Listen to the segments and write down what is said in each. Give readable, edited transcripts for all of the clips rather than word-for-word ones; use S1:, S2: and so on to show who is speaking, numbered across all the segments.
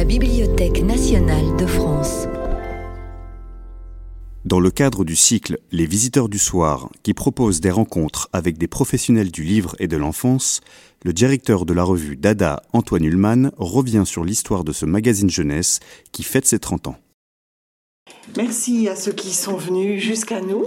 S1: la Bibliothèque nationale de France.
S2: Dans le cadre du cycle Les Visiteurs du Soir, qui propose des rencontres avec des professionnels du livre et de l'enfance, le directeur de la revue Dada, Antoine Ullmann, revient sur l'histoire de ce magazine jeunesse qui fête ses 30 ans.
S3: Merci à ceux qui sont venus jusqu'à nous.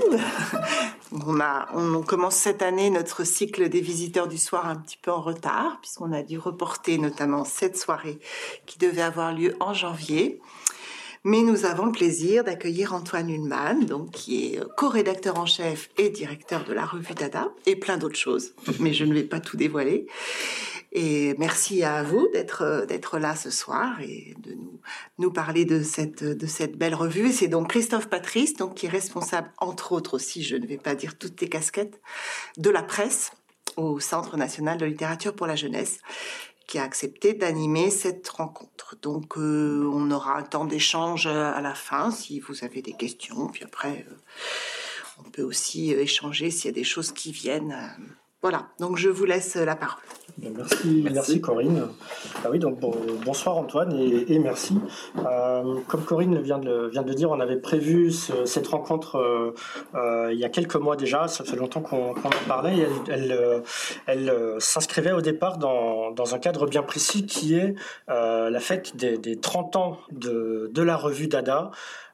S3: On commence cette année notre cycle des Visiteurs du Soir un petit peu en retard, puisqu'on a dû reporter notamment cette soirée qui devait avoir lieu en janvier. Mais nous avons le plaisir d'accueillir Antoine Ullmann, donc, qui est co-rédacteur en chef et directeur de la revue Dada, et plein d'autres choses, mais je ne vais pas tout dévoiler. Et merci à vous d'être là ce soir et de nous parler de cette belle revue. Et c'est donc Christophe Patrice, donc, qui est responsable, entre autres aussi, je ne vais pas dire toutes les casquettes, de la presse au Centre national de littérature pour la jeunesse, qui a accepté d'animer cette rencontre. Donc, on aura un temps d'échange à la fin, si vous avez des questions. Puis après, on peut aussi échanger s'il y a des choses qui viennent. Voilà, donc je vous laisse la parole.
S4: Merci Corinne. Ah oui, donc bonsoir Antoine et merci. Comme Corinne vient de dire, on avait prévu cette rencontre il y a quelques mois déjà. Ça fait longtemps qu'on en parlait. Et elle s'inscrivait au départ dans un cadre bien précis qui est la fête des 30 ans de la revue Dada.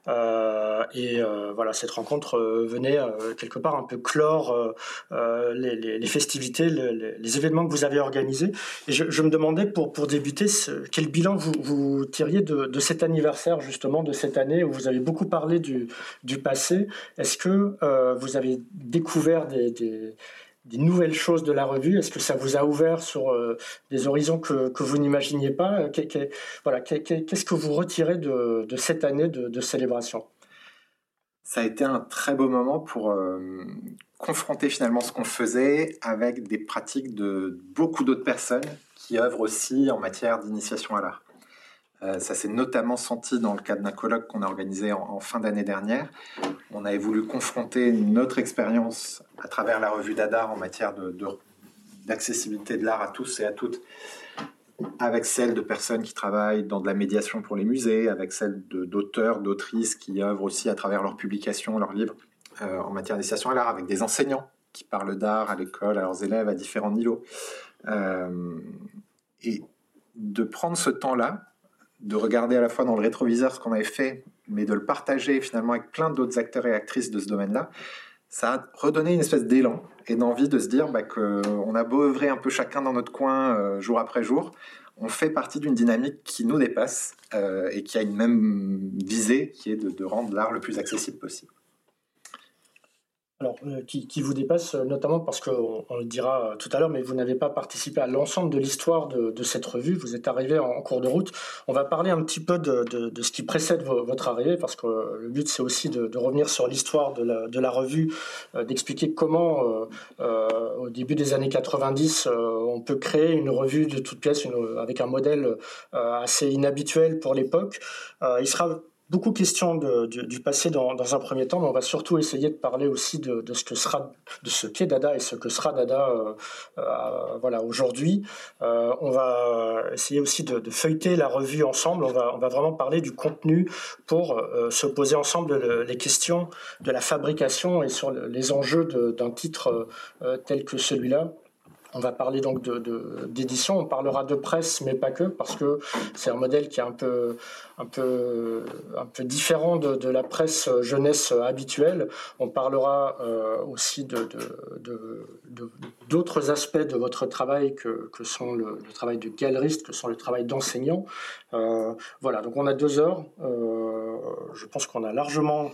S4: Voilà, cette rencontre venait quelque part un peu clore les festivités, les événements que vous avez organisés. Et je me demandais pour débuter, quel bilan vous tiriez de cet anniversaire justement, de cette année où vous avez beaucoup parlé du passé. Est-ce que vous avez découvert des nouvelles choses de la revue? Est-ce que ça vous a ouvert sur des horizons que vous n'imaginiez pas? Qu'est-ce que vous retirez de cette année de célébration?
S5: Ça a été un très beau moment pour confronter finalement ce qu'on faisait avec des pratiques de beaucoup d'autres personnes qui œuvrent aussi en matière d'initiation à l'art. Ça s'est notamment senti dans le cadre d'un colloque qu'on a organisé en fin d'année dernière. On avait voulu confronter notre expérience à travers la revue Dada en matière d'accessibilité de l'art à tous et à toutes, avec celle de personnes qui travaillent dans de la médiation pour les musées, avec celle d'auteurs, d'autrices qui œuvrent aussi à travers leurs publications, leurs livres en matière d'initiation à l'art, avec des enseignants qui parlent d'art à l'école, à leurs élèves à différents niveaux. Et de prendre ce temps-là, de regarder à la fois dans le rétroviseur ce qu'on avait fait, mais de le partager finalement avec plein d'autres acteurs et actrices de ce domaine-là, ça a redonné une espèce d'élan et d'envie de se dire qu'on a beau œuvrer un peu chacun dans notre coin jour après jour, on fait partie d'une dynamique qui nous dépasse et qui a une même visée, qui est de rendre l'art le plus accessible possible.
S4: Alors, qui vous dépasse, notamment parce qu'on le dira tout à l'heure, mais vous n'avez pas participé à l'ensemble de l'histoire de cette revue. Vous êtes arrivé en cours de route. On va parler un petit peu de ce qui précède votre arrivée, parce que le but, c'est aussi de revenir sur l'histoire de la revue, d'expliquer comment, au début des années 90, on peut créer une revue de toutes pièces avec un modèle assez inhabituel pour l'époque. Il sera beaucoup question du passé dans un premier temps, mais on va surtout essayer de parler aussi de ce qu'est Dada et ce que sera Dada aujourd'hui. On va essayer aussi de feuilleter la revue ensemble. On va vraiment parler du contenu pour se poser ensemble les questions de la fabrication et sur les enjeux d'un titre tel que celui-là. On va parler donc d'édition, on parlera de presse, mais pas que, parce que c'est un modèle qui est un peu différent de la presse jeunesse habituelle. On parlera aussi d'autres aspects de votre travail que sont le travail de galeriste, que sont le travail d'enseignant. Voilà, donc on a 2 heures. Je pense qu'on a largement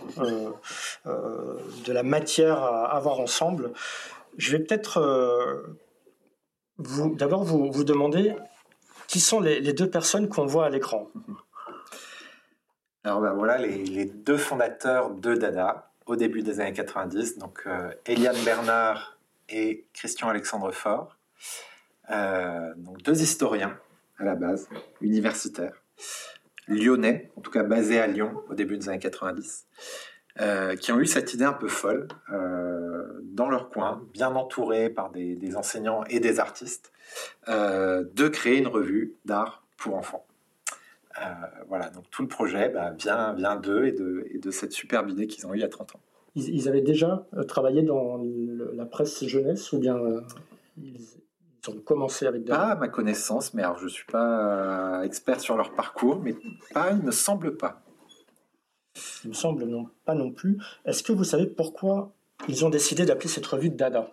S4: de la matière à voir ensemble. Je vais peut-être... D'abord, vous demandez qui sont les 2 personnes qu'on voit à l'écran.
S5: Alors voilà les 2 fondateurs de Dada au début des années 90, donc Eliane Bernard et Christian-Alexandre Faure, donc 2 historiens à la base, universitaires, lyonnais, en tout cas basés à Lyon au début des années 90, qui ont eu cette idée un peu folle dans leur coin, bien entourés par des enseignants et des artistes, de créer une revue d'art pour enfants. Voilà, donc tout le projet vient d'eux et de cette superbe idée qu'ils ont eue il y a 30 ans.
S4: Ils avaient déjà travaillé dans la presse jeunesse ou bien ils ont commencé avec Dada?
S5: Pas à ma connaissance, mais alors je ne suis pas expert sur leur parcours, mais il ne me semble pas.
S4: Il me semble pas non plus. Est-ce que vous savez pourquoi ils ont décidé d'appeler cette revue Dada?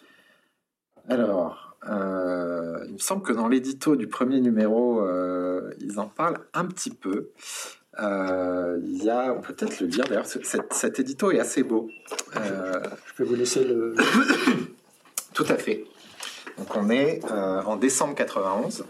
S5: Alors, il me semble que dans l'édito du premier numéro, ils en parlent un petit peu. On peut peut-être le lire, d'ailleurs, cet édito est assez beau.
S4: Je peux vous laisser le...
S5: Tout à fait. Donc on est en décembre 91,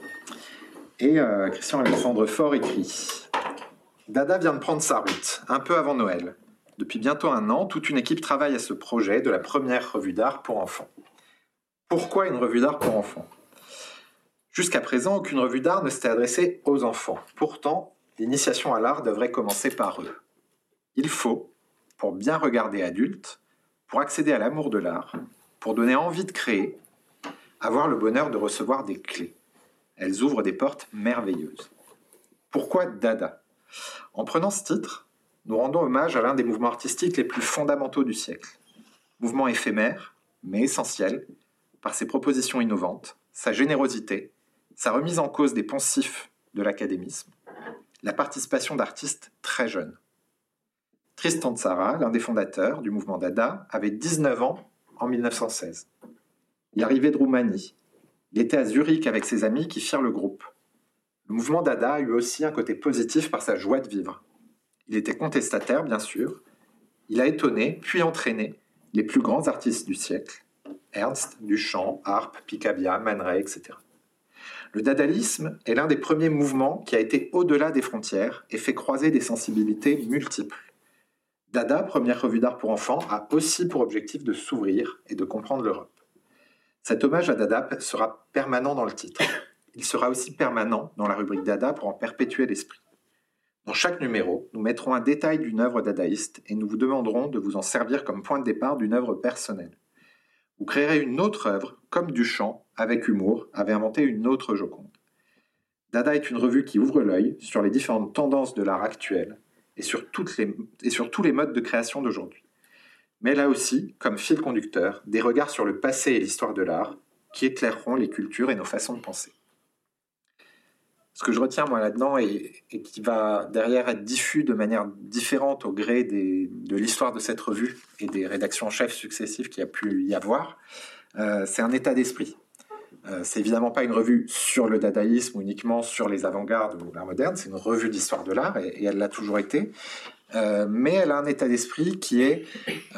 S5: et Christian-Alexandre Faure écrit « Dada vient de prendre sa route, un peu avant Noël. Depuis bientôt 1 an, toute une équipe travaille à ce projet de la première revue d'art pour enfants. Pourquoi une revue d'art pour enfants ? Jusqu'à présent, aucune revue d'art ne s'était adressée aux enfants. Pourtant, l'initiation à l'art devrait commencer par eux. Il faut, pour bien regarder adulte, pour accéder à l'amour de l'art, pour donner envie de créer, avoir le bonheur de recevoir des clés. Elles ouvrent des portes merveilleuses. Pourquoi Dada ? En prenant ce titre, nous rendons hommage à l'un des mouvements artistiques les plus fondamentaux du siècle. Mouvement éphémère, mais essentiel, par ses propositions innovantes, sa générosité, sa remise en cause des poncifs de l'académisme, la participation d'artistes très jeunes. Tristan Tzara, l'un des fondateurs du mouvement Dada, avait 19 ans en 1916. Il arrivait de Roumanie. Il était à Zurich avec ses amis qui firent le groupe. Le mouvement Dada a eu aussi un côté positif par sa joie de vivre. Il était contestataire, bien sûr. Il a étonné, puis entraîné les plus grands artistes du siècle. Ernst, Duchamp, Arp, Picabia, Man Ray, etc. Le dadaïsme est l'un des premiers mouvements qui a été au-delà des frontières et fait croiser des sensibilités multiples. Dada, première revue d'art pour enfants, a aussi pour objectif de s'ouvrir et de comprendre l'Europe. Cet hommage à Dada sera permanent dans le titre. Il sera aussi permanent dans la rubrique Dada pour en perpétuer l'esprit. Dans chaque numéro, nous mettrons un détail d'une œuvre dadaïste et nous vous demanderons de vous en servir comme point de départ d'une œuvre personnelle. Vous créerez une autre œuvre, comme Duchamp, avec humour, avait inventé une autre Joconde. Dada est une revue qui ouvre l'œil sur les différentes tendances de l'art actuel et sur tous les modes de création d'aujourd'hui. Mais elle a aussi, comme fil conducteur, des regards sur le passé et l'histoire de l'art qui éclaireront les cultures et nos façons de penser. Ce que je retiens moi là-dedans et qui va derrière être diffus de manière différente au gré de l'histoire de cette revue et des rédactions en chef successives qu'il y a pu y avoir, c'est un état d'esprit. C'est évidemment pas une revue sur le dadaïsme ou uniquement sur les avant-gardes ou l'art moderne, c'est une revue d'histoire de l'art et elle l'a toujours été, mais elle a un état d'esprit qui est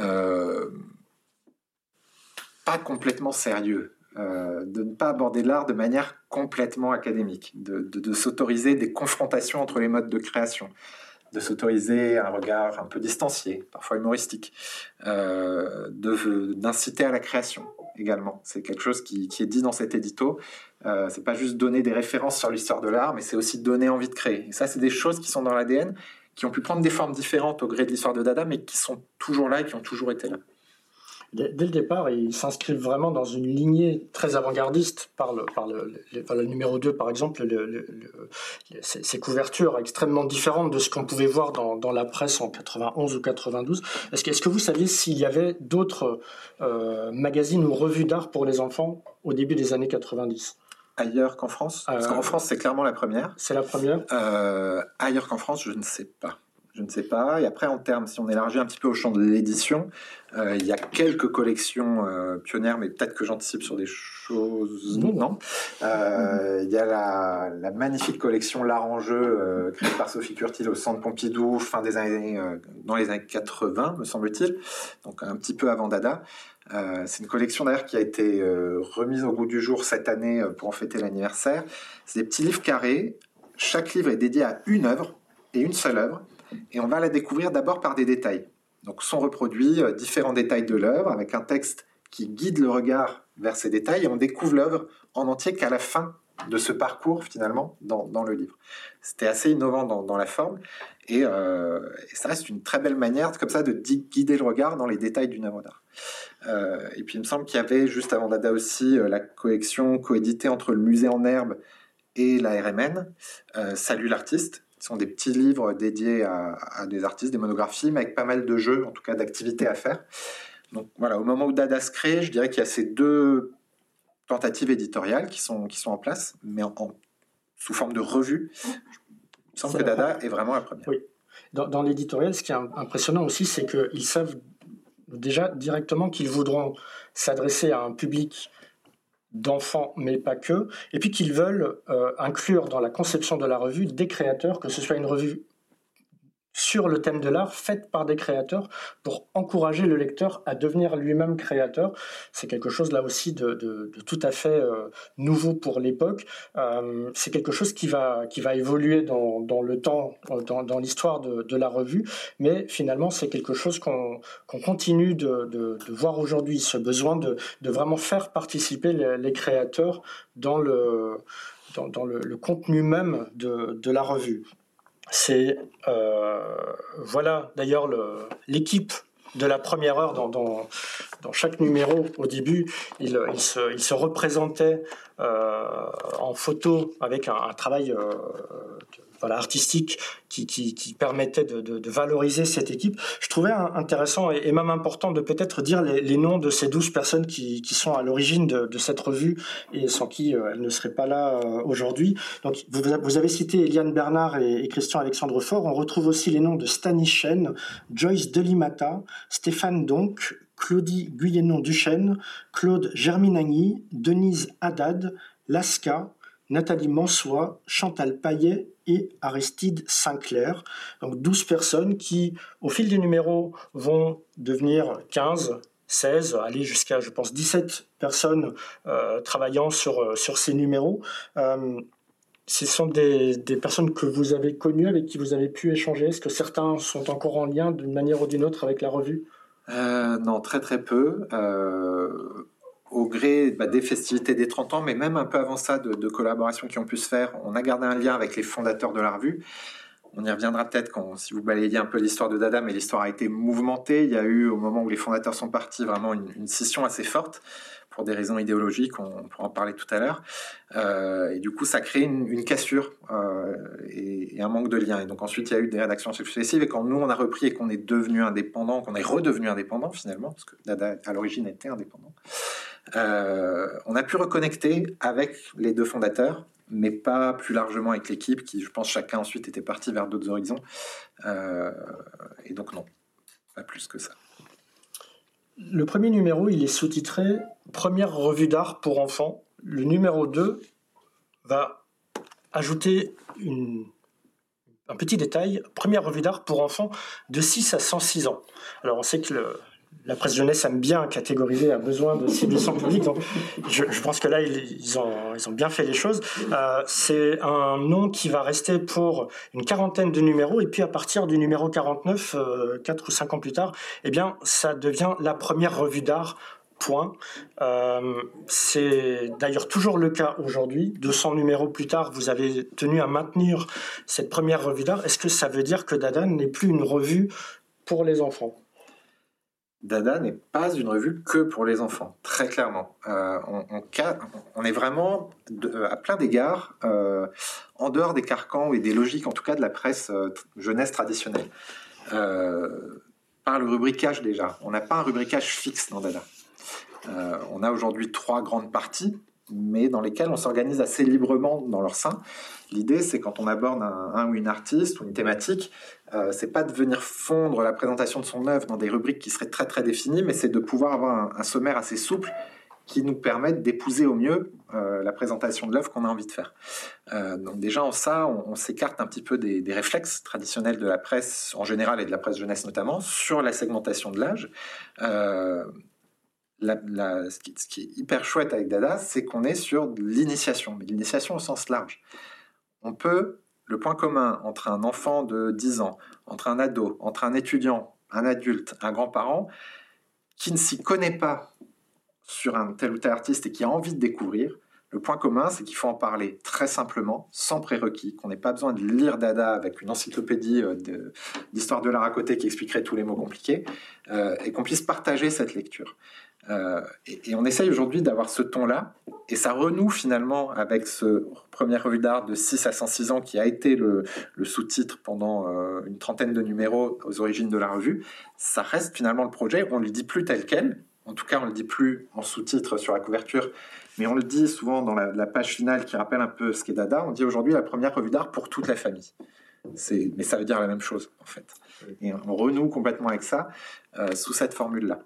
S5: pas complètement sérieux. De ne pas aborder l'art de manière complètement académique, de s'autoriser des confrontations entre les modes de création, de s'autoriser un regard un peu distancié, parfois humoristique, d'inciter à la création également. C'est quelque chose qui est dit dans cet édito. C'est pas juste donner des références sur l'histoire de l'art, mais c'est aussi donner envie de créer. Et ça, c'est des choses qui sont dans l'ADN, qui ont pu prendre des formes différentes au gré de l'histoire de Dada, mais qui sont toujours là et qui ont toujours été là.
S4: Dès le départ, ils s'inscrivent vraiment dans une lignée très avant-gardiste par le numéro 2, par exemple, ces couvertures extrêmement différentes de ce qu'on pouvait voir dans la presse en 91 ou 92. Est-ce que vous saviez s'il y avait d'autres magazines ou revues d'art pour les enfants au début des années 90 ?
S5: Ailleurs qu'en France ? Parce qu'en France, c'est clairement la première.
S4: C'est la première ?
S5: Ailleurs qu'en France, je ne sais pas. Je ne sais pas. Et après, en termes, si on élargit un petit peu au champ de l'édition, il y a quelques collections pionnières, mais peut-être que j'anticipe sur des choses. Non. Il y a la magnifique collection L'Art en jeu, créée par Sophie Curtil au Centre Pompidou, dans les années 80, me semble-t-il. Donc un petit peu avant Dada. C'est une collection d'ailleurs qui a été remise au goût du jour cette année pour en fêter l'anniversaire. C'est des petits livres carrés. Chaque livre est dédié à une œuvre et une seule œuvre. Et on va la découvrir d'abord par des détails. Donc sont reproduits différents détails de l'œuvre avec un texte qui guide le regard vers ces détails et on découvre l'œuvre en entier qu'à la fin de ce parcours finalement dans le livre. C'était assez innovant dans la forme et ça reste une très belle manière comme ça de guider le regard dans les détails d'une œuvre d'art. Et puis il me semble qu'il y avait juste avant Dada aussi la collection coéditée entre le Musée en Herbe et la RMN, Salut l'artiste, Ce sont des petits livres dédiés à des artistes, des monographies, mais avec pas mal de jeux, en tout cas d'activités à faire. Donc voilà, au moment où Dada se crée, je dirais qu'il y a ces 2 tentatives éditoriales qui sont en place, mais sous forme de revue. Il me semble que Dada est vraiment la première.
S4: Oui. Dans l'éditorial, ce qui est impressionnant aussi, c'est qu'ils savent déjà directement qu'ils voudront s'adresser à un public d'enfants, mais pas que, et puis qu'ils veulent inclure dans la conception de la revue des créateurs, que ce soit une revue sur le thème de l'art, faite par des créateurs pour encourager le lecteur à devenir lui-même créateur. C'est quelque chose là aussi de tout à fait nouveau pour l'époque. C'est quelque chose qui va évoluer dans le temps, dans l'histoire de la revue, mais finalement c'est quelque chose qu'on continue de voir aujourd'hui, ce besoin de vraiment faire participer les créateurs dans le contenu même de la revue. C'est voilà d'ailleurs l'équipe de la première heure dans chaque numéro. Au début, il se représentait en photo avec un travail artistique qui permettait de valoriser cette équipe. Je trouvais intéressant et même important de peut-être dire les noms de ces 12 personnes qui sont à l'origine de cette revue et sans qui elle ne serait pas là aujourd'hui. Donc, vous avez cité Eliane Bernard et Christian Alexandre Faure. On retrouve aussi les noms de Stani Chen, Joyce Delimata, Stéphane Donc, Claudie Guyennon-Duchesne, Claude Germinagny, Denise Haddad, Lasca, Nathalie Mansois, Chantal Paillet et Aristide Sinclair. Donc 12 personnes qui, au fil des numéros, vont devenir 15, 16, aller jusqu'à, je pense, 17 personnes travaillant sur ces numéros. Ce sont des personnes que vous avez connues, avec qui vous avez pu échanger. Est-ce que certains sont encore en lien d'une manière ou d'une autre avec la revue ?
S5: Non, très très peu. Au gré des festivités des 30 ans, mais même un peu avant ça, de collaborations qui ont pu se faire, on a gardé un lien avec les fondateurs de la revue. On y reviendra peut-être si vous balayez un peu l'histoire de Dada, mais l'histoire a été mouvementée. Il y a eu, au moment où les fondateurs sont partis, vraiment une scission assez forte, pour des raisons idéologiques, on pourra en parler tout à l'heure. Et du coup, ça crée une cassure et un manque de lien. Et donc ensuite, il y a eu des rédactions successives. Et quand nous, on a repris et qu'on est devenu indépendant, qu'on est redevenu indépendant finalement, parce que Dada, à l'origine, était indépendant, on a pu reconnecter avec les 2 fondateurs, mais pas plus largement avec l'équipe qui, je pense, chacun ensuite était parti vers d'autres horizons. Et donc non, pas plus que ça.
S4: Le premier numéro, il est sous-titré « Première revue d'art pour enfants ». Le numéro 2 va ajouter un petit détail, « Première revue d'art pour enfants de 6 à 106 ans ». Alors on sait que la presse jeunesse aime bien catégoriser, a besoin de cibler son public, donc je pense que là ils ont bien fait les choses. C'est un nom qui va rester pour une quarantaine de numéros, et puis à partir du numéro 49, 4 ou 5 ans plus tard, eh bien ça devient la première revue d'art. Point. C'est d'ailleurs toujours le cas aujourd'hui. 200 numéros plus tard, vous avez tenu à maintenir cette première revue d'art. Est-ce que ça veut dire que Dada n'est plus une revue pour les enfants ?
S5: Dada n'est pas une revue que pour les enfants, très clairement. On est vraiment, à plein d'égards, en dehors des carcans et des logiques, en tout cas de la presse jeunesse traditionnelle. Par le rubricage déjà, on n'a pas un rubricage fixe dans Dada. On a aujourd'hui 3 grandes parties, mais dans lesquelles on s'organise assez librement dans leur sein. L'idée, c'est quand on aborde un ou une artiste ou une thématique, c'est pas de venir fondre la présentation de son œuvre dans des rubriques qui seraient très très définies, mais c'est de pouvoir avoir un sommaire assez souple qui nous permette d'épouser au mieux la présentation de l'œuvre qu'on a envie de faire. Donc déjà en ça, on s'écarte un petit peu des réflexes traditionnels de la presse en général et de la presse jeunesse notamment sur la segmentation de l'âge. Ce qui est hyper chouette avec Dada, c'est qu'on est sur l'initiation, mais l'initiation au sens large. Le point commun entre un enfant de 10 ans, entre un ado, entre un étudiant, un adulte, un grand-parent, qui ne s'y connaît pas sur un tel ou tel artiste et qui a envie de découvrir, le point commun, c'est qu'il faut en parler très simplement, sans prérequis, qu'on n'ait pas besoin de lire Dada avec une encyclopédie d'histoire de l'art à côté qui expliquerait tous les mots compliqués, et qu'on puisse partager cette lecture. Et on essaye aujourd'hui d'avoir ce ton-là, et ça renoue finalement avec ce première revue d'art de 6 à 106 ans qui a été le sous-titre pendant une trentaine de numéros aux origines de la revue. Ça reste finalement le projet, on ne le dit plus tel quel, en tout cas on ne le dit plus en sous-titre sur la couverture, mais on le dit souvent dans la page finale qui rappelle un peu ce qu'est Dada. On dit aujourd'hui la première revue d'art pour toute la famille. Mais ça veut dire la même chose en fait. Et on renoue complètement avec ça sous cette formule-là.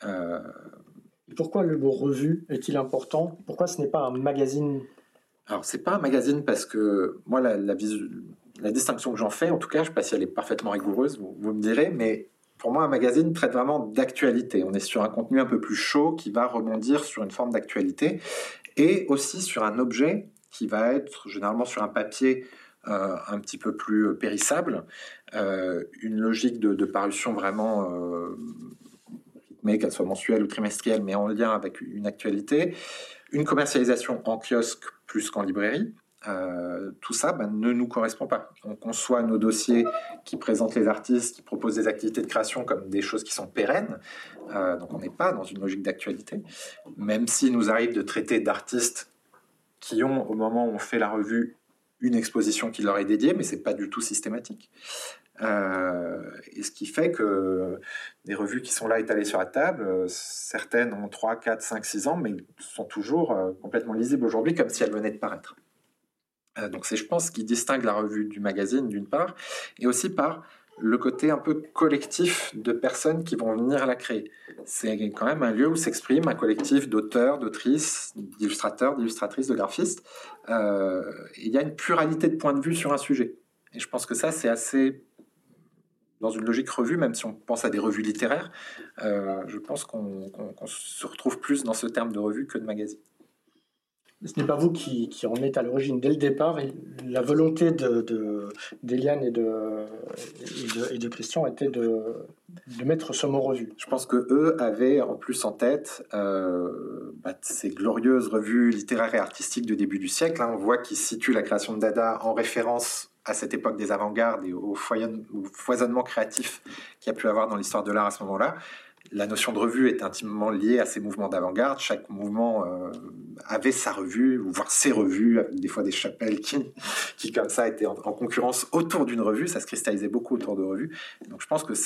S4: Pourquoi le mot revue est-il important ? Pourquoi ce n'est pas un magazine ?
S5: Alors c'est pas un magazine parce que moi la distinction que j'en fais, en tout cas, je ne sais pas si elle est parfaitement rigoureuse, vous me direz, mais pour moi un magazine traite vraiment d'actualité. On est sur un contenu un peu plus chaud qui va rebondir sur une forme d'actualité et aussi sur un objet qui va être généralement sur un papier un petit peu plus périssable, une logique de parution vraiment rythmée, qu'elle soit mensuelle ou trimestrielle, mais en lien avec une actualité, une commercialisation en kiosque plus qu'en librairie. Tout ça ne nous correspond pas. On conçoit nos dossiers qui présentent les artistes, qui proposent des activités de création comme des choses qui sont pérennes, donc on n'est pas dans une logique d'actualité, même s'il nous arrive de traiter d'artistes qui ont, au moment où on fait la revue, une exposition qui leur est dédiée, mais c'est pas du tout systématique. Et ce qui fait que des revues qui sont là étalées sur la table, certaines ont 3, 4, 5, 6 ans, mais sont toujours complètement lisibles aujourd'hui, comme si elles venaient de paraître. Donc c'est, je pense, ce qui distingue la revue du magazine, d'une part, et aussi par le côté un peu collectif de personnes qui vont venir la créer. C'est quand même un lieu où s'exprime un collectif d'auteurs, d'autrices, d'illustrateurs, d'illustratrices, de graphistes. Il y a une pluralité de points de vue sur un sujet. Et je pense que ça, c'est assez... Dans une logique revue, même si on pense à des revues littéraires, je pense qu'on se retrouve plus dans ce terme de revue que de magazine.
S4: Ce n'est pas vous qui en êtes à l'origine dès le départ. Et la volonté d'Eliane et de Christian était de mettre ce mot revue.
S5: Je pense qu'eux avaient en plus en tête ces glorieuses revues littéraires et artistiques de début du siècle. On voit qu'ils situent la création de Dada en référence à cette époque des avant-gardes et au foisonnement créatif qu'il y a pu avoir dans l'histoire de l'art à ce moment-là. La notion de revue est intimement liée à ces mouvements d'avant-garde. Chaque mouvement avait sa revue, voire ses revues, avec des fois des chapelles qui comme ça, étaient en concurrence autour d'une revue. Ça se cristallisait beaucoup autour de revues. Donc je pense que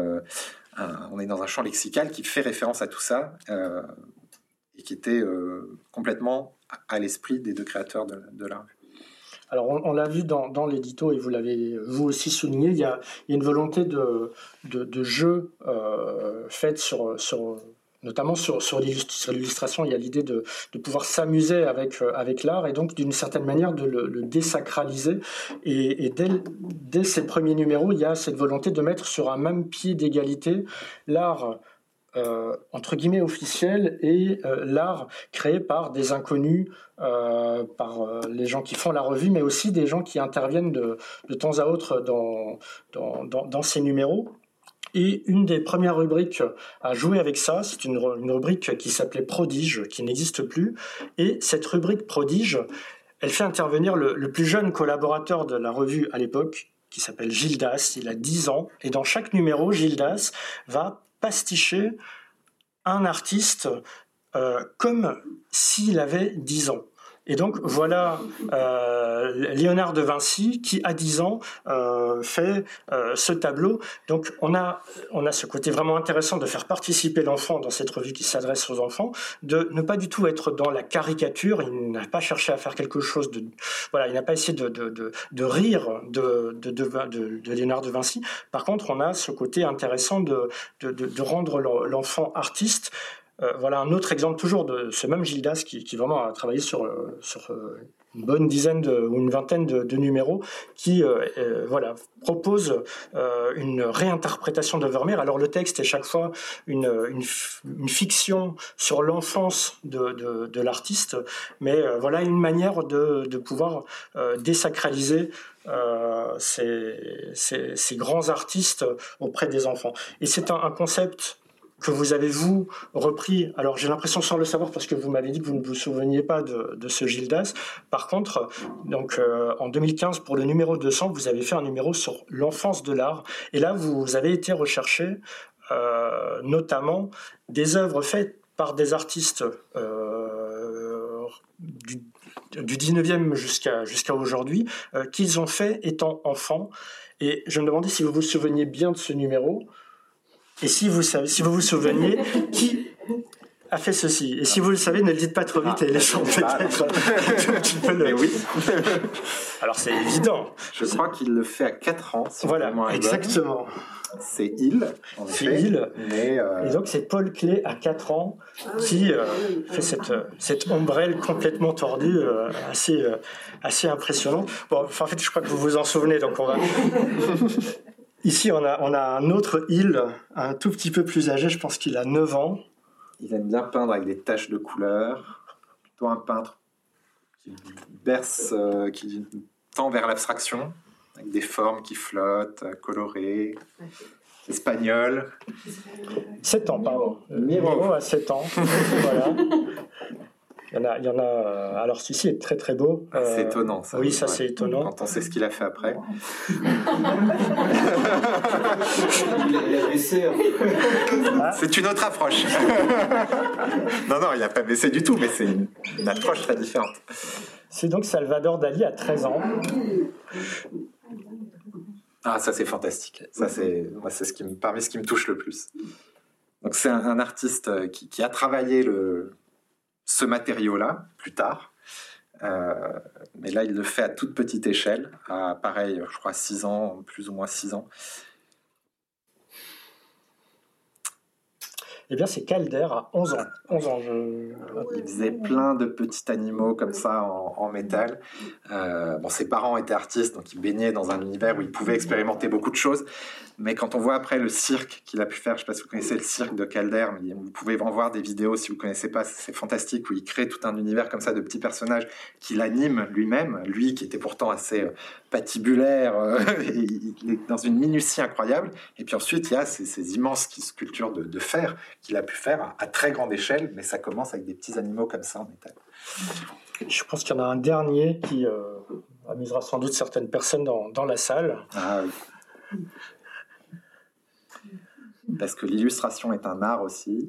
S5: on est dans un champ lexical qui fait référence à tout ça et qui était complètement à l'esprit des deux créateurs de la revue.
S4: Alors, on l'a vu dans l'édito, et vous l'avez vous aussi souligné, il y a une volonté de jeu faite notamment sur l'illustration. Il y a l'idée de pouvoir s'amuser avec l'art et donc d'une certaine manière de le désacraliser. Et dès ces premiers numéros, il y a cette volonté de mettre sur un même pied d'égalité l'art entre guillemets officiel et l'art créé par des inconnus, par les gens qui font la revue, mais aussi des gens qui interviennent de temps à autre dans ces numéros. Et une des premières rubriques à jouer avec ça, c'est une rubrique qui s'appelait Prodige, qui n'existe plus. Et cette rubrique Prodige, elle fait intervenir le plus jeune collaborateur de la revue à l'époque, qui s'appelle Gildas. Il a 10 ans. Et dans chaque numéro, Gildas va pasticher un artiste comme s'il avait 10 ans. Et donc voilà Léonard de Vinci qui à 10 ans fait ce tableau. Donc on a ce côté vraiment intéressant de faire participer l'enfant dans cette revue qui s'adresse aux enfants, de ne pas du tout être dans la caricature. Il n'a pas cherché à faire quelque chose il n'a pas essayé de rire de Léonard de Vinci. Par contre, on a ce côté intéressant de rendre l'enfant artiste. Voilà un autre exemple toujours de ce même Gildas qui vraiment a travaillé sur une bonne dizaine ou une vingtaine de numéros qui propose une réinterprétation de Vermeer. Alors le texte est chaque fois une fiction sur l'enfance de l'artiste, mais voilà une manière de pouvoir désacraliser ces grands artistes auprès des enfants. Et c'est un concept que vous avez, vous, repris. Alors, j'ai l'impression, sans le savoir, parce que vous m'avez dit que vous ne vous souveniez pas de ce Gildas. Par contre, donc, en 2015, pour le numéro 200, vous avez fait un numéro sur l'enfance de l'art. Et là, vous avez été rechercher notamment des œuvres faites par des artistes du 19e jusqu'à aujourd'hui, qu'ils ont fait étant enfants. Et je me demandais si vous vous souveniez bien de ce numéro, et si vous vous souveniez qui a fait ceci. Et si vous le savez, ne le dites pas trop vite et laissons peut-être un petit peu le...
S5: Mais oui.
S4: Alors c'est évident.
S5: Je crois qu'il le fait à 4 ans. Si
S4: Voilà, exactement.
S5: C'est Il.
S4: C'est Il.
S5: Mais
S4: Et donc c'est Paul Klee à 4 ans qui fait cette ombrelle complètement tordue, assez impressionnante. Bon, en fait, je crois que vous vous en souvenez, donc on va... Ici, on a un autre Il, un tout petit peu plus âgé, je pense qu'il a 9 ans.
S5: Il aime bien peindre avec des taches de couleur. Plutôt un peintre qui berce, qui tend vers l'abstraction, avec des formes qui flottent, colorées, espagnol.
S4: 7 ans, pardon. Miro a 7 ans. Voilà. Il y en a. Alors, celui-ci est très très beau.
S5: C'est étonnant, ça.
S4: Oui, ça c'est étonnant.
S5: Quand on sait ce qu'il a fait après.
S6: Il a baissé.
S5: C'est une autre approche. Non, il n'a pas baissé du tout, mais c'est une approche très différente.
S4: C'est donc Salvador Dali à 13 ans.
S5: Ah, ça c'est fantastique. Ça c'est parmi ce qui me touche le plus. Donc c'est un artiste qui a travaillé ce matériau-là plus tard, mais là il le fait à toute petite échelle, à pareil, je crois 6 ans, plus ou moins 6 ans.
S4: Eh bien, c'est Calder à 11 ans. 11 ans,
S5: Il faisait plein de petits animaux comme ça en métal. Ses parents étaient artistes, donc il baignait dans un univers où il pouvait expérimenter beaucoup de choses. Mais quand on voit après le cirque qu'il a pu faire, je ne sais pas si vous connaissez le cirque de Calder, mais vous pouvez en voir des vidéos si vous ne connaissez pas, c'est fantastique, où il crée tout un univers comme ça de petits personnages qu'il anime lui-même, lui qui était pourtant assez patibulaire, il est dans une minutie incroyable. Et puis ensuite, il y a ces immenses sculptures de fer qu'il a pu faire à très grande échelle, mais ça commence avec des petits animaux comme ça en métal.
S4: Je pense qu'il y en a un dernier qui amusera sans doute certaines personnes dans la salle.
S5: Ah oui. Parce que l'illustration est un art aussi.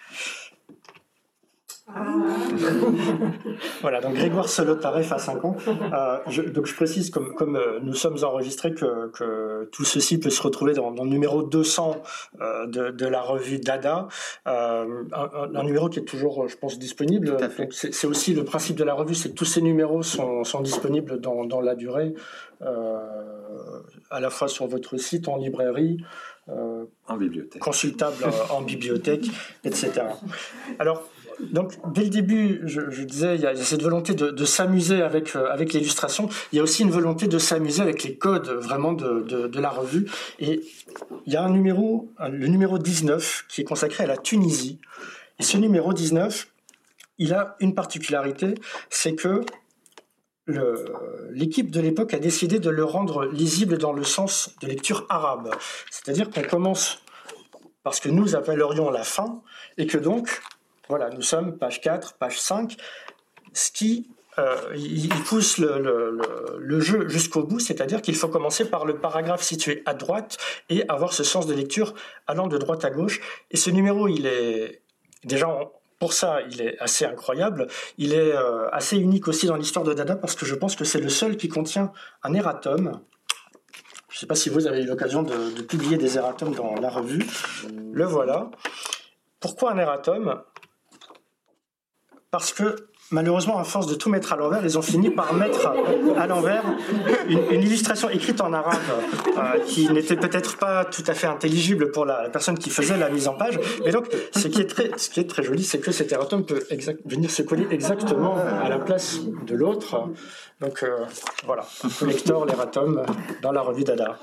S4: Voilà, donc Grégoire Solotareff à 5 ans. Donc je précise, comme nous sommes enregistrés, que tout ceci peut se retrouver dans le numéro 200 de la revue Dada, un numéro qui est toujours, je pense, disponible. Donc c'est aussi le principe de la revue, c'est que tous ces numéros sont disponibles dans la durée, à la fois sur votre site, en librairie,
S5: en bibliothèque,
S4: consultable en bibliothèque, etc. Alors, donc, dès le début, je disais, il y a cette volonté de s'amuser avec l'illustration. Il y a aussi une volonté de s'amuser avec les codes vraiment de la revue. Et il y a un numéro, le numéro 19, qui est consacré à la Tunisie. Et ce numéro 19, il a une particularité, c'est que l'équipe de l'époque a décidé de le rendre lisible dans le sens de lecture arabe. C'est-à-dire qu'on commence par ce que nous appellerions la fin, et que donc, voilà, nous sommes page 4, page 5, ce qui il pousse le jeu jusqu'au bout, c'est-à-dire qu'il faut commencer par le paragraphe situé à droite et avoir ce sens de lecture allant de droite à gauche. Et ce numéro, il est déjà... Pour ça, il est assez incroyable. Il est assez unique aussi dans l'histoire de Dada parce que je pense que c'est le seul qui contient un erratum. Je ne sais pas si vous avez eu l'occasion de publier des erratums dans la revue. Le voilà. Pourquoi un erratum ? Parce que malheureusement, à force de tout mettre à l'envers, ils ont fini par mettre à l'envers une illustration écrite en arabe qui n'était peut-être pas tout à fait intelligible pour la personne qui faisait la mise en page. Et donc, ce qui est très joli, c'est que cet erratum peut venir se coller exactement à la place de l'autre. Donc, voilà, collector, l'erratum dans la revue Dada.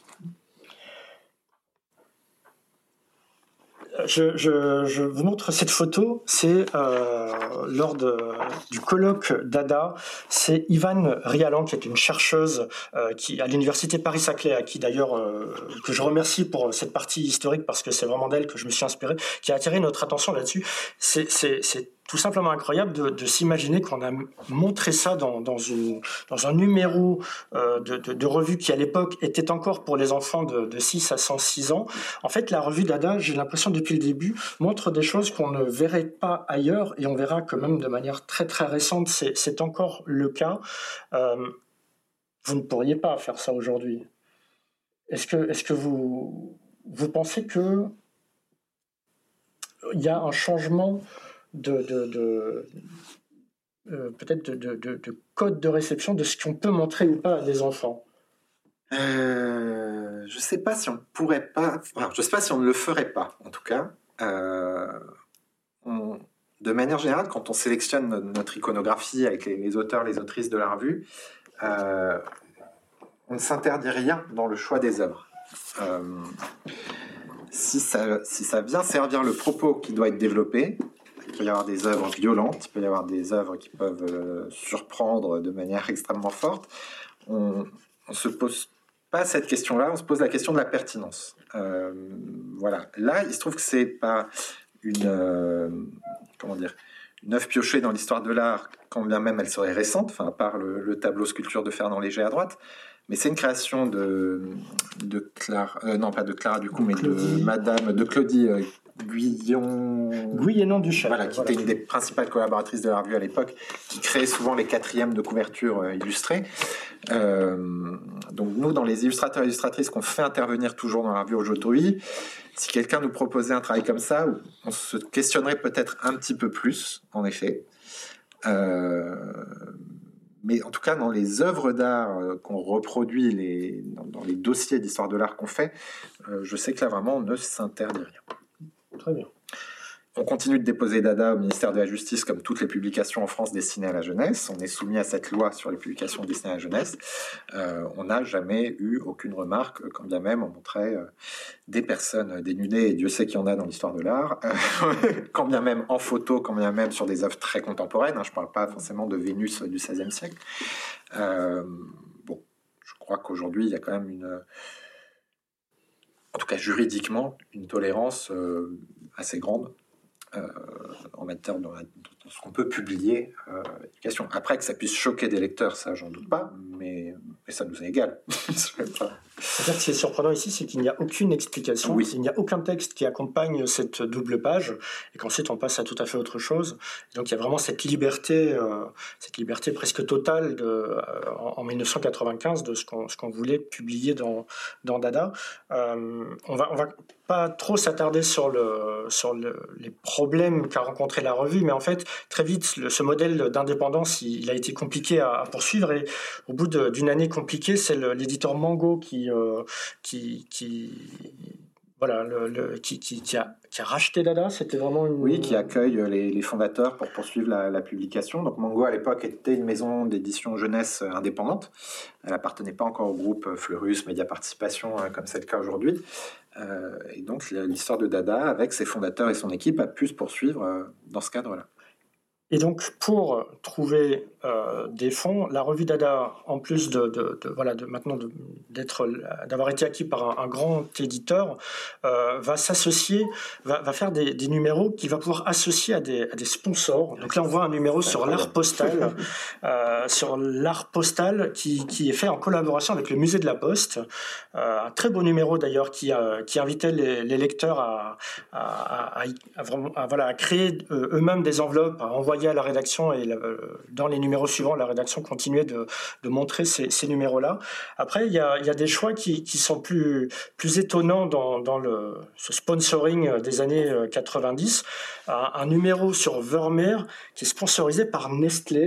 S4: Je vous montre cette photo, c'est lors du colloque Dada, c'est Ivan Rialan qui est une chercheuse qui à l'université Paris-Saclay, à qui d'ailleurs que je remercie pour cette partie historique parce que c'est vraiment d'elle que je me suis inspiré, qui a attiré notre attention là-dessus. C'est tout simplement incroyable de s'imaginer qu'on a montré ça dans un numéro de revue qui à l'époque était encore pour les enfants de 6 à 106 ans. En fait, la revue Dada, j'ai l'impression depuis le début, montre des choses qu'on ne verrait pas ailleurs, et on verra que même de manière très très récente, c'est encore le cas. Vous ne pourriez pas faire ça aujourd'hui. Est-ce que vous pensez que il y a un changement peut-être de code de réception de ce qu'on peut montrer ou pas à des enfants?
S5: Je sais pas si on pourrait pas. Alors, je sais pas si on ne le ferait pas, en tout cas. De manière générale, quand on sélectionne notre iconographie avec les auteurs, les autrices de la revue, on ne s'interdit rien dans le choix des œuvres. Si ça vient servir le propos qui doit être développé, il peut y avoir des œuvres violentes, il peut y avoir des œuvres qui peuvent surprendre de manière extrêmement forte. On se pose pas cette question-là, on se pose la question de la pertinence. Voilà. Là, il se trouve que c'est pas une œuvre piochée dans l'histoire de l'art, quand bien même elle serait récente, enfin, à part le tableau sculpture de Fernand Léger à droite, mais c'est une création de Clara, non pas de Clara du coup, mais de Claudie
S4: Guyennon-Duchel.
S5: Voilà, qui était une des principales collaboratrices de la revue à l'époque, qui créait souvent les 4e de couverture illustrées. Donc nous, dans les illustrateurs et illustratrices qu'on fait intervenir toujours dans la revue aujourd'hui, si quelqu'un nous proposait un travail comme ça, on se questionnerait peut-être un petit peu plus, en effet. Mais en tout cas, dans les œuvres d'art qu'on reproduit, dans les dossiers d'histoire de l'art qu'on fait, je sais que là, vraiment, on ne s'interdit rien.
S4: Très bien.
S5: On continue de déposer Dada au ministère de la Justice, comme toutes les publications en France destinées à la jeunesse. On est soumis à cette loi sur les publications destinées à la jeunesse. On n'a jamais eu aucune remarque, quand bien même on montrait des personnes dénudées, et Dieu sait qu'il y en a dans l'histoire de l'art, quand bien même en photo, quand bien même sur des œuvres très contemporaines. Je ne parle pas forcément de Vénus du XVIe siècle. Bon, je crois qu'aujourd'hui, il y a quand même en tout cas juridiquement, une tolérance assez grande en matière de ce qu'on peut publier éducation. Après, que ça puisse choquer des lecteurs, ça, j'en doute pas, mais ça nous est égal.
S4: C'est-à-dire que ce qui est surprenant ici, c'est qu'il n'y a aucune explication, il n'y a aucun texte qui accompagne cette double page, et qu'ensuite on passe à tout à fait autre chose. Et donc il y a vraiment cette liberté presque totale en 1995 de ce qu'on voulait publier dans Dada. On va pas trop s'attarder sur les problèmes qu'a rencontré la revue, mais en fait, très vite, ce modèle d'indépendance, il a été compliqué à poursuivre, et au bout d'une année compliquée, c'est l'éditeur Mango qui a racheté Dada. C'était vraiment
S5: qui accueille les fondateurs pour poursuivre la publication. Donc Mango, à l'époque, était une maison d'édition jeunesse indépendante. Elle n'appartenait pas encore au groupe Fleurus, Média Participation, comme c'est le cas aujourd'hui. Et donc l'histoire de Dada, avec ses fondateurs et son équipe, a pu se poursuivre dans ce cadre-là.
S4: Et donc, pour trouver des fonds, la revue Dada, en plus d'avoir été acquis par un grand éditeur, va s'associer, va faire des numéros qu'il va pouvoir associer à des sponsors. Donc là, on voit un numéro sur l'art postal, qui est fait en collaboration avec le musée de la Poste. Un très beau numéro d'ailleurs qui invitait les lecteurs à créer eux-mêmes des enveloppes, à envoyer à la rédaction, et dans les numéros suivants, la rédaction continuait de montrer ces numéros-là. Après, il y a des choix qui sont plus étonnants dans ce sponsoring des années 90. Un numéro sur Vermeer qui est sponsorisé par Nestlé.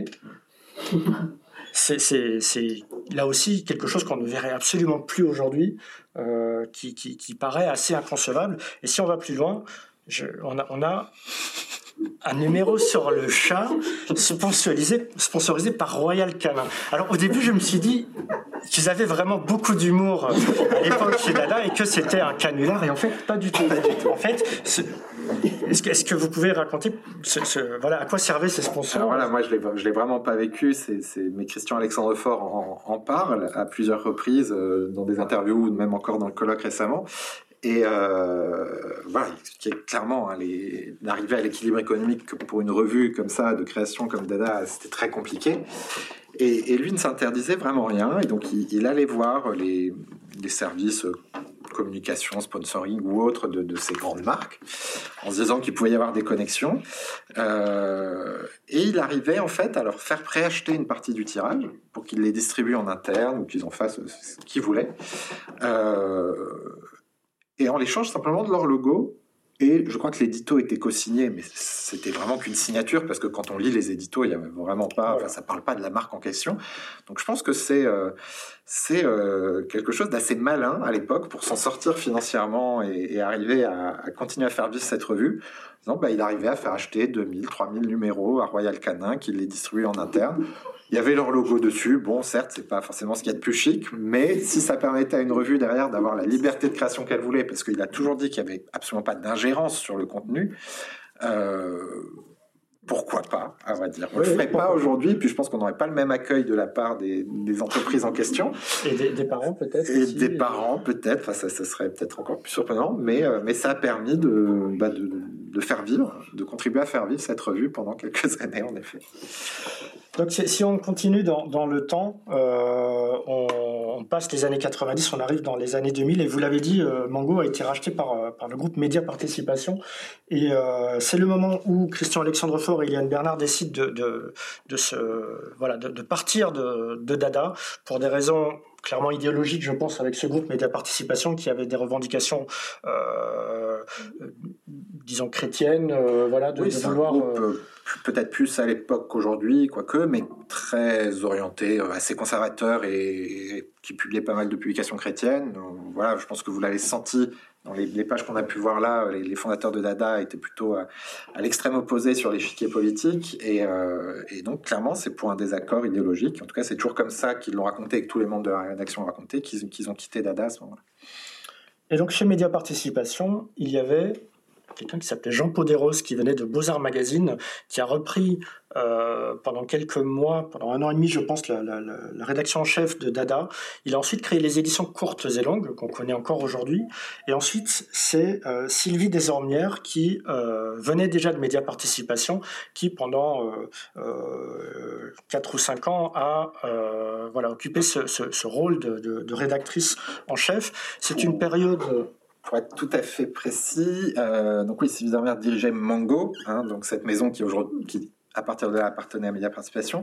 S4: C'est là aussi quelque chose qu'on ne verrait absolument plus aujourd'hui, qui paraît assez inconcevable. Et si on va plus loin, on a un numéro sur le chat sponsorisé par Royal Canin. Alors au début, je me suis dit qu'ils avaient vraiment beaucoup d'humour à l'époque chez Dada, et que c'était un canular, et en fait pas du tout. En fait, est-ce que vous pouvez raconter à quoi servaient ces sponsors?
S5: Alors voilà, moi je l'ai vraiment pas vécu, mais Christian Alexandre Faure en parle à plusieurs reprises dans des interviews, ou même encore dans le colloque récemment. Et voilà, il expliquait clairement d'arriver à l'équilibre économique que pour une revue comme ça, de création comme Dada, c'était très compliqué. Et lui ne s'interdisait vraiment rien. Et donc, il allait voir les services communication, sponsoring ou autres de ces grandes marques, en se disant qu'il pouvait y avoir des connexions. Et il arrivait en fait à leur faire préacheter une partie du tirage pour qu'ils les distribuent en interne ou qu'ils en fassent ce qu'ils voulaient. Et en l'échange simplement de leur logo. Et je crois que l'édito était co-signé, mais c'était vraiment qu'une signature, parce que quand on lit les éditos, il n'y avait vraiment pas, enfin, ça ne parle pas de la marque en question. Donc je pense que c'est quelque chose d'assez malin à l'époque pour s'en sortir financièrement et arriver à continuer à faire vivre cette revue. Donc, il arrivait à faire acheter 2000, 3000 numéros à Royal Canin, qui les distribuait en interne. Il y avait leur logo dessus. Bon, certes, c'est pas forcément ce qu'il y a de plus chic, mais si ça permettait à une revue derrière d'avoir la liberté de création qu'elle voulait, parce qu'il a toujours dit qu'il n'y avait absolument pas d'ingérence sur le contenu, pourquoi pas, à vrai dire. On ne le ferait pas aujourd'hui, puis je pense qu'on n'aurait pas le même accueil de la part des entreprises en question.
S4: Et des parents peut-être.
S5: Et aussi, des parents peut-être, enfin, ça serait peut-être encore plus surprenant, mais ça a permis de faire vivre, de contribuer à faire vivre cette revue pendant quelques années, en effet.
S4: Donc si on continue dans le temps, on passe les années 90, on arrive dans les années 2000, et vous l'avez dit, Mango a été racheté par le groupe Média Participation, et c'est le moment où Christian Alexandre Faure et Eliane Bernard décident de partir de Dada pour des raisons clairement idéologique, je pense, avec ce groupe Média Participation qui avait des revendications, disons, chrétiennes, de vouloir...
S5: peut-être plus à l'époque qu'aujourd'hui, quoique, mais très orienté, assez conservateur et qui publiait pas mal de publications chrétiennes. Donc, voilà, je pense que vous l'avez senti dans les pages qu'on a pu voir là. Les fondateurs de Dada étaient plutôt à l'extrême opposé sur l'échiquier politique, et donc clairement c'est pour un désaccord idéologique. En tout cas, c'est toujours comme ça qu'ils l'ont raconté, et que tous les membres de la rédaction ont raconté, qu'ils ont quitté Dada à ce moment-là.
S4: Et donc chez Média Participation, il y avait quelqu'un qui s'appelait Jean Podéros, qui venait de Beaux-Arts Magazine, qui a repris pendant quelques mois, pendant 1 an et demi, je pense, la rédaction en chef de Dada. Il a ensuite créé les éditions courtes et longues, qu'on connaît encore aujourd'hui. Et ensuite, c'est Sylvie Desormières, qui venait déjà de Média Participation, qui pendant 4 ou 5 ans a occupé ce rôle de rédactrice en chef. C'est une période...
S5: Pour être tout à fait précis, donc oui, Sylvie Desormières dirigeait Mango, donc cette maison qui à partir de là appartenait à Média Participation.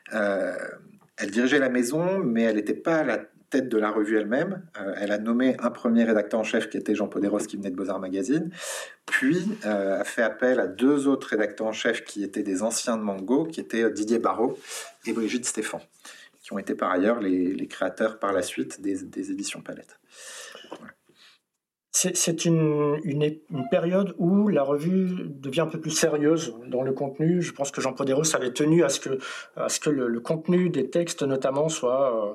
S5: Elle dirigeait la maison, mais elle n'était pas à la tête de la revue elle-même. Elle a nommé un premier rédacteur en chef qui était Jean Podéros, qui venait de Beaux-Arts Magazine, puis a fait appel à 2 autres rédacteurs en chef qui étaient des anciens de Mango, qui étaient Didier Barrault et Brigitte Stéphan, qui ont été par ailleurs les créateurs par la suite des éditions Palette. Voilà.
S4: C'est une période où la revue devient un peu plus sérieuse dans le contenu. Je pense que Jean Podéros avait tenu à ce que le contenu des textes notamment soit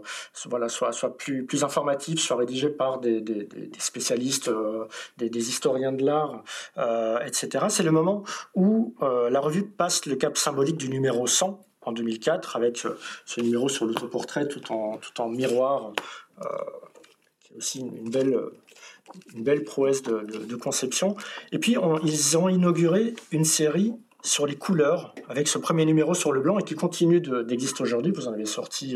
S4: plus informatif, soit rédigé par des spécialistes, des historiens de l'art, etc. C'est le moment où la revue passe le cap symbolique du numéro 100 en 2004, avec ce numéro sur l'autoportrait tout en miroir, qui est aussi une belle prouesse de conception. Et puis, ils ont inauguré une série sur les couleurs, avec ce premier numéro sur le blanc, et qui continue d'exister aujourd'hui. Vous en avez sorti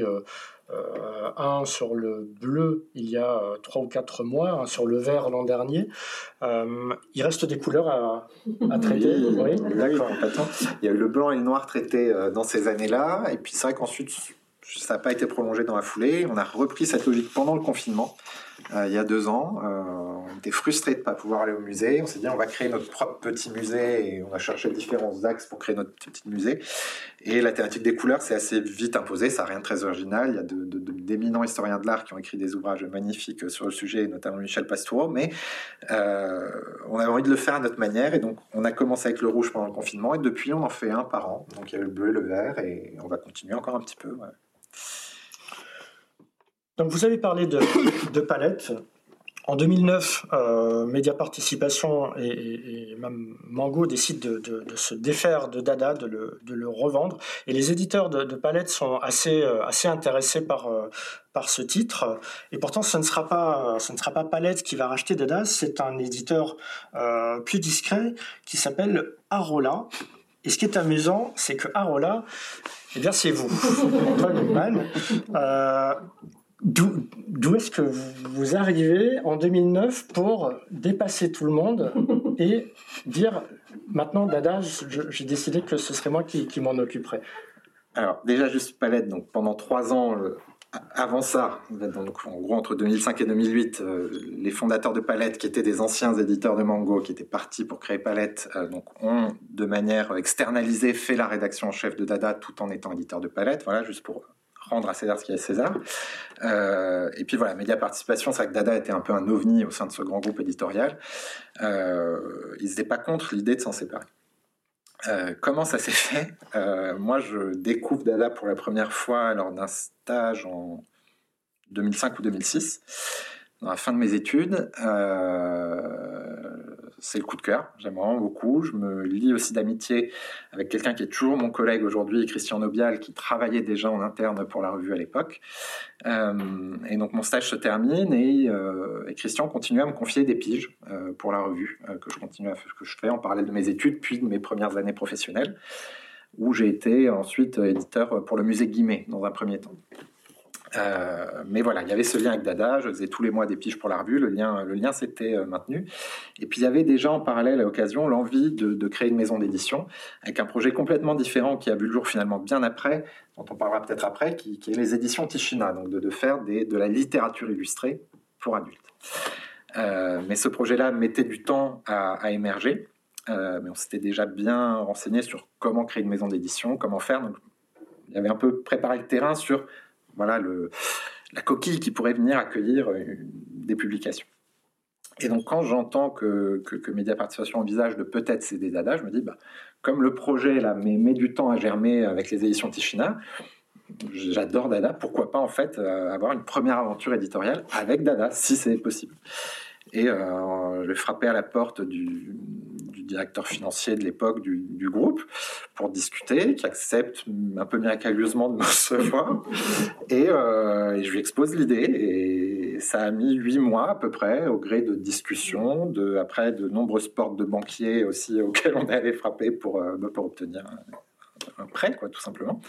S4: un sur le bleu il y a 3 ou 4 mois, un sur le vert l'an dernier. Il reste des couleurs à traiter.
S5: Oui, d'accord, complètement. Il y a eu le blanc et le noir traités dans ces années-là, et puis c'est vrai qu'ensuite, ça n'a pas été prolongé dans la foulée. On a repris cette logique pendant le confinement, il y a 2 ans. On était frustrés de ne pas pouvoir aller au musée. On s'est dit, on va créer notre propre petit musée, et on a cherché différents axes pour créer notre petit musée. Et la thématique des couleurs s'est assez vite imposée. Ça n'a rien de très original. Il y a d'éminents historiens de l'art qui ont écrit des ouvrages magnifiques sur le sujet, notamment Michel Pastoureau. Mais on avait envie de le faire à notre manière. Et donc, on a commencé avec le rouge pendant le confinement. Et depuis, on en fait un par an. Donc, il y a le bleu, le vert. Et on va continuer encore un petit peu. Ouais.
S4: Donc, vous avez parlé de Palette. En 2009, Média Participation et même Mango décident de se défaire de Dada, de le revendre. Et les éditeurs de Palette sont assez intéressés par ce titre. Et pourtant, ce ne sera pas Palette qui va racheter Dada, c'est un éditeur plus discret qui s'appelle Arola. Et ce qui est amusant, c'est que Arola, eh bien, c'est vous, Antoine Hulman. D'où est-ce que vous arrivez en 2009 pour dépasser tout le monde et dire maintenant Dada, j'ai décidé que ce serait moi qui m'en occuperais?
S5: Alors déjà juste Palette, donc pendant 3 ans, avant ça, donc en gros entre 2005 et 2008, les fondateurs de Palette, qui étaient des anciens éditeurs de Mango, qui étaient partis pour créer Palette, donc ont de manière externalisée fait la rédaction en chef de Dada tout en étant éditeur de Palette, voilà, juste pour rendre à César ce qui est César. Et puis voilà, Média Participation, c'est vrai que Dada était un peu un ovni au sein de ce grand groupe éditorial. Ils n'étaient pas contre l'idée de s'en séparer. Comment ça s'est fait? Moi, je découvre Dada pour la première fois lors d'un stage en 2005 ou 2006, dans la fin de mes études. C'est le coup de cœur, j'aime vraiment beaucoup. Je me lie aussi d'amitié avec quelqu'un qui est toujours mon collègue aujourd'hui, Christian Nobial, qui travaillait déjà en interne pour la revue à l'époque. Et donc mon stage se termine et Christian continue à me confier des piges pour la revue que je fais en parallèle de mes études, puis de mes premières années professionnelles, où j'ai été ensuite éditeur pour le musée Guimet dans un premier temps. Mais voilà, il y avait ce lien avec Dada, je faisais tous les mois des piges pour la revue, le lien s'était maintenu. Et puis il y avait déjà en parallèle à l'occasion l'envie de créer une maison d'édition avec un projet complètement différent qui a vu le jour finalement bien après, dont on parlera peut-être après, qui est les éditions Tichina, donc de faire de la littérature illustrée pour adultes. Mais ce projet-là mettait du temps à émerger, mais on s'était déjà bien renseigné sur comment créer une maison d'édition, comment faire. Donc, il y avait un peu préparé le terrain sur voilà, la coquille qui pourrait venir accueillir des publications. Et donc, quand j'entends que Média Participation envisage de peut-être céder Dada, je me dis, comme le projet là, met du temps à germer avec les éditions Tichina, j'adore Dada, pourquoi pas en fait avoir une première aventure éditoriale avec Dada, si c'est possible. Et je frappais à la porte du directeur financier de l'époque du groupe pour discuter, qui accepte un peu miraculeusement de me recevoir. Et je lui expose l'idée. Et ça a mis 8 mois à peu près, au gré de discussions, après de nombreuses portes de banquiers aussi auxquelles on est allé frapper pour obtenir un prêt, quoi, tout simplement.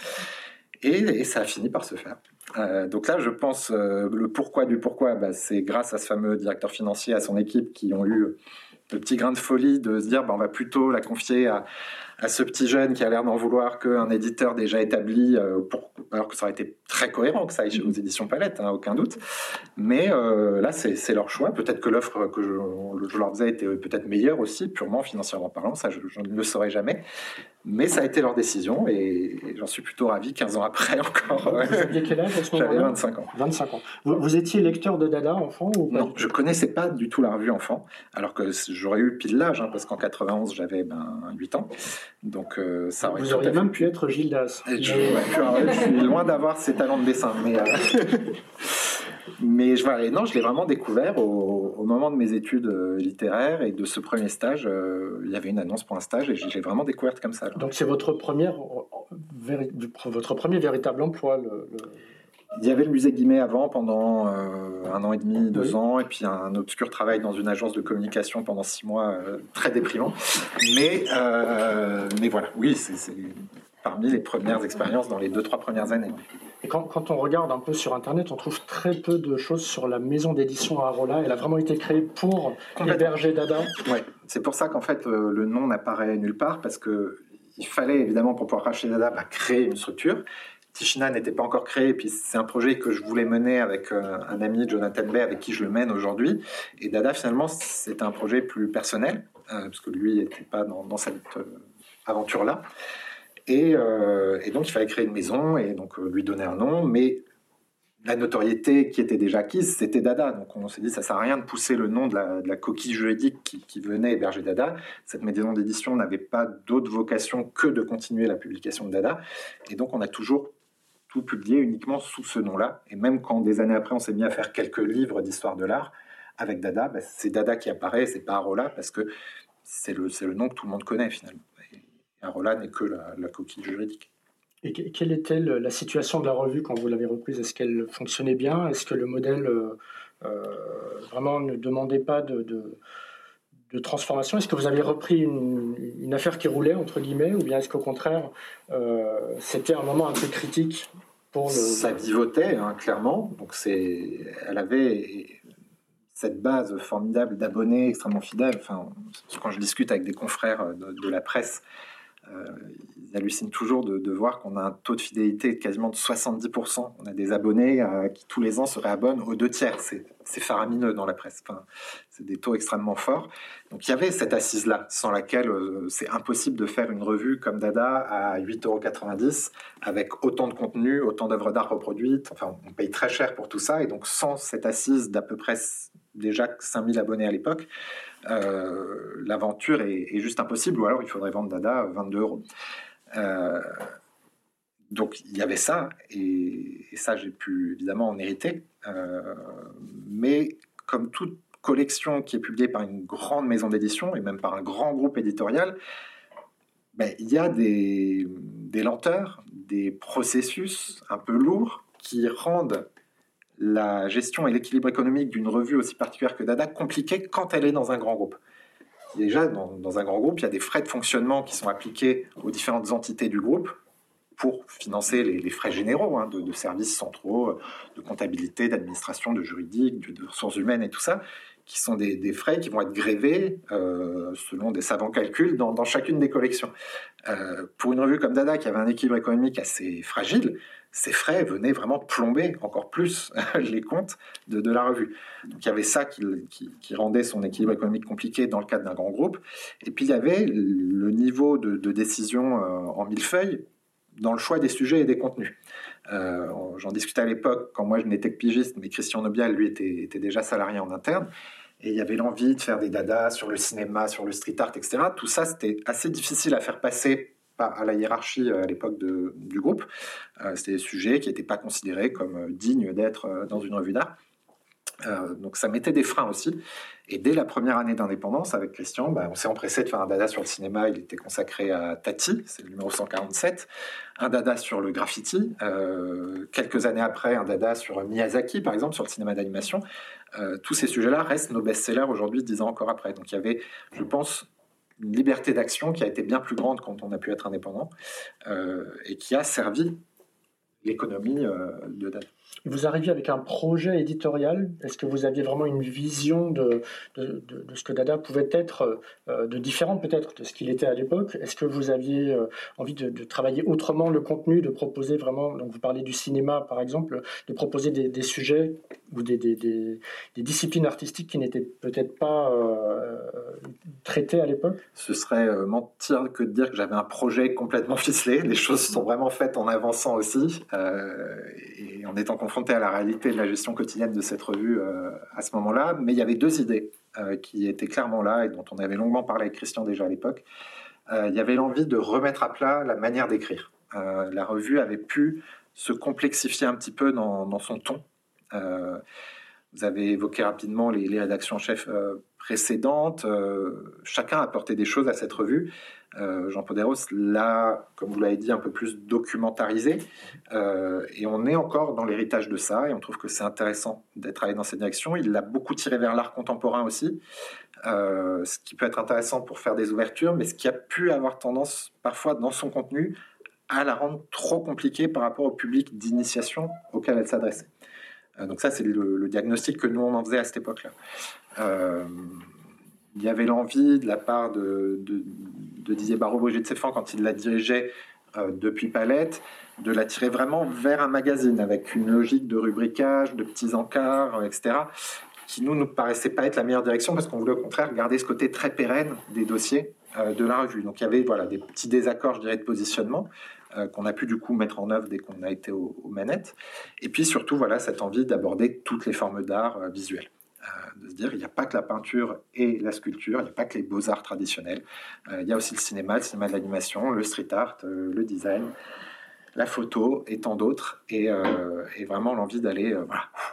S5: Et ça a fini par se faire. Donc là, je pense, le pourquoi du pourquoi, c'est grâce à ce fameux directeur financier, à son équipe, qui ont eu le petit grain de folie de se dire on va plutôt la confier à ce petit jeune qui a l'air d'en vouloir qu'un éditeur déjà établi, alors que ça aurait été très cohérent que ça aille aux éditions Palette, aucun doute. Mais là, c'est leur choix. Peut-être que l'offre que je leur faisais était peut-être meilleure aussi, purement financièrement parlant, ça je ne le saurais jamais. Mais ça a été leur décision et j'en suis plutôt ravi 15 ans après encore.
S4: Vous aviez quel âge à ce moment-là?
S5: J'avais 25 ans.
S4: 25 ans. Vous étiez lecteur de Dada enfant ou pas?
S5: Non, je connaissais pas du tout la revue enfant, alors que j'aurais eu pile l'âge, parce qu'en 91 j'avais 8 ans. Donc ça aurait.
S4: Vous auriez même pu être Gildas.
S5: Je suis loin d'avoir ces talents de dessin, mais je l'ai vraiment découvert au moment de mes études littéraires et de ce premier stage. Il y avait une annonce pour un stage et je l'ai vraiment découverte comme ça.
S4: Donc c'est votre premier véritable emploi.
S5: Il y avait le musée Guimet avant pendant 1 an et demi, 2 ans, et puis un obscur travail dans une agence de communication pendant 6 mois, très déprimant. Mais voilà, oui, c'est parmi les premières expériences dans les 2-3 premières années.
S4: Et quand on regarde un peu sur Internet, on trouve très peu de choses sur la maison d'édition Arola. Elle a vraiment été créée pour héberger Dada.
S5: Oui, c'est pour ça qu'en fait, le nom n'apparaît nulle part, parce qu'il fallait évidemment, pour pouvoir racheter Dada, créer une structure. Tichina n'était pas encore créé, et puis c'est un projet que je voulais mener avec un ami, Jonathan Bay, avec qui je le mène aujourd'hui. Et Dada, finalement, c'était un projet plus personnel, parce que lui n'était pas dans cette aventure-là. Et donc, il fallait créer une maison et donc lui donner un nom, mais la notoriété qui était déjà acquise, c'était Dada. Donc, on s'est dit, ça ne sert à rien de pousser le nom de la coquille juridique qui venait héberger Dada. Cette maison d'édition n'avait pas d'autre vocation que de continuer la publication de Dada. Et donc, on a toujours tout publié uniquement sous ce nom-là. Et même quand, des années après, on s'est mis à faire quelques livres d'histoire de l'art, avec Dada, c'est Dada qui apparaît, c'est pas Arola, parce que c'est le nom que tout le monde connaît finalement. Et Arola n'est que la coquille juridique.
S4: Et quelle était la situation de la revue quand vous l'avez reprise? Est-ce qu'elle fonctionnait bien? Est-ce que le modèle vraiment ne demandait pas de transformation? Est-ce que vous avez repris une affaire qui roulait, entre guillemets, ou bien est-ce qu'au contraire, c'était un moment un peu critique pour
S5: Ça vivotait, hein, clairement. Donc elle avait cette base formidable d'abonnés extrêmement fidèles. Enfin, quand je discute avec des confrères de la presse, ils hallucinent toujours de voir qu'on a un taux de fidélité de quasiment de 70%. On a des abonnés qui tous les ans se réabonnent aux 2/3. C'est faramineux dans la presse. Enfin, c'est des taux extrêmement forts. Donc il y avait cette assise-là, sans laquelle c'est impossible de faire une revue comme Dada à 8,90 € avec autant de contenu, autant d'œuvres d'art reproduites. Enfin, on paye très cher pour tout ça. Et donc sans cette assise d'à peu près déjà 5000 abonnés à l'époque, l'aventure est juste impossible, ou alors il faudrait vendre Dada 22 €. Donc il y avait ça, et ça j'ai pu évidemment en hériter, mais comme toute collection qui est publiée par une grande maison d'édition et même par un grand groupe éditorial, il y a des lenteurs, des processus un peu lourds qui rendent la gestion et l'équilibre économique d'une revue aussi particulière que Dada compliquée quand elle est dans un grand groupe. Déjà, dans un grand groupe, il y a des frais de fonctionnement qui sont appliqués aux différentes entités du groupe pour financer les frais généraux, hein, de services centraux, de comptabilité, d'administration, de juridique, de ressources humaines et tout ça, qui sont des frais qui vont être grévés selon des savants calculs dans chacune des collections. Pour une revue comme Dada, qui avait un équilibre économique assez fragile, ces frais venaient vraiment plomber encore plus les comptes de la revue. Donc il y avait ça qui rendait son équilibre économique compliqué dans le cadre d'un grand groupe. Et puis il y avait le niveau de décision en millefeuille dans le choix des sujets et des contenus. J'en discutais à l'époque quand moi je n'étais que pigiste, mais Christian Nobial, lui, était déjà salarié en interne. Et il y avait l'envie de faire des dadas sur le cinéma, sur le street art, etc. Tout ça, c'était assez difficile à faire passer à la hiérarchie à l'époque du groupe. C'était des sujets qui n'étaient pas considérés comme dignes d'être dans une revue d'art. Donc ça mettait des freins aussi. Et dès la première année d'indépendance, avec Christian, on s'est empressé de faire un dada sur le cinéma. Il était consacré à Tati, c'est le numéro 147. Un dada sur le graffiti. Quelques années après, un dada sur Miyazaki, par exemple, sur le cinéma d'animation. Tous ces sujets-là restent nos best-sellers aujourd'hui, 10 ans encore après. Donc il y avait, je pense, une liberté d'action qui a été bien plus grande quand on a pu être indépendant et qui a servi l'économie de Dada.
S4: Vous arriviez avec un projet éditorial. Est-ce que vous aviez vraiment une vision de ce que Dada pouvait être, de différent peut-être de ce qu'il était à l'époque? Est-ce que vous aviez envie de travailler autrement le contenu, de proposer vraiment, donc vous parlez du cinéma par exemple, de proposer des sujets ou des disciplines artistiques qui n'étaient peut-être pas traitées à l'époque?
S5: Ce serait mentir que de dire que j'avais un projet complètement ficelé. Les choses sont vraiment faites en avançant aussi et en étant confronté à la réalité de la gestion quotidienne de cette revue à ce moment-là. Mais il y avait deux idées qui étaient clairement là et dont on avait longuement parlé avec Christian déjà à l'époque. Il y avait l'envie de remettre à plat la manière d'écrire. La revue avait pu se complexifier un petit peu dans son ton. Vous avez évoqué rapidement les rédactions en chef précédentes. Chacun a apporté des choses à cette revue. Jean Poderos l'a, comme vous l'avez dit, un peu plus documentarisé. Et on est encore dans l'héritage de ça. Et on trouve que c'est intéressant d'être allé dans cette direction. Il l'a beaucoup tiré vers l'art contemporain aussi. Ce qui peut être intéressant pour faire des ouvertures, mais ce qui a pu avoir tendance, parfois, dans son contenu, à la rendre trop compliquée par rapport au public d'initiation auquel elle s'adressait. Donc ça, c'est le diagnostic que nous, on en faisait à cette époque-là. Il y avait l'envie de la part de Didier Barraud-Brigitte Seffan, quand il la dirigeait depuis Palette, de la tirer vraiment vers un magazine, avec une logique de rubricage, de petits encarts, etc., qui nous paraissait pas être la meilleure direction, parce qu'on voulait au contraire garder ce côté très pérenne des dossiers de la revue. Donc il y avait des petits désaccords, je dirais, de positionnement, qu'on a pu du coup mettre en œuvre dès qu'on a été aux manettes. Et puis surtout, cette envie d'aborder toutes les formes d'art visuel. De se dire, il n'y a pas que la peinture et la sculpture, il n'y a pas que les beaux-arts traditionnels. Il y a aussi le cinéma de l'animation, le street art, le design, la photo et tant d'autres. Et vraiment l'envie d'aller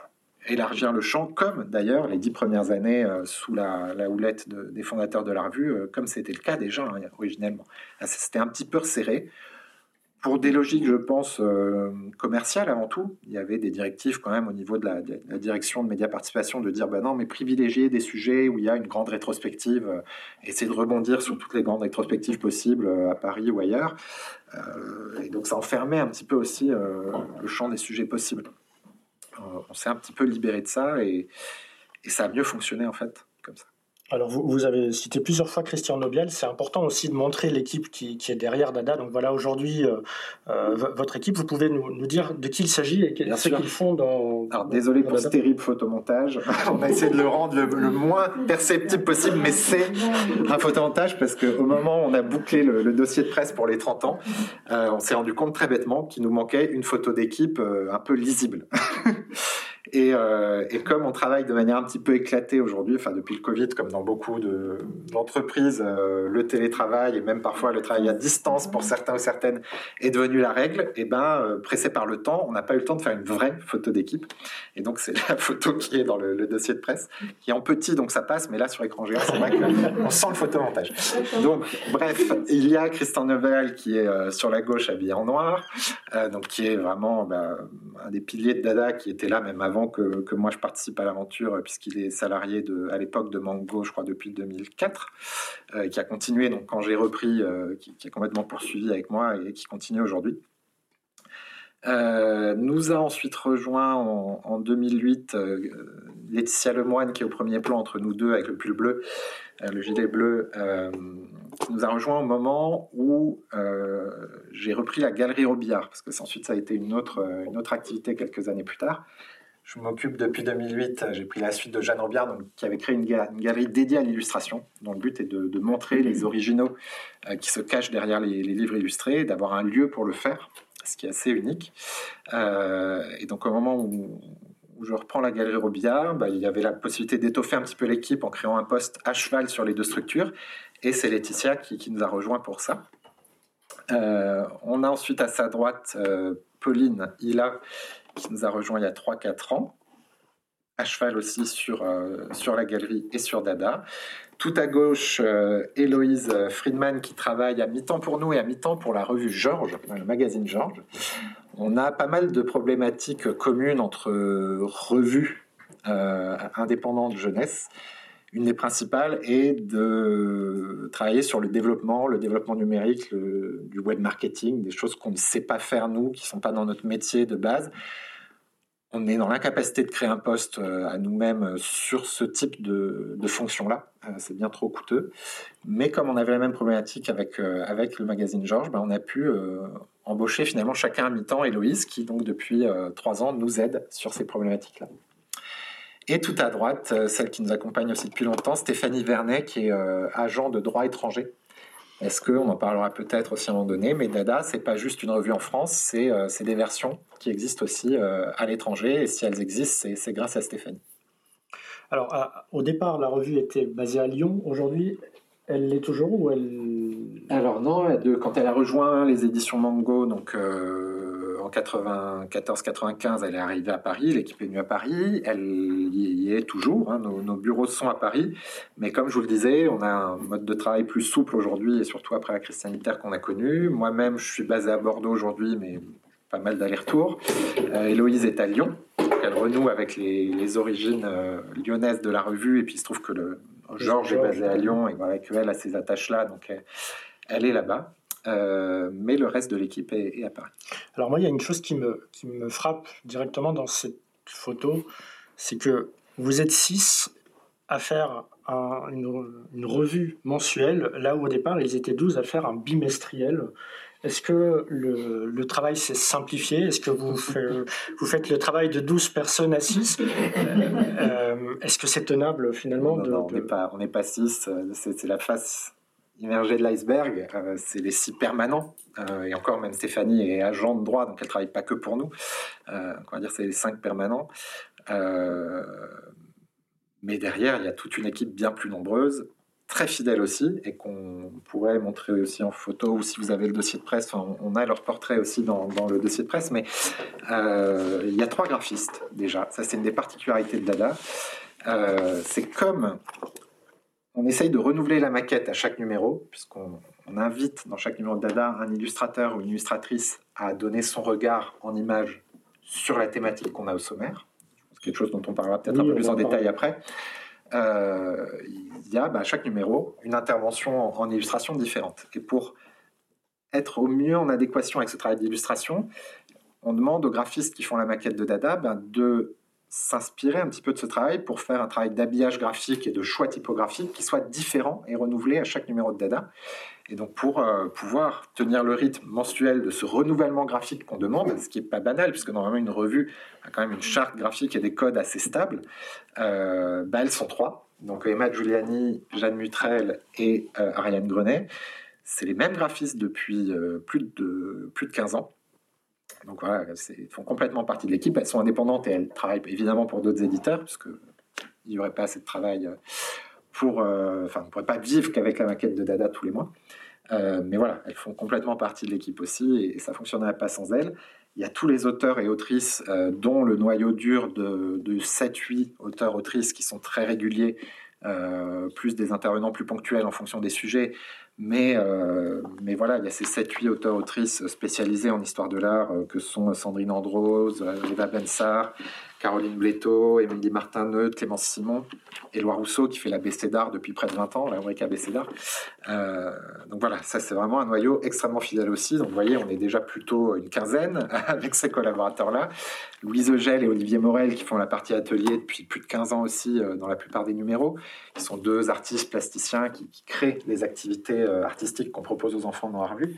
S5: élargir le champ, comme d'ailleurs les 10 premières années sous la houlette des fondateurs de la revue, comme c'était le cas déjà originellement. C'était un petit peu resserré. Pour des logiques, je pense, commerciales avant tout, il y avait des directives quand même au niveau de la direction de Média Participation de dire non, mais privilégier des sujets où il y a une grande rétrospective, essayer de rebondir sur toutes les grandes rétrospectives possibles à Paris ou ailleurs. Et donc ça enfermait un petit peu aussi le champ des sujets possibles. On s'est un petit peu libéré de ça et ça a mieux fonctionné en fait, comme ça.
S4: Alors, vous avez cité plusieurs fois Christian Nobiel. C'est important aussi de montrer l'équipe qui est derrière Dada. Donc voilà, aujourd'hui, votre équipe, vous pouvez nous dire de qui il s'agit et ce qu'ils font dans...
S5: Alors, désolé pour ce terrible photomontage. On a essayé de le rendre le moins perceptible possible, mais c'est un photomontage parce qu'au moment où on a bouclé le dossier de presse pour les 30 ans, on s'est rendu compte très bêtement qu'il nous manquait une photo d'équipe un peu lisible. Et comme on travaille de manière un petit peu éclatée aujourd'hui, enfin depuis le Covid, comme dans beaucoup d'entreprises, le télétravail et même parfois le travail à distance pour certains ou certaines est devenu la règle, et pressé par le temps, on n'a pas eu le temps de faire une vraie photo d'équipe. Et donc c'est la photo qui est dans le dossier de presse, qui est en petit, donc ça passe, mais là sur écran géant, c'est vrai qu'on sent le photomontage. Donc bref, il y a Christian Nobiel qui est sur la gauche habillé en noir, donc qui est vraiment un des piliers de Dada, qui était là même avant que moi je participe à l'aventure, puisqu'il est salarié à l'époque de Mango, je crois depuis 2004, qui a continué donc quand j'ai repris, qui a complètement poursuivi avec moi et qui continue aujourd'hui. Nous a ensuite rejoint en 2008 Laetitia Lemoine, qui est au premier plan entre nous deux avec le pull bleu, le gilet bleu, qui nous a rejoint au moment où j'ai repris la Galerie Robillard, parce que ensuite ça a été une autre activité quelques années plus tard. Je m'occupe depuis 2008, j'ai pris la suite de Jeanne Robillard, donc, qui avait créé une galerie dédiée à l'illustration, dont le but est de montrer les originaux qui se cachent derrière les livres illustrés, et d'avoir un lieu pour le faire, ce qui est assez unique. Et donc au moment où je reprends la Galerie Robillard, il y avait la possibilité d'étoffer un petit peu l'équipe en créant un poste à cheval sur les deux structures, et c'est Laetitia qui nous a rejoint pour ça. On a ensuite à sa droite Pauline Hilla, qui nous a rejoint il y a 3-4 ans, à cheval aussi sur la galerie et sur Dada. Tout à gauche, Héloïse Friedman, qui travaille à mi-temps pour nous et à mi-temps pour la revue Georges, le magazine Georges. On a pas mal de problématiques communes entre revues indépendantes jeunesse. Une des principales est de travailler sur le développement numérique, du web marketing, des choses qu'on ne sait pas faire nous, qui ne sont pas dans notre métier de base. On est dans l'incapacité de créer un poste à nous-mêmes sur ce type de fonction-là. C'est bien trop coûteux. Mais comme on avait la même problématique avec le magazine Georges, on a pu embaucher finalement chacun à mi-temps Héloïse, qui donc depuis 3 ans nous aide sur ces problématiques-là. Et tout à droite, celle qui nous accompagne aussi depuis longtemps, Stéphanie Vernet, qui est agent de droit étranger. Est-ce qu'on en parlera peut-être aussi à un moment donné, mais Dada, c'est pas juste une revue en France, c'est des versions qui existent aussi à l'étranger, et si elles existent, c'est grâce à Stéphanie.
S4: Alors, au départ, la revue était basée à Lyon. Aujourd'hui, elle l'est toujours ou elle...
S5: Alors non, quand elle a rejoint les éditions Mango, donc en 94-95, elle est arrivée à Paris, l'équipe est venue à Paris, elle y est toujours, nos bureaux sont à Paris, mais comme je vous le disais, on a un mode de travail plus souple aujourd'hui, et surtout après la crise sanitaire qu'on a connue. Moi-même, je suis basé à Bordeaux aujourd'hui, mais pas mal d'allers-retours. Héloïse est à Lyon, donc elle renoue avec les origines lyonnaises de la revue, et puis il se trouve que Georges est basé à Lyon, et voilà qu'elle a ces attaches-là, donc elle est là-bas. Mais le reste de l'équipe est à Paris.
S4: Alors moi, il y a une chose qui me frappe directement dans cette photo, c'est que vous êtes 6 à faire une revue mensuelle, là où au départ, ils étaient 12 à faire un bimestriel. Est-ce que le travail s'est simplifié ? Est-ce que vous faites le travail de 12 personnes à 6 ? Est-ce que c'est tenable finalement ?
S5: Non, on n'est pas 6, c'est la face immergée de l'iceberg, c'est les 6 permanents, et encore même Stéphanie est agent de droit, donc elle ne travaille pas que pour nous, on va dire c'est les 5 permanents, mais derrière il y a toute une équipe bien plus nombreuse, très fidèles aussi, et qu'on pourrait montrer aussi en photo, ou si vous avez le dossier de presse, on a leur portrait aussi dans le dossier de presse, mais il y a 3 graphistes déjà, ça c'est une des particularités de Dada. C'est comme on essaye de renouveler la maquette à chaque numéro, puisqu'on invite dans chaque numéro de Dada un illustrateur ou une illustratrice à donner son regard en image sur la thématique qu'on a au sommaire. C'est quelque chose dont on parlera peut-être un peu plus en détail après. Il y a à chaque numéro une intervention en illustration différente. Et pour être au mieux en adéquation avec ce travail d'illustration, on demande aux graphistes qui font la maquette de Dada de s'inspirer un petit peu de ce travail pour faire un travail d'habillage graphique et de choix typographique qui soit différent et renouvelé à chaque numéro de Dada. Et donc pour pouvoir tenir le rythme mensuel de ce renouvellement graphique qu'on demande, ce qui n'est pas banal, puisque normalement une revue a quand même une charte graphique et des codes assez stables, elles sont 3. Donc Emma Giuliani, Jeanne Mutrel et Ariane Grenet. C'est les mêmes graphistes depuis plus de 15 ans. Donc voilà, elles font complètement partie de l'équipe. Elles sont indépendantes et elles travaillent évidemment pour d'autres éditeurs, puisqu'il n'y aurait pas assez de travail on ne pourrait pas vivre qu'avec la maquette de Dada tous les mois. Mais voilà, elles font complètement partie de l'équipe aussi, et ça ne fonctionnerait pas sans elles. Il y a tous les auteurs et autrices, dont le noyau dur de 7-8 auteurs-autrices qui sont très réguliers, plus des intervenants plus ponctuels en fonction des sujets. Mais voilà, il y a ces 7-8 auteurs-autrices spécialisés en histoire de l'art, que sont Sandrine Andros, Eva Bensard, Caroline Bléto, Émilie Martin-Neude, Clémence Simon, Éloi Rousseau qui fait l'ABC d'art depuis près de 20 ans, la rubrique ABC d'art. Donc voilà, ça c'est vraiment un noyau extrêmement fidèle aussi. Donc vous voyez, on est déjà plutôt une quinzaine avec ces collaborateurs-là. Louise Eugel et Olivier Morel qui font la partie atelier depuis plus de 15 ans aussi dans la plupart des numéros. Ils sont 2 artistes plasticiens qui créent les activités artistiques qu'on propose aux enfants dans la revue.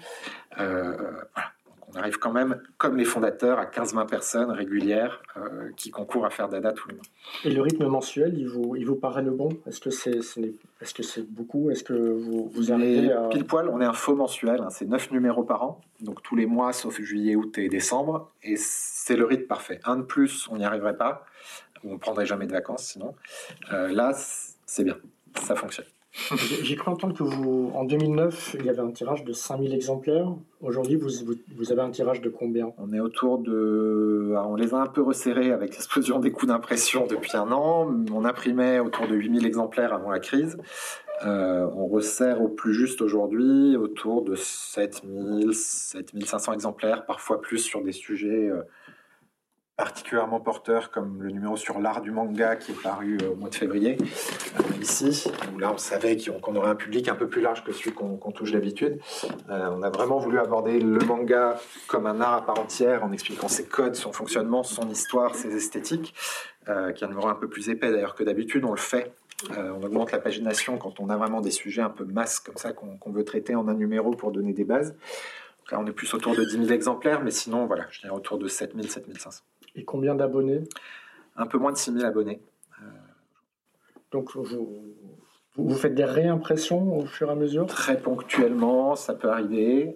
S5: Voilà. On arrive quand même, comme les fondateurs, à 15-20 personnes régulières qui concourent à faire Dada tous les mois.
S4: Et le rythme mensuel, il vous paraît le bon ? Est-ce que c'est beaucoup ? Est-ce que vous arrivez à...
S5: Pile poil, on est un faux mensuel, c'est 9 numéros par an, donc tous les mois sauf juillet, août et décembre, et c'est le rythme parfait. Un de plus, on n'y arriverait pas, on ne prendrait jamais de vacances sinon. Là, c'est bien, ça fonctionne.
S4: J'ai cru entendre que en 2009, il y avait un tirage de 5000 exemplaires. Aujourd'hui, vous avez un tirage de combien ?
S5: On est autour de... Alors, on les a un peu resserrés avec l'explosion des coûts d'impression depuis un an. On imprimait autour de 8000 exemplaires avant la crise. On resserre au plus juste aujourd'hui autour de 7000, 7500 exemplaires, parfois plus sur des sujets particulièrement porteurs comme le numéro sur l'art du manga qui est paru au mois de février ici, où là on savait qu'on aurait un public un peu plus large que celui qu'on touche d'habitude. On a vraiment voulu aborder le manga comme un art à part entière en expliquant ses codes, son fonctionnement, son histoire, ses esthétiques, qui est un numéro un peu plus épais d'ailleurs que d'habitude. On le fait, on augmente la pagination quand on a vraiment des sujets un peu masse comme ça qu'on veut traiter en un numéro pour donner des bases. Donc là on est plus autour de 10 000 exemplaires, mais sinon voilà, je dirais autour de 7000, 7500.
S4: Et combien d'abonnés ?
S5: Un peu moins de 6000 abonnés.
S4: Donc vous faites des réimpressions au fur et à mesure ?
S5: Très ponctuellement, ça peut arriver.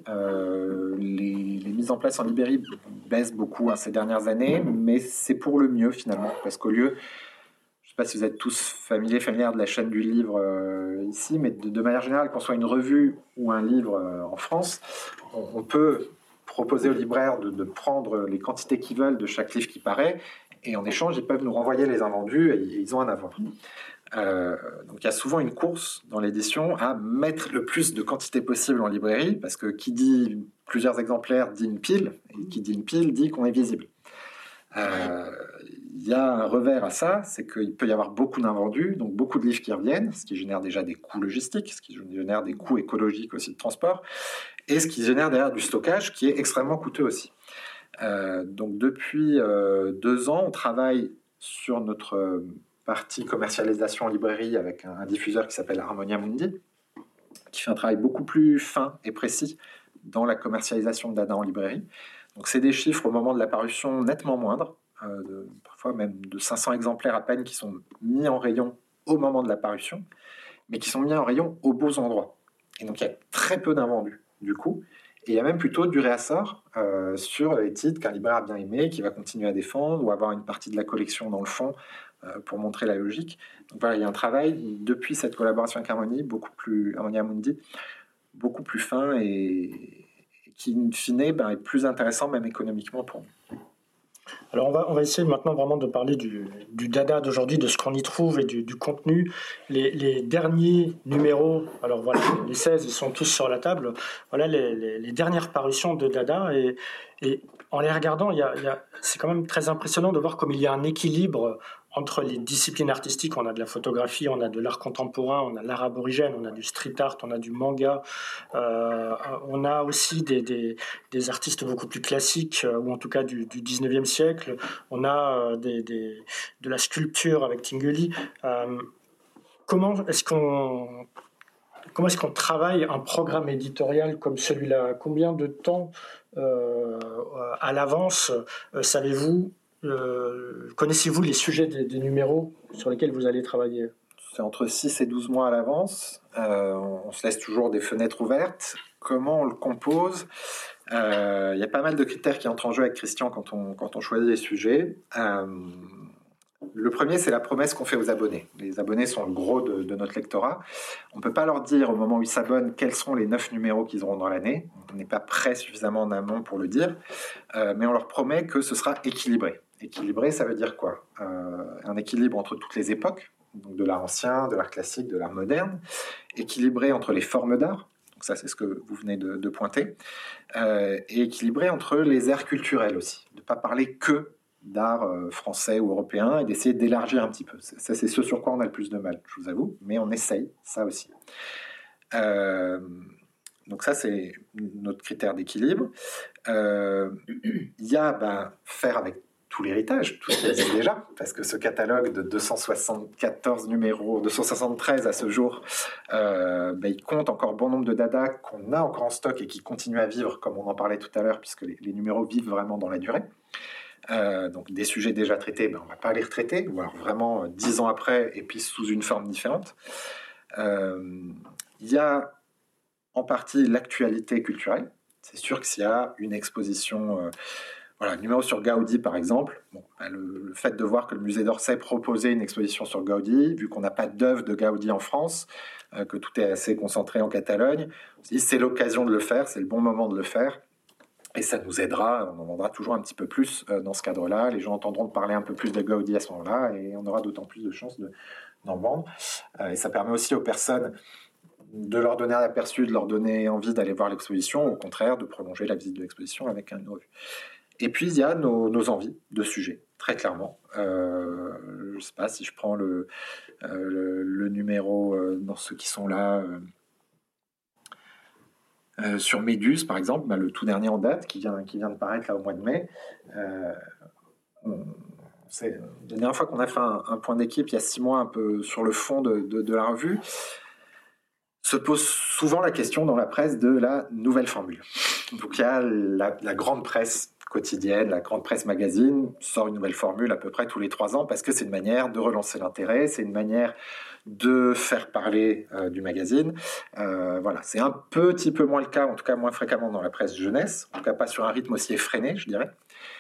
S5: Les mises en place en librairie baissent beaucoup ces dernières années, mais c'est pour le mieux finalement, parce qu'au lieu... Je ne sais pas si vous êtes tous familières de la chaîne du livre ici, mais de manière générale, qu'on soit une revue ou un livre en France, on peut proposer aux libraires de prendre les quantités qu'ils veulent de chaque livre qui paraît, et en échange, ils peuvent nous renvoyer les invendus et ils ont un avoir. Donc il y a souvent une course dans l'édition à mettre le plus de quantité possible en librairie, parce que qui dit plusieurs exemplaires dit une pile, et qui dit une pile dit qu'on est visible. Il y a un revers à ça, c'est qu'il peut y avoir beaucoup d'invendus, donc beaucoup de livres qui reviennent, ce qui génère déjà des coûts logistiques, ce qui génère des coûts écologiques aussi de transport, et ce qui génère derrière du stockage qui est extrêmement coûteux aussi. Donc depuis 2 ans, on travaille sur notre partie commercialisation en librairie avec un diffuseur qui s'appelle Harmonia Mundi, qui fait un travail beaucoup plus fin et précis dans la commercialisation de Dada en librairie. Donc c'est des chiffres au moment de la parution nettement moindres, parfois même de 500 exemplaires à peine qui sont mis en rayon au moment de la parution, mais qui sont mis en rayon aux beaux endroits. Et donc il y a très peu d'invendus du coup, Et il y a même plutôt du réassort sur les titres qu'un libraire a bien aimé, qui va continuer à défendre, ou avoir une partie de la collection dans le fond pour montrer la logique. Donc voilà, il y a un travail depuis cette collaboration avec Harmonia Mundi, beaucoup plus fin et qui, in fine, est plus intéressant même économiquement pour nous.
S4: Alors on va essayer maintenant vraiment de parler du Dada d'aujourd'hui, de ce qu'on y trouve et du contenu. Les derniers numéros, alors voilà, les 16, ils sont tous sur la table. Voilà les dernières parutions de Dada et en les regardant, c'est quand même très impressionnant de voir comme il y a un équilibre entre les disciplines artistiques. On a de la photographie, on a de l'art contemporain, on a l'art aborigène, on a du street art, on a du manga, on a aussi des artistes beaucoup plus classiques, ou en tout cas du 19e siècle. On a de la sculpture avec Tinguely. Comment est-ce qu'on travaille un programme éditorial comme celui-là? Combien de temps à l'avance savez-vous? Connaissez-vous les sujets des numéros sur lesquels vous allez travailler?
S5: C'est entre 6 et 12 mois à l'avance. On se laisse toujours des fenêtres ouvertes. Comment on le compose? Il y a pas mal de critères qui entrent en jeu avec Christian quand on choisit les sujets. Le premier, c'est la promesse qu'on fait aux abonnés. Les abonnés sont le gros de notre lectorat. On ne peut pas leur dire au moment où ils s'abonnent quels sont les 9 numéros qu'ils auront dans l'année. On n'est pas prêt suffisamment en amont pour le dire. Mais on leur promet que ce sera équilibré. Équilibré, ça veut dire quoi? Un équilibre entre toutes les époques, donc de l'art ancien, de l'art classique, de l'art moderne. Équilibré entre les formes d'art. Donc ça, c'est ce que vous venez de pointer. Et équilibré entre les aires culturelles aussi. De ne pas parler que d'art français ou européen et d'essayer d'élargir un petit peu. Ça, c'est ce sur quoi on a le plus de mal, je vous avoue, mais on essaye, ça aussi. Donc ça, c'est notre critère d'équilibre. Il y a faire avec tout l'héritage, tout ce qui existe déjà, parce que ce catalogue de 274 numéros, 273 à ce jour, il compte encore bon nombre de Dada qu'on a encore en stock et qui continuent à vivre, comme on en parlait tout à l'heure, puisque les numéros vivent vraiment dans la durée. Donc des sujets déjà traités, on ne va pas les retraiter, ou alors vraiment 10 ans après, et puis sous une forme différente. Il y a en partie l'actualité culturelle. C'est sûr que s'il y a une exposition, le numéro sur Gaudi par exemple, le fait de voir que le musée d'Orsay proposait une exposition sur Gaudi, vu qu'on n'a pas d'œuvre de Gaudi en France, que tout est assez concentré en Catalogne, on se dit c'est l'occasion de le faire, c'est le bon moment de le faire. Et ça nous aidera, on en vendra toujours un petit peu plus dans ce cadre-là. Les gens entendront parler un peu plus de Gaudi à ce moment-là et on aura d'autant plus de chances d'en vendre. Et ça permet aussi aux personnes de leur donner un aperçu, de leur donner envie d'aller voir l'exposition, ou au contraire, de prolonger la visite de l'exposition avec une revue. Et puis, il y a nos envies de sujets, très clairement. Je ne sais pas si je prends le numéro dans ceux qui sont là... sur Méduse, par exemple, le tout dernier en date, qui vient de paraître là au mois de mai. C'est la dernière fois qu'on a fait un point d'équipe, il y a 6 mois, un peu sur le fond de la revue, se pose souvent la question dans la presse de la nouvelle formule. Donc il y a la grande presse quotidienne, la grande presse magazine, sort une nouvelle formule à peu près tous les 3 ans, parce que c'est une manière de relancer l'intérêt, c'est une manière de faire parler du magazine. C'est un petit peu moins le cas, en tout cas moins fréquemment dans la presse jeunesse, en tout cas pas sur un rythme aussi effréné, je dirais.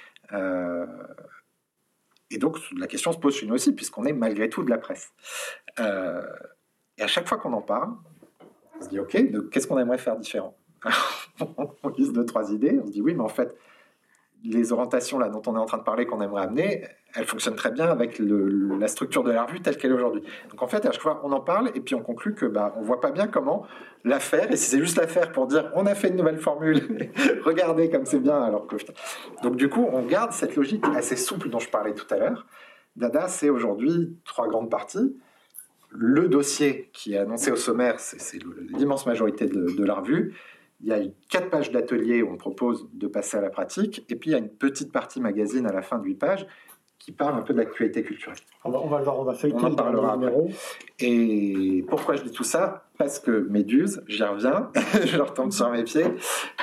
S5: Et donc la question se pose chez nous aussi, puisqu'on est malgré tout de la presse. Et à chaque fois qu'on en parle, on se dit ok, qu'est-ce qu'on aimerait faire différent? On liste 2-3 idées, on se dit oui, mais en fait, les orientations là dont on est en train de parler, qu'on aimerait amener, elles fonctionnent très bien avec la structure de la revue telle qu'elle est aujourd'hui. Donc en fait, à chaque fois, on en parle et puis on conclut que on voit pas bien comment la faire. Et si c'est juste la faire pour dire on a fait une nouvelle formule, regardez comme c'est bien, alors que donc du coup, on garde cette logique assez souple dont je parlais tout à l'heure. Dada, c'est aujourd'hui 3 grandes parties. Le dossier qui est annoncé au sommaire, c'est l'immense majorité de la revue. Il y a 4 pages d'atelier où on propose de passer à la pratique. Et puis, il y a une petite partie magazine à la fin de 8 pages qui parle un peu de l'actualité culturelle.
S4: On va le voir, on va feuilleter
S5: le
S4: parlera numéro.
S5: Et pourquoi je dis tout ça? Parce que Méduse, j'y reviens, je retombe sur mes pieds.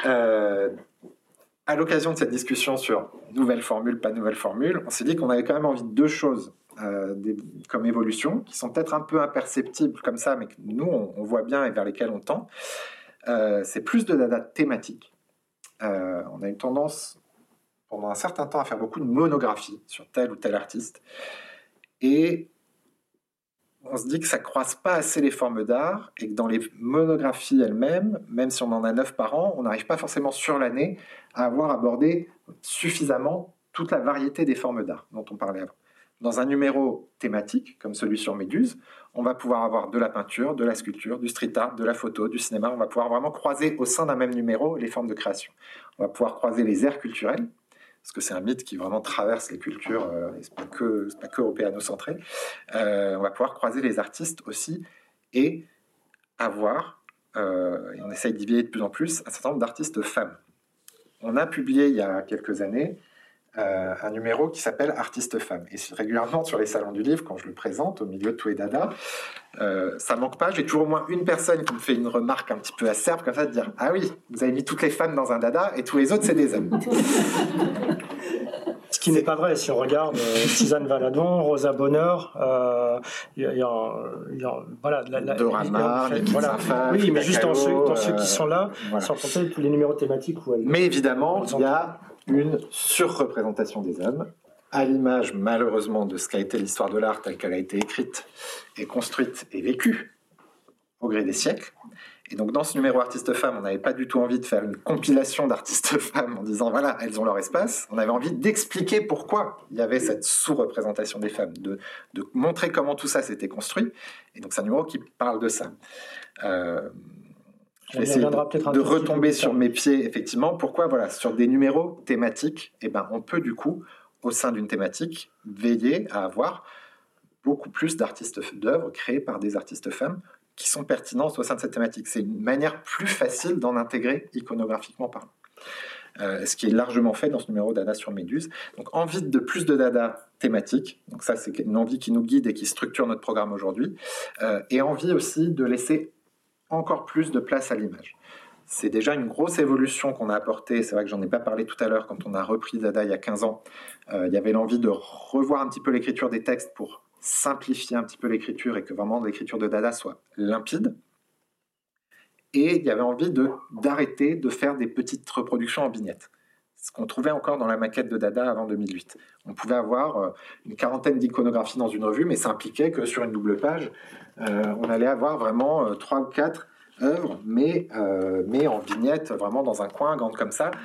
S5: À l'occasion de cette discussion sur nouvelle formule, pas nouvelle formule, on s'est dit qu'on avait quand même envie de 2 choses comme évolution, qui sont peut-être un peu imperceptibles comme ça, mais que nous, on voit bien et vers lesquelles on tend. C'est plus de Dada thématique. on a une tendance pendant un certain temps à faire beaucoup de monographies sur tel ou tel artiste. Et on se dit que ça ne croise pas assez les formes d'art et que dans les monographies elles-mêmes, même si on en a 9 par an, on n'arrive pas forcément sur l'année à avoir abordé suffisamment toute la variété des formes d'art dont on parlait avant. Dans un numéro thématique, comme celui sur Méduse, on va pouvoir avoir de la peinture, de la sculpture, du street art, de la photo, du cinéma. On va pouvoir vraiment croiser au sein d'un même numéro les formes de création. On va pouvoir croiser les aires culturelles, parce que c'est un mythe qui vraiment traverse les cultures, et c'est pas que européano-centré. On va pouvoir croiser les artistes aussi et avoir, et on essaye d'y veiller de plus en plus, un certain nombre d'artistes femmes. On a publié il y a quelques années un numéro qui s'appelle Artistes femmes. Et régulièrement sur les salons du livre, quand je le présente au milieu de tous les dadas, ça manque pas. J'ai toujours au moins une personne qui me fait une remarque un petit peu acerbe comme ça, de dire « Ah oui, vous avez mis toutes les femmes dans un dada et tous les autres, c'est des hommes. »
S4: Ce qui n'est pas vrai. Si on regarde Suzanne Valadon, Rosa Bonheur, voilà,
S5: Dorama,
S4: voilà. Oui, mais juste dans ceux qui sont là, voilà. Sans compter tous les numéros thématiques où elles.
S5: Mais évidemment, il y a une surreprésentation des hommes, à l'image malheureusement de ce qu'a été l'histoire de l'art telle qu'elle a été écrite et construite et vécue au gré des siècles. Et donc dans ce numéro Artistes femmes, on n'avait pas du tout envie de faire une compilation d'artistes femmes en disant voilà, elles ont leur espace. On avait envie d'expliquer pourquoi il y avait cette sous-représentation des femmes, de montrer comment tout ça s'était construit. Et donc c'est un numéro qui parle de ça. Je vais essayer de retomber sur mes pieds, effectivement. Pourquoi, voilà, sur des numéros thématiques, on peut du coup, au sein d'une thématique, veiller à avoir beaucoup plus d'œuvres créées par des artistes femmes qui sont pertinentes au sein de cette thématique. C'est une manière plus facile d'en intégrer iconographiquement parlant. Ce qui est largement fait dans ce numéro Dada sur Méduse. Donc, envie de plus de Dada thématique. Donc ça, c'est une envie qui nous guide et qui structure notre programme aujourd'hui. Et envie aussi de laisser encore plus de place à l'image. C'est déjà une grosse évolution qu'on a apportée. C'est vrai que j'en ai pas parlé tout à l'heure quand on a repris Dada il y a 15 ans. Il y avait l'envie de revoir un petit peu l'écriture des textes pour simplifier un petit peu l'écriture et que vraiment l'écriture de Dada soit limpide. Et il y avait envie d'arrêter de faire des petites reproductions en vignettes. Ce qu'on trouvait encore dans la maquette de Dada avant 2008. On pouvait avoir une quarantaine d'iconographies dans une revue, mais ça impliquait que sur une double page, on allait avoir vraiment 3 ou 4 œuvres, mais en vignettes, vraiment dans un coin, grande comme ça.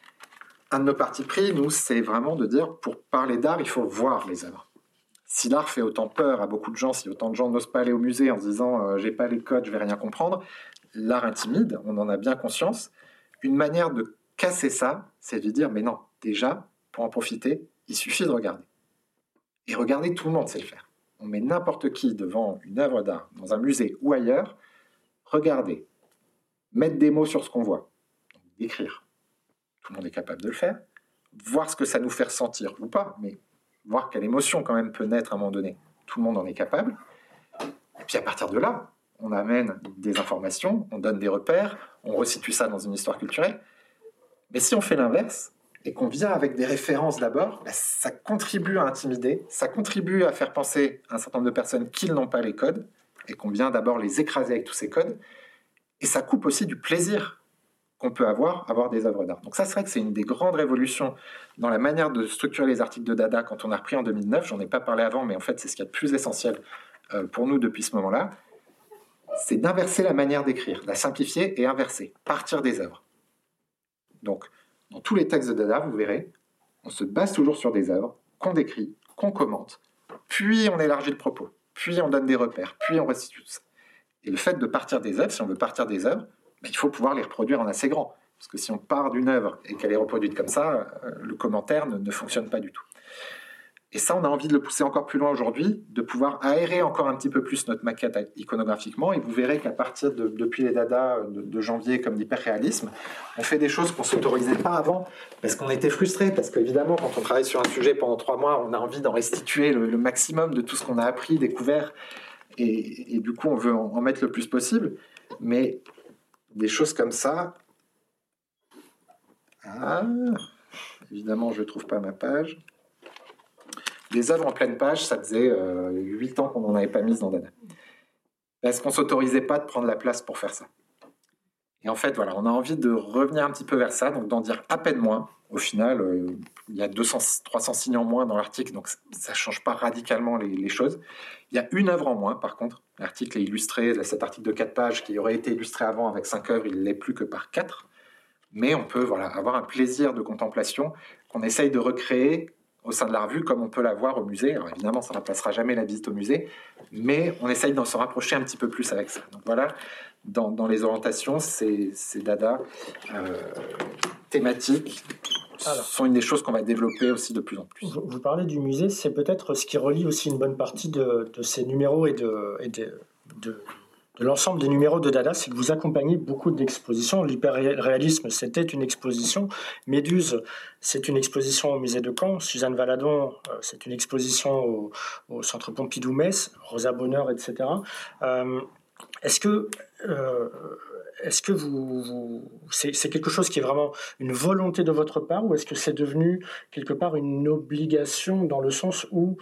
S5: Un de nos partis pris, nous, c'est vraiment de dire, pour parler d'art, il faut voir les œuvres. Si l'art fait autant peur à beaucoup de gens, si autant de gens n'osent pas aller au musée en se disant « j'ai pas les codes, je vais rien comprendre », l'art intimide, on en a bien conscience. Une manière de casser ça, c'est de dire « mais non, déjà, pour en profiter, il suffit de regarder. » Et regarder, tout le monde sait le faire. On met n'importe qui devant une œuvre d'art, dans un musée ou ailleurs, regarder, mettre des mots sur ce qu'on voit, écrire. Tout le monde est capable de le faire. Voir ce que ça nous fait ressentir ou pas, mais voir quelle émotion quand même peut naître à un moment donné. Tout le monde en est capable. Et puis à partir de là, on amène des informations, on donne des repères, on resitue ça dans une histoire culturelle. Mais si on fait l'inverse, et qu'on vient avec des références d'abord, ça contribue à intimider, ça contribue à faire penser à un certain nombre de personnes qu'ils n'ont pas les codes, et qu'on vient d'abord les écraser avec tous ces codes, et ça coupe aussi du plaisir qu'on peut avoir des œuvres d'art. Donc ça, c'est vrai que c'est une des grandes révolutions dans la manière de structurer les articles de Dada quand on a repris en 2009. J'en ai pas parlé avant, mais en fait, c'est ce qu'il y a de plus essentiel pour nous depuis ce moment-là. C'est d'inverser la manière d'écrire, la simplifier et inverser, partir des œuvres. Donc, dans tous les textes de Dada, vous verrez, on se base toujours sur des œuvres qu'on décrit, qu'on commente, puis on élargit le propos, puis on donne des repères, puis on restitue tout ça. Et le fait de partir des œuvres, si on veut partir des œuvres, il faut pouvoir les reproduire en assez grand. Parce que si on part d'une œuvre et qu'elle est reproduite comme ça, le commentaire ne fonctionne pas du tout. Et ça, on a envie de le pousser encore plus loin aujourd'hui, de pouvoir aérer encore un petit peu plus notre maquette iconographiquement. Et vous verrez qu'à partir depuis les dadas de janvier, comme d'hyperréalisme, on fait des choses qu'on ne s'autorisait pas avant, parce qu'on était frustrés. Parce qu'évidemment, quand on travaille sur un sujet pendant 3 mois, on a envie d'en restituer le maximum de tout ce qu'on a appris, découvert. Et du coup, on veut en mettre le plus possible. Mais des choses comme ça... évidemment, je ne trouve pas ma page... Des œuvres en pleine page, ça faisait 8 ans qu'on n'en avait pas mis dans Dada. Parce qu'on ne s'autorisait pas de prendre la place pour faire ça. Et en fait, voilà, on a envie de revenir un petit peu vers ça, donc d'en dire à peine moins. Au final, il y a 300 signes en moins dans l'article, donc ça ne change pas radicalement les choses. Il y a une œuvre en moins, par contre. L'article est illustré, cet article de 4 pages qui aurait été illustré avant avec 5 œuvres, il ne l'est plus que par 4. Mais on peut avoir un plaisir de contemplation qu'on essaye de recréer au sein de la revue, comme on peut la voir au musée. Alors évidemment, ça ne remplacera jamais la visite au musée, mais on essaye d'en se rapprocher un petit peu plus avec ça. Donc voilà, dans les orientations, ces Dada thématiques sont une des choses qu'on va développer aussi de plus en plus.
S4: Vous parlez du musée, c'est peut-être ce qui relie aussi une bonne partie de ces numéros et de l'ensemble des numéros de Dada, c'est que vous accompagnez beaucoup d'expositions. L'hyperréalisme, c'était une exposition. Méduse, c'est une exposition au musée de Caen. Suzanne Valadon, c'est une exposition au Centre Pompidou-Metz. Rosa Bonheur, etc. Est-ce que c'est quelque chose qui est vraiment une volonté de votre part, ou est-ce que c'est devenu quelque part une obligation dans le sens où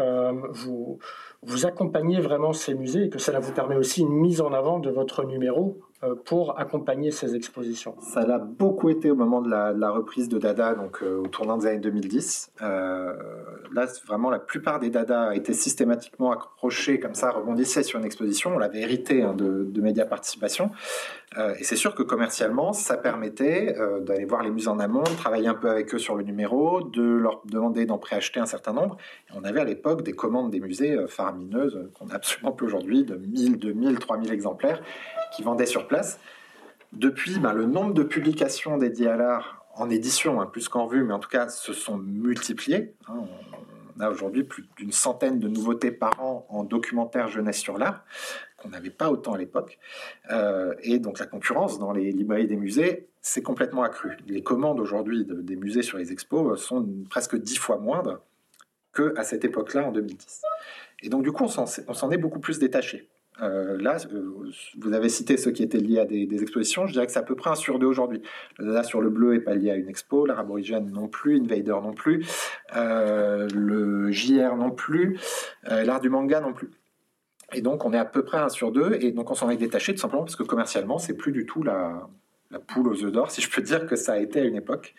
S4: vous accompagnez vraiment ces musées et que cela vous permet aussi une mise en avant de votre numéro pour accompagner ces expositions?
S5: Ça l'a beaucoup été au moment de la reprise de Dada, donc au tournant des années 2010. Là, vraiment, la plupart des Dada étaient systématiquement accrochés comme ça, rebondissaient sur une exposition. On l'avait hérité de Média Participation. Et c'est sûr que commercialement, ça permettait d'aller voir les musées en amont, de travailler un peu avec eux sur le numéro, de leur demander d'en préacheter un certain nombre. Et on avait à l'époque des commandes des musées faramineuses qu'on n'a absolument plus aujourd'hui, de 1000, 2000, 3000 exemplaires qui vendaient sur place. Depuis, le nombre de publications dédiées à l'art en édition, plus qu'en vue, mais en tout cas, se sont multipliés. On a aujourd'hui plus d'une centaine de nouveautés par an en documentaire jeunesse sur l'art, qu'on n'avait pas autant à l'époque. Et donc la concurrence dans les librairies des musées s'est complètement accrue. Les commandes aujourd'hui des musées sur les expos sont presque 10 fois moindres qu'à cette époque-là, en 2010. Et donc du coup, on s'en est beaucoup plus détaché. Là, vous avez cité ceux qui étaient liés à des expositions. Je dirais que c'est à peu près 1 sur 2 aujourd'hui. Là, sur le bleu n'est pas lié à une expo, l'art aborigène non plus, Invader non plus, le JR non plus, l'art du manga non plus. Et donc, on est à peu près 1 sur 2, et donc on s'en est détaché tout simplement parce que commercialement, c'est plus du tout la poule aux œufs d'or, si je peux dire que ça a été à une époque.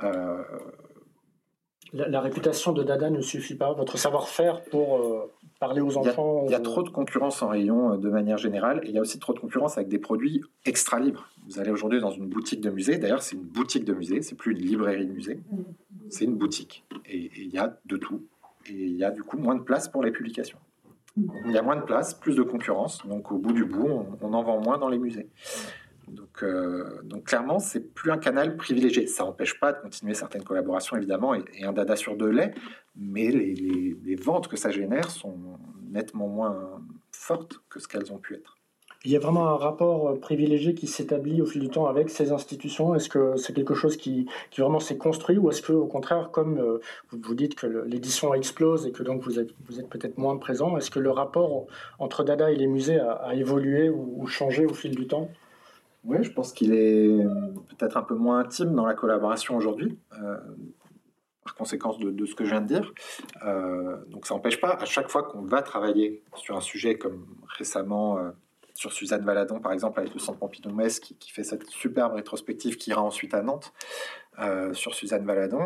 S4: La réputation de Dada ne suffit pas, votre savoir-faire pour parler aux enfants?
S5: Il y a trop de concurrence en rayon de manière générale, et il y a aussi trop de concurrence avec des produits extra libres. Vous allez aujourd'hui dans une boutique de musée, d'ailleurs c'est une boutique de musée, c'est plus une librairie de musée, c'est une boutique, et il y a de tout, et il y a du coup moins de place pour les publications. Il y a moins de place, plus de concurrence, donc au bout du bout, on en vend moins dans les musées. Donc clairement, c'est plus un canal privilégié. Ça n'empêche pas de continuer certaines collaborations, évidemment, et un Dada sur 2 l'est, mais les ventes que ça génère sont nettement moins fortes que ce qu'elles ont pu être.
S4: Il y a vraiment un rapport privilégié qui s'établit au fil du temps avec ces institutions. Est-ce que c'est quelque chose qui vraiment s'est construit, ou est-ce que, au contraire, comme vous dites que l'édition explose et que donc vous êtes peut-être moins présent, est-ce que le rapport entre Dada et les musées a évolué ou changé au fil du temps?
S5: Oui, je pense qu'il est peut-être un peu moins intime dans la collaboration aujourd'hui, par conséquence de ce que je viens de dire. Donc ça n'empêche pas, à chaque fois qu'on va travailler sur un sujet comme récemment sur Suzanne Valadon, par exemple, avec le Centre Pompidou-Metz qui fait cette superbe rétrospective qui ira ensuite à Nantes sur Suzanne Valadon.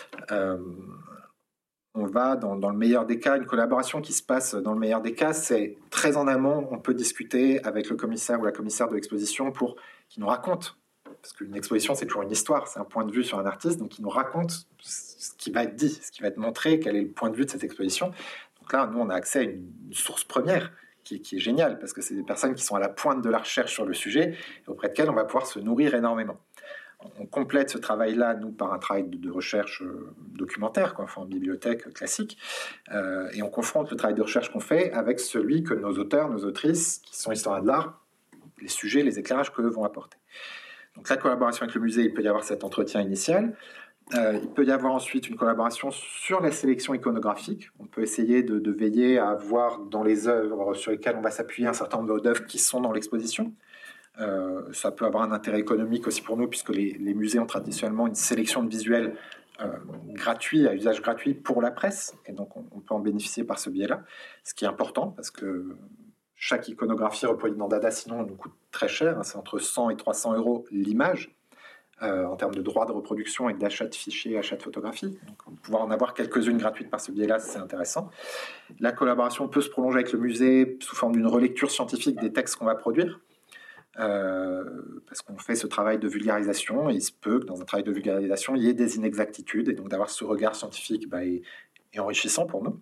S5: On va, dans le meilleur des cas, une collaboration qui se passe dans le meilleur des cas, c'est très en amont, on peut discuter avec le commissaire ou la commissaire de l'exposition pour qu'il nous raconte, parce qu'une exposition c'est toujours une histoire, c'est un point de vue sur un artiste, donc il nous raconte ce qui va être dit, ce qui va être montré, quel est le point de vue de cette exposition. Donc là, nous on a accès à une source première qui est géniale, parce que c'est des personnes qui sont à la pointe de la recherche sur le sujet, et auprès desquelles on va pouvoir se nourrir énormément. On complète ce travail-là, nous, par un travail de recherche documentaire, en bibliothèque classique, et on confronte le travail de recherche qu'on fait avec celui que nos auteurs, nos autrices, qui sont historiens de l'art, les sujets, les éclairages qu'eux vont apporter. Donc la collaboration avec le musée, il peut y avoir cet entretien initial. Il peut y avoir ensuite une collaboration sur la sélection iconographique. On peut essayer de veiller à voir dans les œuvres sur lesquelles on va s'appuyer un certain nombre d'œuvres qui sont dans l'exposition. Ça peut avoir un intérêt économique aussi pour nous, puisque les musées ont traditionnellement une sélection de visuels gratuits, à usage gratuit pour la presse, et donc on peut en bénéficier par ce biais-là, ce qui est important, parce que chaque iconographie reproduite dans Dada, sinon, nous coûte très cher. C'est entre 100 et 300 euros l'image. En termes de droits de reproduction et d'achat de fichiers, achat de photographies. Donc, pouvoir en avoir quelques-unes gratuites par ce biais-là, c'est intéressant. La collaboration peut se prolonger avec le musée sous forme d'une relecture scientifique des textes qu'on va produire, parce qu'on fait ce travail de vulgarisation, et il se peut que dans un travail de vulgarisation, il y ait des inexactitudes, et donc d'avoir ce regard scientifique est enrichissant pour nous.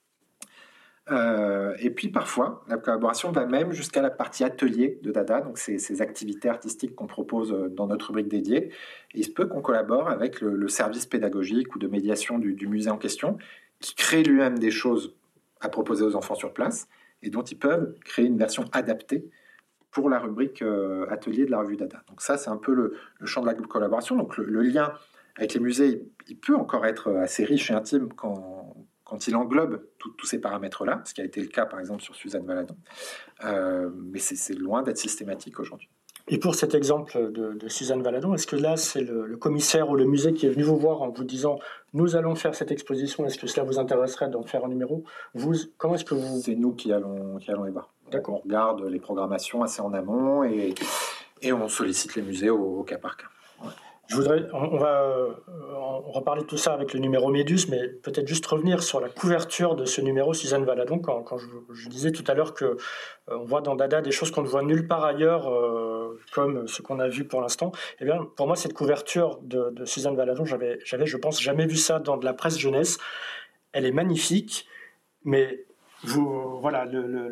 S5: Et puis parfois, la collaboration va même jusqu'à la partie atelier de Dada, donc ces activités artistiques qu'on propose dans notre rubrique dédiée. Et il se peut qu'on collabore avec le service pédagogique ou de médiation du musée en question, qui crée lui-même des choses à proposer aux enfants sur place, et dont ils peuvent créer une version adaptée pour la rubrique atelier de la revue Dada. Donc ça, c'est un peu le champ de la collaboration. Donc le lien avec les musées, il peut encore être assez riche et intime quand il englobe tous ces paramètres-là, ce qui a été le cas par exemple sur Suzanne Valadon, mais c'est loin d'être systématique aujourd'hui.
S4: Et pour cet exemple de Suzanne Valadon, est-ce que là c'est le commissaire ou le musée qui est venu vous voir en vous disant « nous allons faire cette exposition, est-ce que cela vous intéresserait d'en faire un numéro ?» Comment est-ce que vous...
S5: C'est nous qui allons les voir.
S4: D'accord.
S5: On regarde les programmations assez en amont et on sollicite les musées au cas par cas. Ouais.
S4: On va reparler de tout ça avec le numéro Méduse, mais peut-être juste revenir sur la couverture de ce numéro Suzanne Valadon, quand je disais tout à l'heure que on voit dans Dada des choses qu'on ne voit nulle part ailleurs, comme ce qu'on a vu pour l'instant. Eh bien, pour moi, cette couverture de Suzanne Valadon, j'avais, je pense, jamais vu ça dans de la presse jeunesse. Elle est magnifique, mais voilà,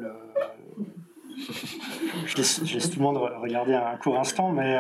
S4: je laisse tout le monde regarder un court instant, mais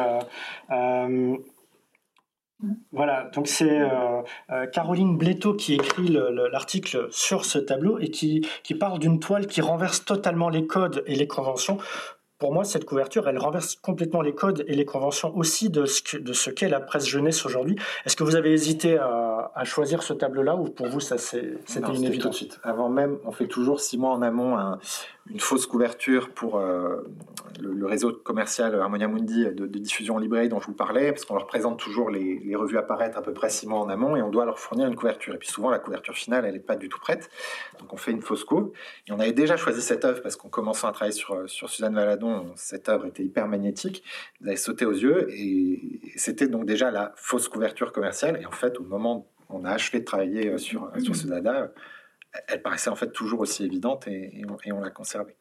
S4: voilà, donc c'est Caroline Bléteau qui écrit l'article sur ce tableau et qui parle d'une toile qui renverse totalement les codes et les conventions. Pour moi, cette couverture, elle renverse complètement les codes et les conventions aussi de ce qu'est la presse jeunesse aujourd'hui. Est-ce que vous avez hésité à choisir ce tableau-là ou pour vous, c'était une évidence?
S5: Tout de suite. Avant même, on fait toujours 6 mois en amont une fausse couverture pour le réseau commercial Harmonia Mundi de diffusion en librairie dont je vous parlais, parce qu'on leur présente toujours les revues apparaître à peu près 6 mois en amont et on doit leur fournir une couverture. Et puis souvent, la couverture finale, elle n'est pas du tout prête. Donc on fait une fausse couve. Et on avait déjà choisi cette œuvre parce qu'en commençant à travailler sur Suzanne Valadon, cette œuvre était hyper magnétique. Vous avez sauté aux yeux et c'était donc déjà la fausse couverture commerciale. Et en fait, au moment où on a achevé de travailler sur ce Dada, elle paraissait en fait toujours aussi évidente et on l'a conservée.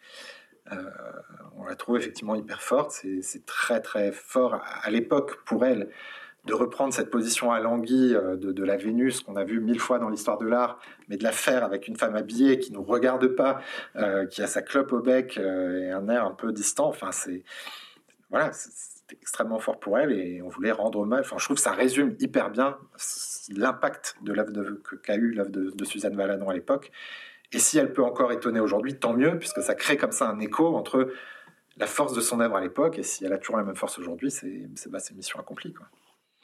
S5: On la trouve effectivement hyper forte. C'est très très fort à l'époque pour elle de reprendre cette position alanguie de la Vénus qu'on a vue 1000 fois dans l'histoire de l'art, mais de la faire avec une femme habillée qui nous regarde pas, qui a sa clope au bec et un air un peu distant. Enfin, c'était extrêmement fort pour elle et on voulait rendre hommage. Enfin, je trouve que ça résume hyper bien l'impact de l'œuvre qu'a eu l'œuvre de Suzanne Valadon à l'époque. Et si elle peut encore étonner aujourd'hui, tant mieux, puisque ça crée comme ça un écho entre la force de son œuvre à l'époque et si elle a toujours la même force aujourd'hui, c'est mission accomplie, quoi.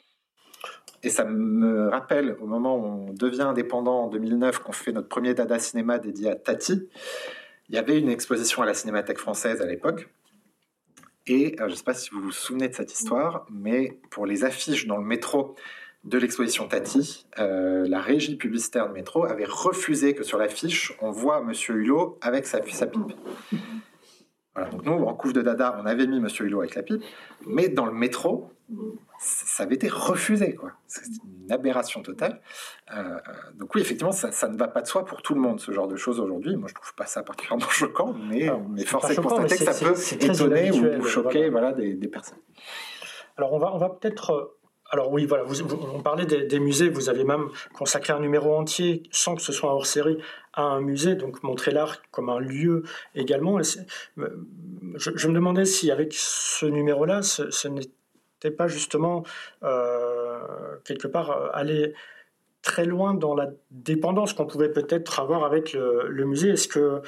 S5: Et ça me rappelle, au moment où on devient indépendant en 2009, qu'on fait notre premier Dada Cinéma dédié à Tati, il y avait une exposition à la Cinémathèque française à l'époque. Et je ne sais pas si vous vous souvenez de cette histoire, mais pour les affiches dans le métro de l'exposition Tati, la régie publicitaire de métro avait refusé que sur l'affiche, on voit Monsieur Hulot avec sa pipe. Voilà, donc nous, en couve de Dada, on avait mis Monsieur Hulot avec la pipe, mais dans le métro, ça avait été refusé, quoi. C'est une aberration totale. Donc oui, effectivement, ça ne va pas de soi pour tout le monde, ce genre de choses aujourd'hui. Moi, je trouve pas ça particulièrement choquant, mais force est de constater que ça peut étonner ou choquer des personnes.
S4: Alors, on va peut-être... Alors oui, voilà, on parlait des musées, vous avez même consacré un numéro entier, sans que ce soit un hors-série, à un musée, donc montrer l'art comme un lieu également. Je me demandais si avec ce numéro-là, ce n'était pas justement quelque part aller très loin dans la dépendance qu'on pouvait peut-être avoir avec le musée. Est-ce que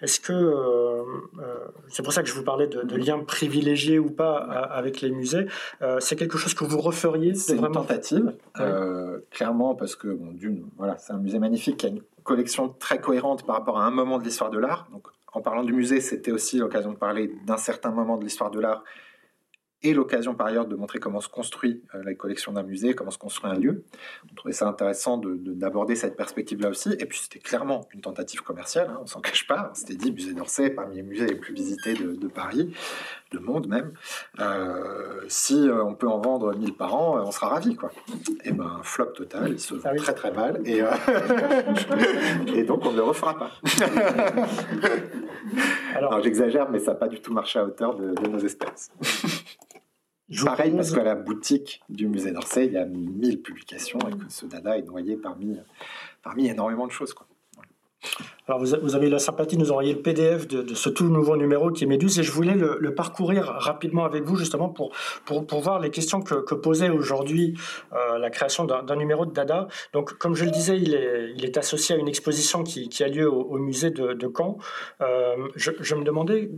S4: c'est pour ça que je vous parlais de liens privilégiés ou pas avec les musées. C'est quelque chose que vous referiez?
S5: C'est une tentative, clairement, parce que c'est un musée magnifique qui a une collection très cohérente par rapport à un moment de l'histoire de l'art. Donc, en parlant du musée, c'était aussi l'occasion de parler d'un certain moment de l'histoire de l'art et l'occasion par ailleurs de montrer comment se construit la collection d'un musée, comment se construit un lieu. On trouvait ça intéressant d'aborder cette perspective-là aussi. Et puis c'était clairement une tentative commerciale, on s'en cache pas. On s'était dit, musée d'Orsay, parmi les musées les plus visités de Paris, de monde même. Si on peut en vendre 1000 par an, on sera ravis, quoi. Et ben, flop total, il se vend très très mal. Et donc on ne le refera pas. Alors j'exagère, mais ça n'a pas du tout marché à hauteur de nos espèces. Pareil, parce qu'à la boutique du musée d'Orsay, il y a 1000 publications et que ce dada est noyé parmi énormément de choses, quoi.
S4: Alors vous avez eu la sympathie de nous envoyer le PDF de ce tout nouveau numéro qui est Méduse, et je voulais le parcourir rapidement avec vous justement pour voir les questions que posait aujourd'hui la création d'un numéro de Dada. Donc comme je le disais, il est associé à une exposition qui a lieu au musée de Caen. Je me demandais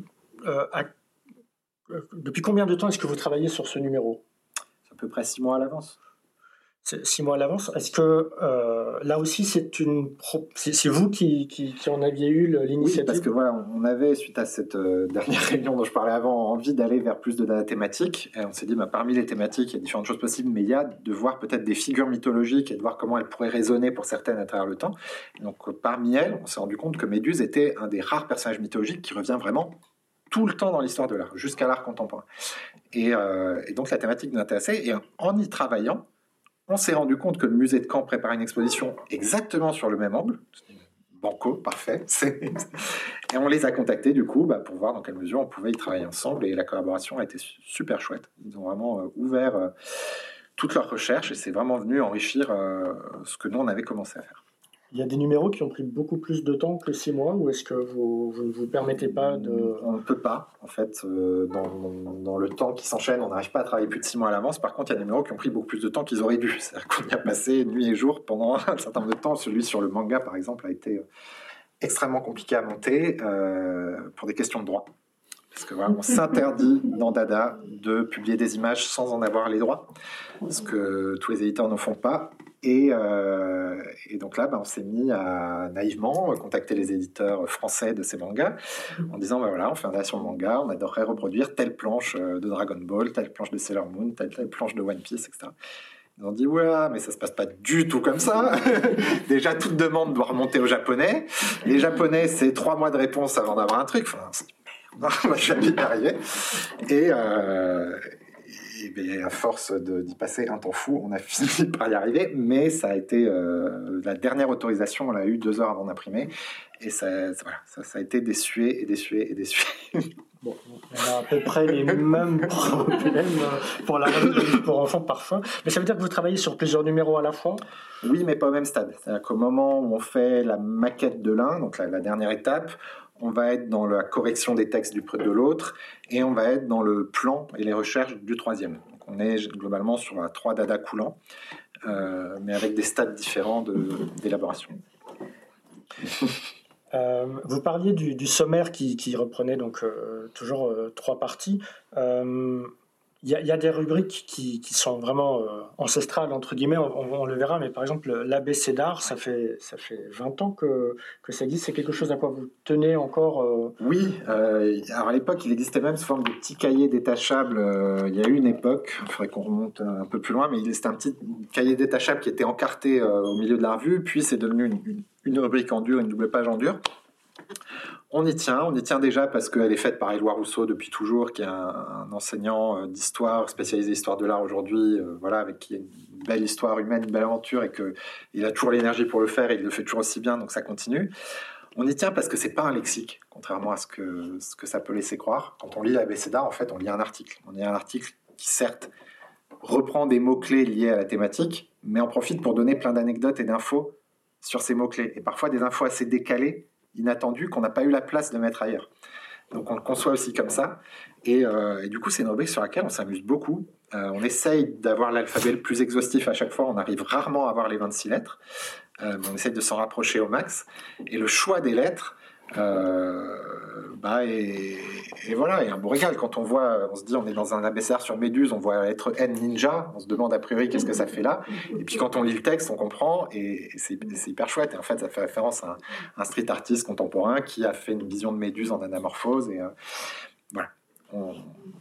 S4: depuis combien de temps est-ce que vous travaillez sur ce numéro ?
S5: C'est à peu près 6 mois à l'avance.
S4: 6 mois à l'avance. Est-ce que là aussi c'est vous qui en aviez eu l'initiative ?
S5: Oui, parce que voilà, on avait, suite à cette dernière réunion dont je parlais avant, envie d'aller vers plus de data thématiques. Et on s'est dit, parmi les thématiques, il y a différentes choses possibles, mais il y a de voir peut-être des figures mythologiques et de voir comment elles pourraient résonner pour certaines à travers le temps. Et donc parmi elles, on s'est rendu compte que Méduse était un des rares personnages mythologiques qui revient vraiment tout le temps dans l'histoire de l'art, jusqu'à l'art contemporain. Et donc la thématique nous intéressait, et en y travaillant, on s'est rendu compte que le musée de Caen préparait une exposition exactement sur le même angle. Banco, parfait. Et on les a contactés du coup pour voir dans quelle mesure on pouvait y travailler ensemble, et la collaboration a été super chouette. Ils ont vraiment ouvert toute leur recherche, et c'est vraiment venu enrichir ce que nous on avait commencé à faire.
S4: Il y a des numéros qui ont pris beaucoup plus de temps que 6 mois, ou est-ce que vous ne vous permettez pas de...
S5: On ne peut pas, en fait, dans le temps qui s'enchaîne, on n'arrive pas à travailler plus de 6 mois à l'avance. Par contre, il y a des numéros qui ont pris beaucoup plus de temps qu'ils auraient dû. C'est-à-dire qu'on y a passé nuit et jour pendant un certain nombre de temps. Celui sur le manga, par exemple, a été extrêmement compliqué à monter pour des questions de droit. Parce que voilà, on s'interdit dans Dada de publier des images sans en avoir les droits, ce que tous les éditeurs ne font pas. Et donc là, on s'est mis à naïvement contacter les éditeurs français de ces mangas en disant voilà, on fait un Dada sur le manga, on adorerait reproduire telle planche de Dragon Ball, telle planche de Sailor Moon, telle planche de One Piece, etc. Ils ont dit ouais, mais ça se passe pas du tout comme ça. Déjà, toute demande doit remonter aux Japonais. Les Japonais, c'est 3 mois de réponse avant d'avoir un truc. Enfin, on va jamais y arriver. Et à force d'y passer un temps fou, on a fini par y arriver, mais ça a été la dernière autorisation, on l'a eu 2 heures avant d'imprimer, et ça a été des suées et des suées et des suées.
S4: Bon, on a à peu près les mêmes problèmes pour la revue pour enfants parfois, mais ça veut dire que vous travaillez sur plusieurs numéros à la fois ?
S5: Oui, mais pas au même stade. C'est-à-dire qu'au moment où on fait la maquette de l'un, donc la dernière étape, on va être dans la correction des textes de l'autre, et on va être dans le plan et les recherches du 3e. Donc on est globalement sur 3 dadas coulants, mais avec des stades différents d'élaboration.
S4: Vous parliez du sommaire qui reprenait donc toujours 3 parties. Il y a des rubriques qui sont vraiment ancestrales, entre guillemets, on le verra, mais par exemple, l'ABC d'art, ça fait 20 ans que ça existe. C'est quelque chose à quoi vous tenez encore
S5: Oui, alors à l'époque, il existait même sous forme de petits cahiers détachables. Il y a eu une époque, il faudrait qu'on remonte un peu plus loin, mais c'était un petit cahier détachable qui était encarté au milieu de la revue, puis c'est devenu une rubrique en dur, une double page en dur. On y tient déjà parce qu'elle est faite par Éloi Rousseau depuis toujours, qui est un enseignant d'histoire, spécialisé d'histoire de l'art aujourd'hui, avec qui il y a une belle histoire humaine, une belle aventure, et qu'il a toujours l'énergie pour le faire, et il le fait toujours aussi bien, donc ça continue. On y tient parce que c'est pas un lexique, contrairement à ce que ça peut laisser croire. Quand on lit l'ABC d'art, en fait, on lit un article. On lit un article qui, certes, reprend des mots-clés liés à la thématique, mais en profite pour donner plein d'anecdotes et d'infos sur ces mots-clés, et parfois des infos assez décalées, inattendu, qu'on n'a pas eu la place de mettre ailleurs. Donc on le conçoit aussi comme ça, et du coup c'est une rubrique sur laquelle on s'amuse beaucoup. On essaye d'avoir l'alphabet le plus exhaustif à chaque fois, on arrive rarement à avoir les 26 lettres, mais on essaye de s'en rapprocher au max, et le choix des lettres et voilà, et un beau régal. Quand on se dit on est dans un abécédaire sur Méduse, on voit la lettre N ninja, on se demande a priori qu'est-ce que ça fait là, et puis quand on lit le texte on comprend, et c'est hyper chouette. Et en fait ça fait référence à un street artiste contemporain qui a fait une vision de Méduse en anamorphose, et voilà,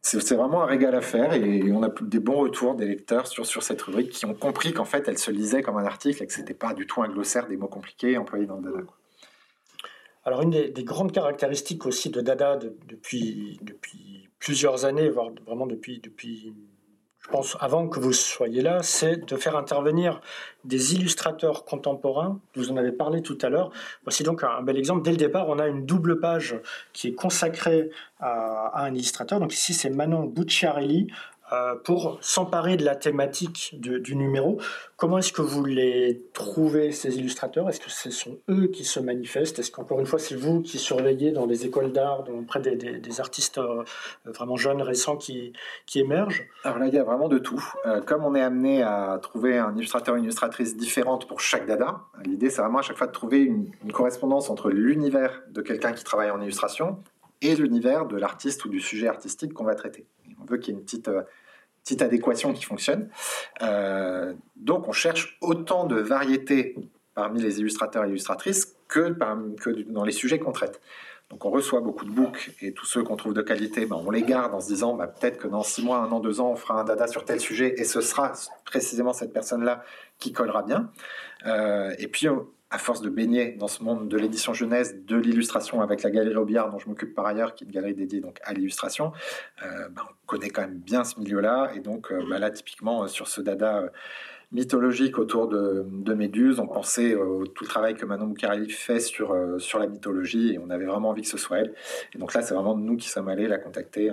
S5: c'est vraiment un régal à faire et on a des bons retours des lecteurs sur cette rubrique qui ont compris qu'en fait elle se lisait comme un article et que c'était pas du tout un glossaire des mots compliqués employés dans le Dada.
S4: Alors une des grandes caractéristiques aussi de Dada depuis plusieurs années, voire vraiment depuis je pense avant que vous soyez là, c'est de faire intervenir des illustrateurs contemporains. Vous en avez parlé tout à l'heure. Voici donc un bel exemple. Dès le départ, on a une double page qui est consacrée à un illustrateur. Donc ici, c'est Manon Bucciarelli pour s'emparer de la thématique du numéro. Comment est-ce que vous les trouvez, ces illustrateurs ? Est-ce que ce sont eux qui se manifestent ? Est-ce qu'encore une fois, c'est vous qui surveillez dans les écoles d'art, auprès des artistes vraiment jeunes, récents qui émergent ?
S5: Alors là, il y a vraiment de tout. Comme on est amené à trouver un illustrateur ou une illustratrice différente pour chaque Dada, l'idée, c'est vraiment à chaque fois de trouver une correspondance entre l'univers de quelqu'un qui travaille en illustration et l'univers de l'artiste ou du sujet artistique qu'on va traiter. On veut qu'il y ait une petite adéquation qui fonctionne. Donc, on cherche autant de variétés parmi les illustrateurs et illustratrices que dans les sujets qu'on traite. Donc, on reçoit beaucoup de books et tous ceux qu'on trouve de qualité, on les garde en se disant peut-être que dans 6 mois, 1 an, 2 ans, on fera un Dada sur tel sujet et ce sera précisément cette personne-là qui collera bien. Et puis, à force de baigner dans ce monde de l'édition jeunesse, de l'illustration avec la Galerie Robillard, dont je m'occupe par ailleurs, qui est une galerie dédiée donc à l'illustration, on connaît quand même bien ce milieu-là. Et donc là, typiquement, sur ce Dada mythologique autour de Méduse, on pensait tout le travail que Manon Bucciarelli fait sur la mythologie, et on avait vraiment envie que ce soit elle. Et donc là, c'est vraiment nous qui sommes allés la contacter.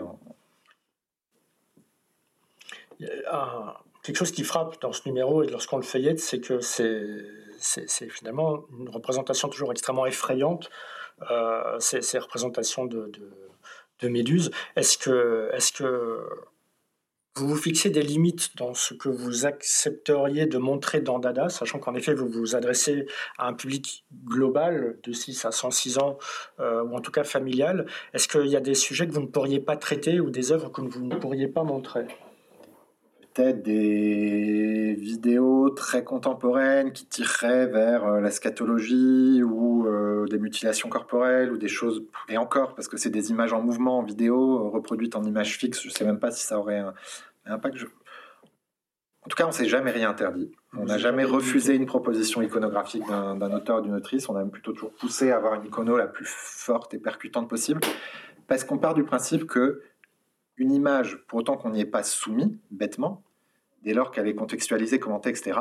S4: Quelque chose qui frappe dans ce numéro et lorsqu'on le feuillette, c'est que c'est finalement une représentation toujours extrêmement effrayante, ces représentations de Méduse. Est-ce que vous vous fixez des limites dans ce que vous accepteriez de montrer dans Dada, sachant qu'en effet vous vous adressez à un public global de 6 à 106 ans, ou en tout cas familial. Est-ce qu'il y a des sujets que vous ne pourriez pas traiter ou des œuvres que vous ne pourriez pas montrer ?
S5: Peut-être des vidéos très contemporaines qui tireraient vers la scatologie ou des mutilations corporelles ou des choses, et encore parce que c'est des images en mouvement en vidéo reproduites en images fixes, je ne sais même pas si ça aurait un impact. En tout cas, on ne s'est jamais rien interdit. On n'a jamais refusé une proposition iconographique d'un auteur ou d'une autrice. On a même plutôt toujours poussé à avoir une icono la plus forte et percutante possible, parce qu'on part du principe que une image, pour autant qu'on n'y ait pas soumis, bêtement, dès lors qu'elle est contextualisée, commentée, etc.,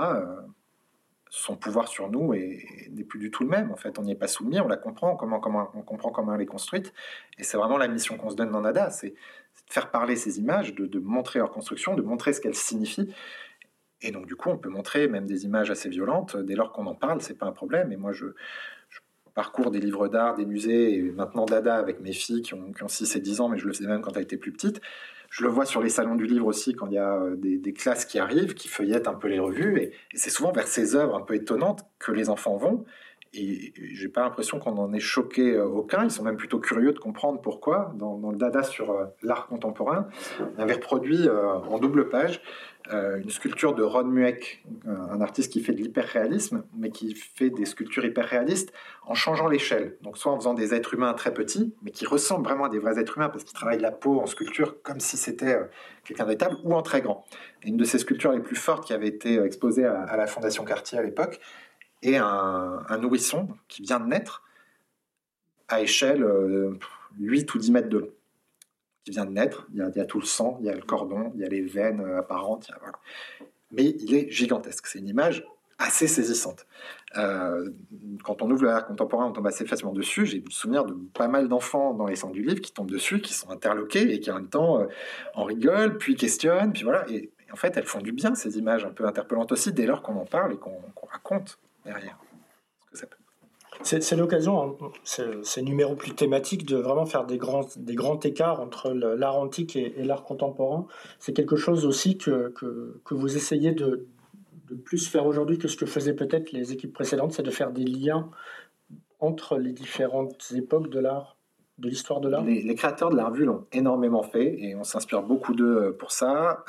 S5: son pouvoir sur nous n'est plus du tout le même. En fait, on n'y est pas soumis, on la comprend, on comprend comment elle est construite. Et c'est vraiment la mission qu'on se donne dans Dada, c'est de faire parler ces images, de montrer leur construction, de montrer ce qu'elles signifient. Et donc, du coup, on peut montrer même des images assez violentes. Dès lors qu'on en parle, c'est pas un problème. Et moi, je parcours des livres d'art, des musées, et maintenant Dada avec mes filles qui ont 6 et 10 ans, mais je le faisais même quand elles étaient plus petites. Je le vois sur les salons du livre aussi, quand il y a des classes qui arrivent, qui feuillettent un peu les revues, et c'est souvent vers ces œuvres un peu étonnantes que les enfants vont, et j'ai pas l'impression qu'on en ait choqué aucun. Ils sont même plutôt curieux de comprendre pourquoi. Dans le Dada sur l'art contemporain, on avait reproduit en double page une sculpture de Ron Mueck, un artiste qui fait de l'hyperréalisme, mais qui fait des sculptures hyperréalistes en changeant l'échelle. Donc soit en faisant des êtres humains très petits, mais qui ressemblent vraiment à des vrais êtres humains, parce qu'ils travaillent la peau en sculpture comme si c'était quelqu'un de véritable, ou en très grand. Et une de ces sculptures les plus fortes qui avait été exposée à la Fondation Cartier à l'époque, et un nourrisson qui vient de naître à échelle 8 ou 10 mètres de long. Qui vient de naître, il y a tout le sang, il y a le cordon, il y a les veines apparentes, voilà. Mais il est gigantesque. C'est une image assez saisissante. Quand on ouvre l'art contemporain, on tombe assez facilement dessus. J'ai le souvenir de pas mal d'enfants dans les centres du livre qui tombent dessus, qui sont interloqués et qui en même temps en rigolent, puis questionnent, puis voilà. Et en fait, elles font du bien, ces images un peu interpellantes aussi, dès lors qu'on en parle et qu'on raconte derrière ce que ça peut.
S4: C'est l'occasion, ces numéros plus thématiques, de vraiment faire des grands écarts entre l'art antique et l'art contemporain. C'est quelque chose aussi que vous essayez de plus faire aujourd'hui que ce que faisaient peut-être les équipes précédentes, c'est de faire des liens entre les différentes époques de l'art, de l'histoire de l'art.
S5: Les créateurs de l'art vu l'ont énormément fait et on s'inspire beaucoup d'eux pour ça.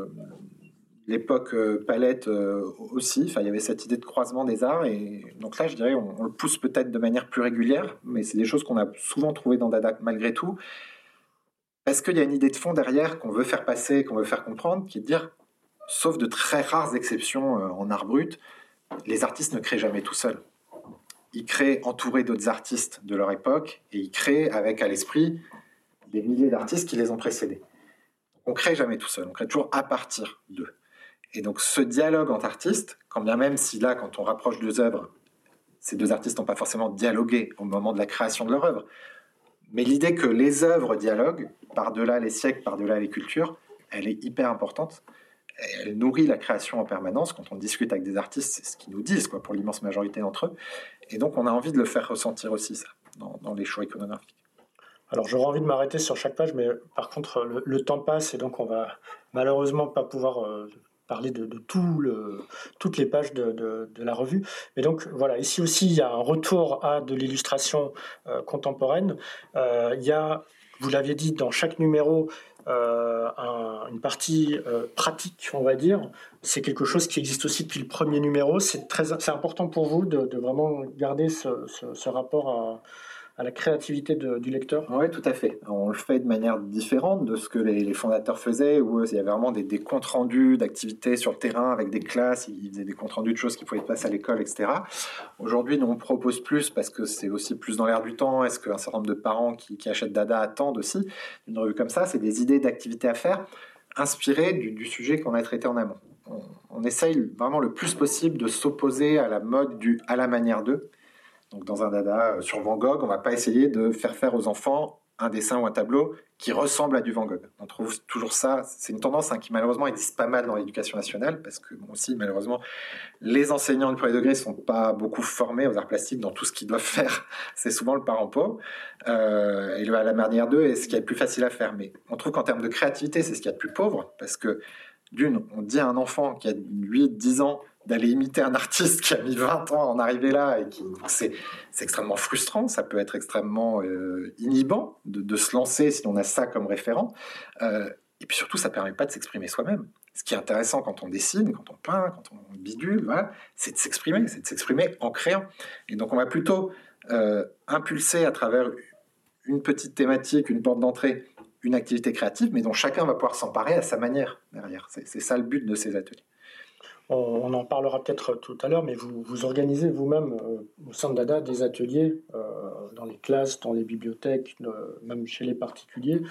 S5: L'époque Palette aussi, il y avait cette idée de croisement des arts, et donc là je dirais on le pousse peut-être de manière plus régulière, mais c'est des choses qu'on a souvent trouvées dans Dada malgré tout. Parce qu'il y a une idée de fond derrière qu'on veut faire passer, qu'on veut faire comprendre, qui est de dire, sauf de très rares exceptions en art brut, les artistes ne créent jamais tout seuls. Ils créent entourés d'autres artistes de leur époque, et ils créent avec à l'esprit des milliers d'artistes qui les ont précédés. On ne crée jamais tout seul, on crée toujours à partir d'eux. Et donc ce dialogue entre artistes, quand bien même si là, quand on rapproche deux œuvres, ces deux artistes n'ont pas forcément dialogué au moment de la création de leur œuvre, mais l'idée que les œuvres dialoguent, par-delà les siècles, par-delà les cultures, elle est hyper importante. Elle nourrit la création en permanence. Quand on discute avec des artistes, c'est ce qu'ils nous disent, quoi, pour l'immense majorité d'entre eux. Et donc, on a envie de le faire ressentir aussi, ça, dans les choix iconographiques.
S4: Alors, j'aurais envie de m'arrêter sur chaque page, mais par contre, le temps passe et donc on va malheureusement pas pouvoir parler de toutes les pages de la revue. Mais donc, voilà, ici aussi, il y a un retour à de l'illustration contemporaine. Il y a, vous l'aviez dit, dans chaque numéro, une partie pratique, on va dire. C'est quelque chose qui existe aussi depuis le premier numéro. C'est important pour vous de vraiment garder ce rapport à la créativité du lecteur?
S5: Oui, tout à fait. On le fait de manière différente de ce que les fondateurs faisaient, où il y avait vraiment des comptes rendus d'activités sur le terrain avec des classes, ils faisaient des comptes rendus de choses qui pouvaient passer à l'école, etc. Aujourd'hui, nous, on propose plus parce que c'est aussi plus dans l'air du temps. Est-ce qu'un certain nombre de parents qui achètent Dada attendent aussi une revue comme ça? C'est des idées d'activités à faire inspirées du sujet qu'on a traité en amont. On essaye vraiment le plus possible de s'opposer à la mode à la manière d'eux. Donc dans un Dada sur Van Gogh, on ne va pas essayer de faire aux enfants un dessin ou un tableau qui ressemble à du Van Gogh. On trouve toujours ça, c'est une tendance qui malheureusement existe pas mal dans l'éducation nationale, parce que aussi malheureusement, les enseignants du premier degré ne sont pas beaucoup formés aux arts plastiques dans tout ce qu'ils doivent faire. C'est souvent le parent pauvre. Et à la manière d'eux est ce qui est le plus facile à faire. Mais on trouve qu'en termes de créativité, c'est ce qu'il y a de plus pauvre, parce que d'une, on dit à un enfant qui a 8-10 ans d'aller imiter un artiste qui a mis 20 ans à en arriver là, et c'est extrêmement frustrant, ça peut être extrêmement inhibant de se lancer si on a ça comme référent, et puis surtout ça ne permet pas de s'exprimer soi-même. Ce qui est intéressant quand on dessine, quand on peint, quand on bidule, voilà, c'est de s'exprimer en créant. Et donc on va plutôt impulser à travers une petite thématique, une porte d'entrée, une activité créative, mais dont chacun va pouvoir s'emparer à sa manière derrière. C'est ça le but de ces ateliers.
S4: On en parlera peut-être tout à l'heure, mais vous organisez vous-même au sein de Dada des ateliers dans les classes, dans les bibliothèques, même chez les particuliers.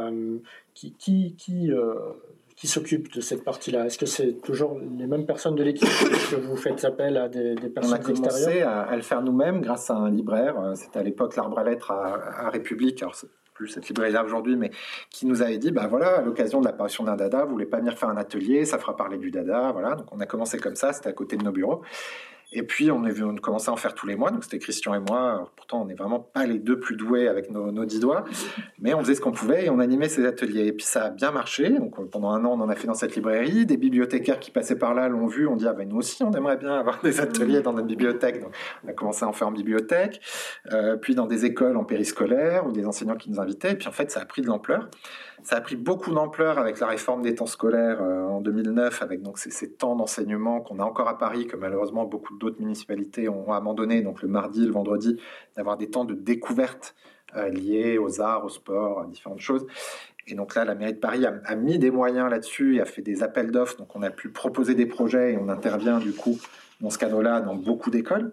S4: Qui s'occupe de cette partie-là? Est-ce que c'est toujours les mêmes personnes de l'équipe? Est-ce que vous faites appel à des personnes extérieures?
S5: On a commencé à le faire nous-mêmes grâce à un libraire. C'était à l'époque l'Arbre à Lettres à République. Alors, plus cette librairie-là aujourd'hui, mais qui nous avait dit, voilà, à l'occasion de l'apparition d'un Dada, vous voulez pas venir faire un atelier, ça fera parler du Dada, voilà. Donc on a commencé comme ça, c'était à côté de nos bureaux. Et puis on commençait à en faire tous les mois, donc c'était Christian et moi. Alors, pourtant on n'est vraiment pas les deux plus doués avec nos 10 doigts, mais on faisait ce qu'on pouvait et on animait ces ateliers. Et puis ça a bien marché, donc pendant un an on en a fait dans cette librairie. Des bibliothécaires qui passaient par là l'ont vu, on dit nous aussi on aimerait bien avoir des ateliers dans notre bibliothèque. Donc on a commencé à en faire en bibliothèque, puis dans des écoles en périscolaire ou des enseignants qui nous invitaient. Et puis en fait ça a pris de l'ampleur. Ça a pris beaucoup d'ampleur avec la réforme des temps scolaires en 2009, avec donc ces temps d'enseignement qu'on a encore à Paris, que malheureusement beaucoup d'autres municipalités ont abandonné, donc le mardi, le vendredi, d'avoir des temps de découverte liés aux arts, au sport, à différentes choses. Et donc là, la mairie de Paris a mis des moyens là-dessus et a fait des appels d'offres, donc on a pu proposer des projets et on intervient du coup dans ce cadre-là dans beaucoup d'écoles.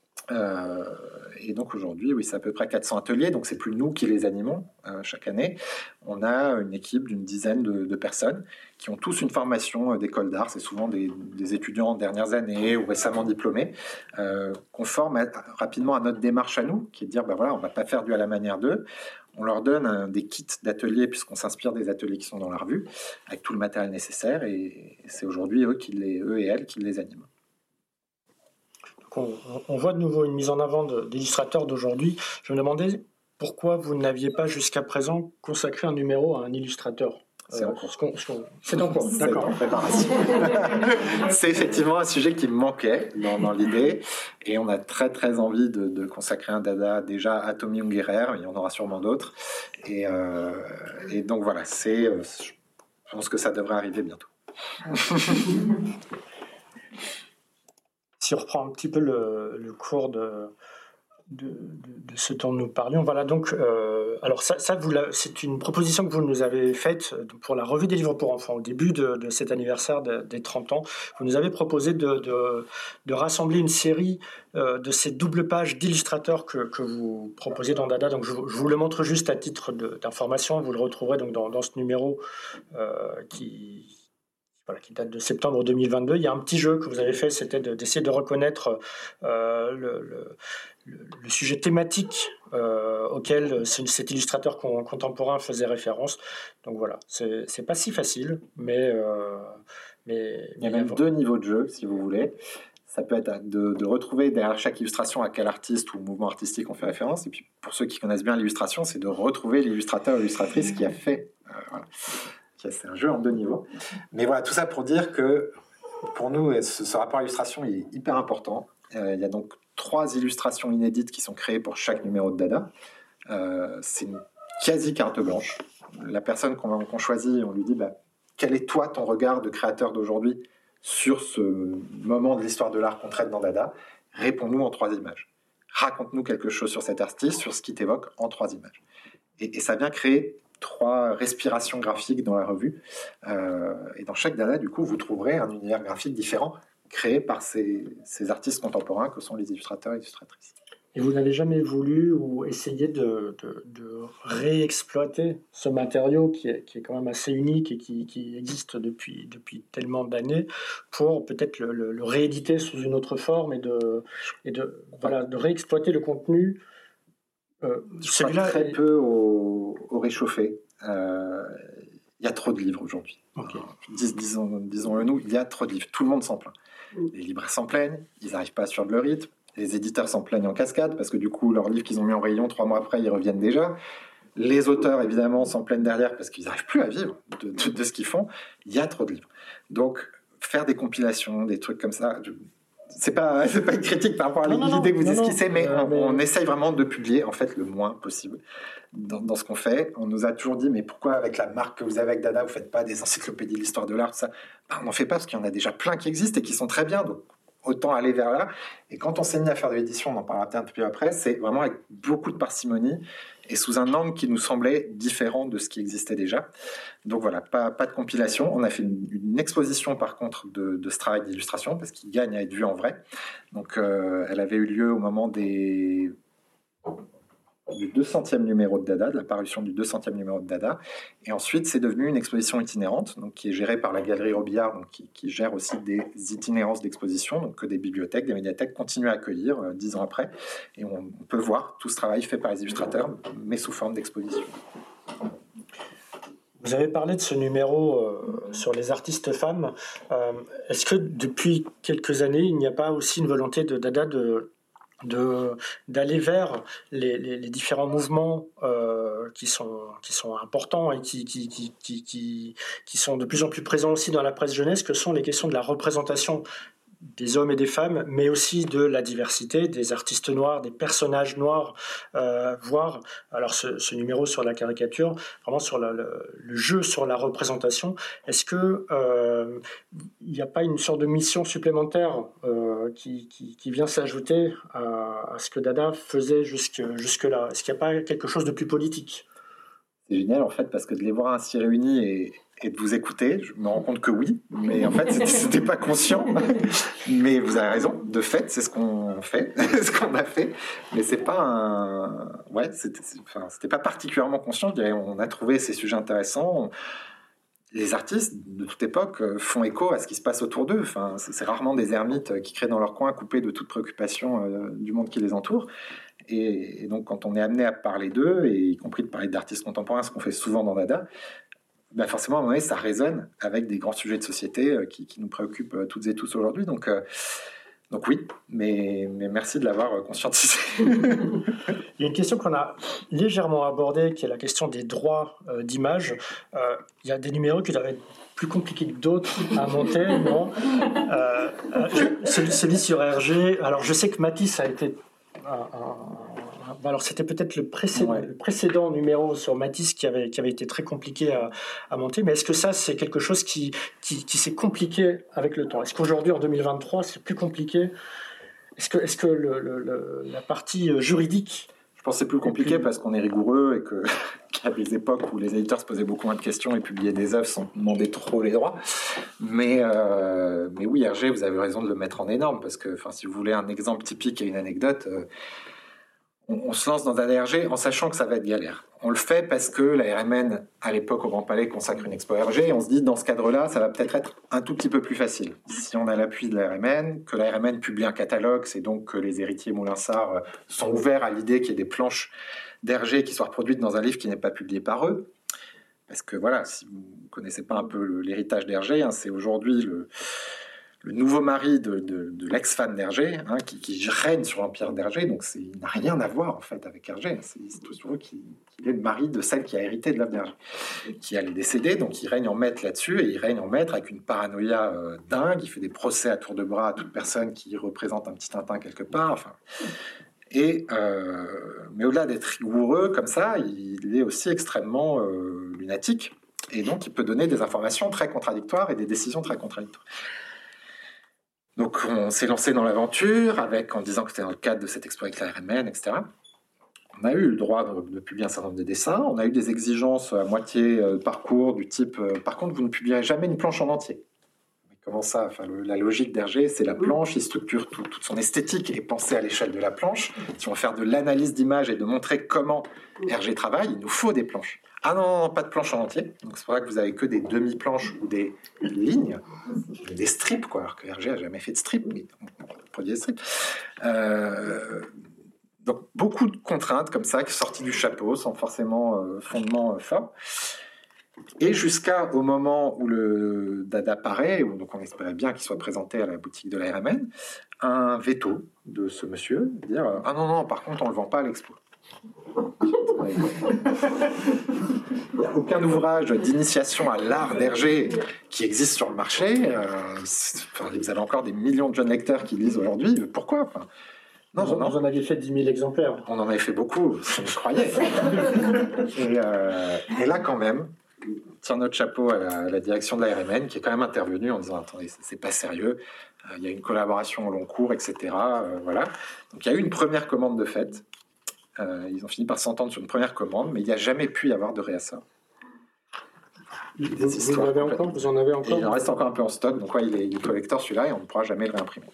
S5: Et donc aujourd'hui, oui, c'est à peu près 400 ateliers, donc c'est plus nous qui les animons chaque année. On a une équipe d'une dizaine de personnes qui ont tous une formation d'école d'art. C'est souvent des étudiants en dernières années ou récemment diplômés qu'on forme rapidement à notre démarche à nous, qui est de dire, voilà, on ne va pas faire du à la manière d'eux. On leur donne des kits d'ateliers puisqu'on s'inspire des ateliers qui sont dans la revue, avec tout le matériel nécessaire, et c'est aujourd'hui eux et elles qui les animent.
S4: On voit de nouveau une mise en avant d'illustrateurs d'aujourd'hui. Je me demandais pourquoi vous n'aviez pas jusqu'à présent consacré un numéro à un illustrateur.
S5: C'est en cours.
S4: C'est en cours, d'accord.
S5: C'est en préparation. C'est effectivement un sujet qui me manquait dans l'idée, et on a très très envie de consacrer un Dada déjà à Tommy Ungerer. Il y en aura sûrement d'autres, et donc voilà, je pense que ça devrait arriver bientôt.
S4: Si on reprend un petit peu le cours de ce dont nous parlions. Voilà, donc, alors ça c'est une proposition que vous nous avez faite pour la revue des livres pour enfants, au début de cet anniversaire des 30 ans. Vous nous avez proposé de rassembler une série de ces doubles pages d'illustrateurs que vous proposez dans Dada. Donc je vous le montre juste à titre d'information. Vous le retrouverez donc dans ce numéro qui date de septembre 2022. Il y a un petit jeu que vous avez fait, c'était d'essayer de reconnaître le sujet thématique auquel cet illustrateur contemporain faisait référence. Donc voilà, c'est pas si facile, mais
S5: il y a même 2 niveaux de jeu, si vous voulez. Ça peut être de retrouver derrière chaque illustration à quel artiste ou mouvement artistique on fait référence. Et puis pour ceux qui connaissent bien l'illustration, c'est de retrouver l'illustrateur ou l'illustratrice qui a fait. Voilà. C'est un jeu en 2 niveaux. Mais voilà, tout ça pour dire que pour nous, ce rapport à l'illustration est hyper important. Il y a donc 3 illustrations inédites qui sont créées pour chaque numéro de Dada. C'est une quasi carte blanche. La personne qu'on choisit, on lui dit quel est toi ton regard de créateur d'aujourd'hui sur ce moment de l'histoire de l'art qu'on traite dans Dada. Réponds-nous en 3 images. Raconte-nous quelque chose sur cet artiste, sur ce qui t'évoque en 3 images. Et ça vient créer 3 respirations graphiques dans la revue. Et dans chaque Dada, du coup, vous trouverez un univers graphique différent créé par ces artistes contemporains que sont les illustrateurs et illustratrices.
S4: Et vous n'avez jamais voulu ou essayé de réexploiter ce matériau qui est quand même assez unique et qui existe depuis tellement d'années pour peut-être le rééditer sous une autre forme et de réexploiter le contenu.
S5: Je crois très peu au réchauffé. Il y a trop de livres aujourd'hui. Okay. Disons-le nous, il y a trop de livres. Tout le monde s'en plaint. Les libraires s'en plaignent, ils n'arrivent pas à suivre le rythme. Les éditeurs s'en plaignent en cascade parce que du coup, leurs livres qu'ils ont mis en rayon 3 mois après, ils reviennent déjà. Les auteurs, évidemment, s'en plaignent derrière parce qu'ils n'arrivent plus à vivre de ce qu'ils font. Il y a trop de livres. Donc, faire des compilations, des trucs comme ça... C'est pas une critique par rapport à l'idée que vous esquissez, mais on essaye vraiment de publier en fait le moins possible dans ce qu'on fait. On nous a toujours dit mais pourquoi avec la marque que vous avez avec Dada vous faites pas des encyclopédies de l'histoire de l'art, tout ça. On n'en fait pas parce qu'il y en a déjà plein qui existent et qui sont très bien, donc autant aller vers là. Et quand on s'est mis à faire de l'édition, on en parlera peut-être un peu après, c'est vraiment avec beaucoup de parcimonie et sous un angle qui nous semblait différent de ce qui existait déjà. Donc voilà, pas de compilation. On a fait une exposition par contre de ce travail d'illustration parce qu'il gagne à être vu en vrai. Donc elle avait eu lieu au moment du 200e numéro de Dada, de la parution du 200e numéro de Dada. Et ensuite, c'est devenu une exposition itinérante, donc qui est gérée par la Galerie Robillard, donc qui gère aussi des itinérances d'exposition, donc que des bibliothèques, des médiathèques continuent à accueillir 10 ans après. Et on peut voir tout ce travail fait par les illustrateurs, mais sous forme d'exposition.
S4: Vous avez parlé de ce numéro sur les artistes femmes. Est-ce que depuis quelques années, il n'y a pas aussi une volonté de Dada d'aller vers les différents mouvements qui sont importants et qui sont de plus en plus présents aussi dans la presse jeunesse, que sont les questions de la représentation des hommes et des femmes, mais aussi de la diversité, des artistes noirs, des personnages noirs, voire, alors ce numéro sur la caricature, vraiment sur le jeu sur la représentation. Est-ce que il n'y a pas une sorte de mission supplémentaire qui vient s'ajouter à ce que Dada faisait jusque-là? Est-ce qu'il n'y a pas quelque chose de plus politique?
S5: C'est génial en fait, parce que de les voir ainsi réunis et de vous écouter, je me rends compte que oui, mais en fait c'était pas conscient. Mais vous avez raison, de fait c'est ce qu'on fait, ce qu'on a fait, mais c'est pas c'était pas particulièrement conscient. Je dirais, on a trouvé ces sujets intéressants. Les artistes de toute époque font écho à ce qui se passe autour d'eux. Enfin, c'est rarement des ermites qui créent dans leur coin, coupés de toute préoccupation du monde qui les entoure. Et donc, quand on est amené à parler d'eux, et y compris de parler d'artistes contemporains, ce qu'on fait souvent dans Dada, forcément, à un moment donné, ça résonne avec des grands sujets de société qui nous préoccupent toutes et tous aujourd'hui. Donc oui, mais merci de l'avoir conscientisé.
S4: Il y a une question qu'on a légèrement abordée, qui est la question des droits d'image. Il y a des numéros qui doivent être plus compliqués que d'autres à monter, non? Celui sur Hergé. Alors, je sais que Matisse a été... Alors c'était peut-être le précédent numéro sur Matisse qui avait été très compliqué à monter, mais est-ce que ça c'est quelque chose qui s'est compliqué avec le temps? Est-ce qu'aujourd'hui en 2023 c'est plus compliqué Est-ce que la partie juridique...
S5: Je pense que c'est plus compliqué parce qu'on est rigoureux et qu'il y a des époques où les éditeurs se posaient beaucoup moins de questions et publiaient des œuvres sans demander trop les droits. Mais oui, Hergé, vous avez raison de le mettre en énorme parce que si vous voulez un exemple typique et une anecdote, on se lance dans un Hergé en sachant que ça va être galère. On le fait parce que la RMN, à l'époque, au Grand Palais, consacre une expo Hergé et on se dit, dans ce cadre-là, ça va peut-être être un tout petit peu plus facile. Si on a l'appui de la RMN, que la RMN publie un catalogue, c'est donc que les héritiers Moulinsart sont ouverts à l'idée qu'il y ait des planches d'Hergé qui soient reproduites dans un livre qui n'est pas publié par eux. Parce que voilà, si vous ne connaissez pas un peu l'héritage d'Hergé, c'est aujourd'hui le nouveau mari de l'ex-femme d'Hergé, qui règne sur l'empire d'Hergé, donc il n'a rien à voir en fait avec Hergé. C'est toujours qu'il est le mari de celle qui a hérité de l'œuvre d'Hergé, qui allait décéder, donc il règne en maître là-dessus, et il règne en maître avec une paranoïa dingue, il fait des procès à tour de bras à toute personne qui représente un petit Tintin quelque part, mais au-delà d'être rigoureux comme ça, il est aussi extrêmement lunatique, et donc il peut donner des informations très contradictoires et des décisions très contradictoires. Donc on s'est lancé dans l'aventure en disant que c'était dans le cadre de cette expo avec la RMN, etc. On a eu le droit de publier un certain nombre de dessins. On a eu des exigences à moitié parcours du type par contre, vous ne publierez jamais une planche en entier. Mais comment ça ? La logique d'Hergé, c'est la planche, il structure toute son esthétique et penser à l'échelle de la planche. Si on veut faire de l'analyse d'image et de montrer comment Hergé travaille, il nous faut des planches. Ah non, pas de planche en entier. Donc c'est pour ça que vous avez que des demi-planches ou des lignes, des strips, quoi. Alors que Hergé n'a jamais fait de strips, mais on produit des strips. Donc beaucoup de contraintes comme ça, sorties du chapeau, sans forcément fondement fort. Et jusqu'au moment où le Dada paraît, donc on espérait bien qu'il soit présenté à la boutique de la RMN, un veto de ce monsieur, dire « Ah non, par contre, on ne le vend pas à l'expo ». Il n'y a aucun ouvrage d'initiation à l'art d'Hergé qui existe sur le marché. Vous avez encore des millions de jeunes lecteurs qui lisent aujourd'hui. Pourquoi ?
S4: Non. Vous en aviez fait 10 000 exemplaires.
S5: On en avait fait beaucoup, je croyais. Et là, quand même, tire notre chapeau à la direction de la RMN qui est quand même intervenue en disant « Attendez, c'est pas sérieux. Il y a une collaboration au long cours, etc. » Voilà. Donc il y a eu une première commande de fait. Ils ont fini par s'entendre sur une première commande, mais il n'y a jamais pu y avoir de réassort.
S4: Vous en avez encore
S5: Il en reste encore un peu en stock, donc il est collector celui-là et on ne pourra jamais le réimprimer.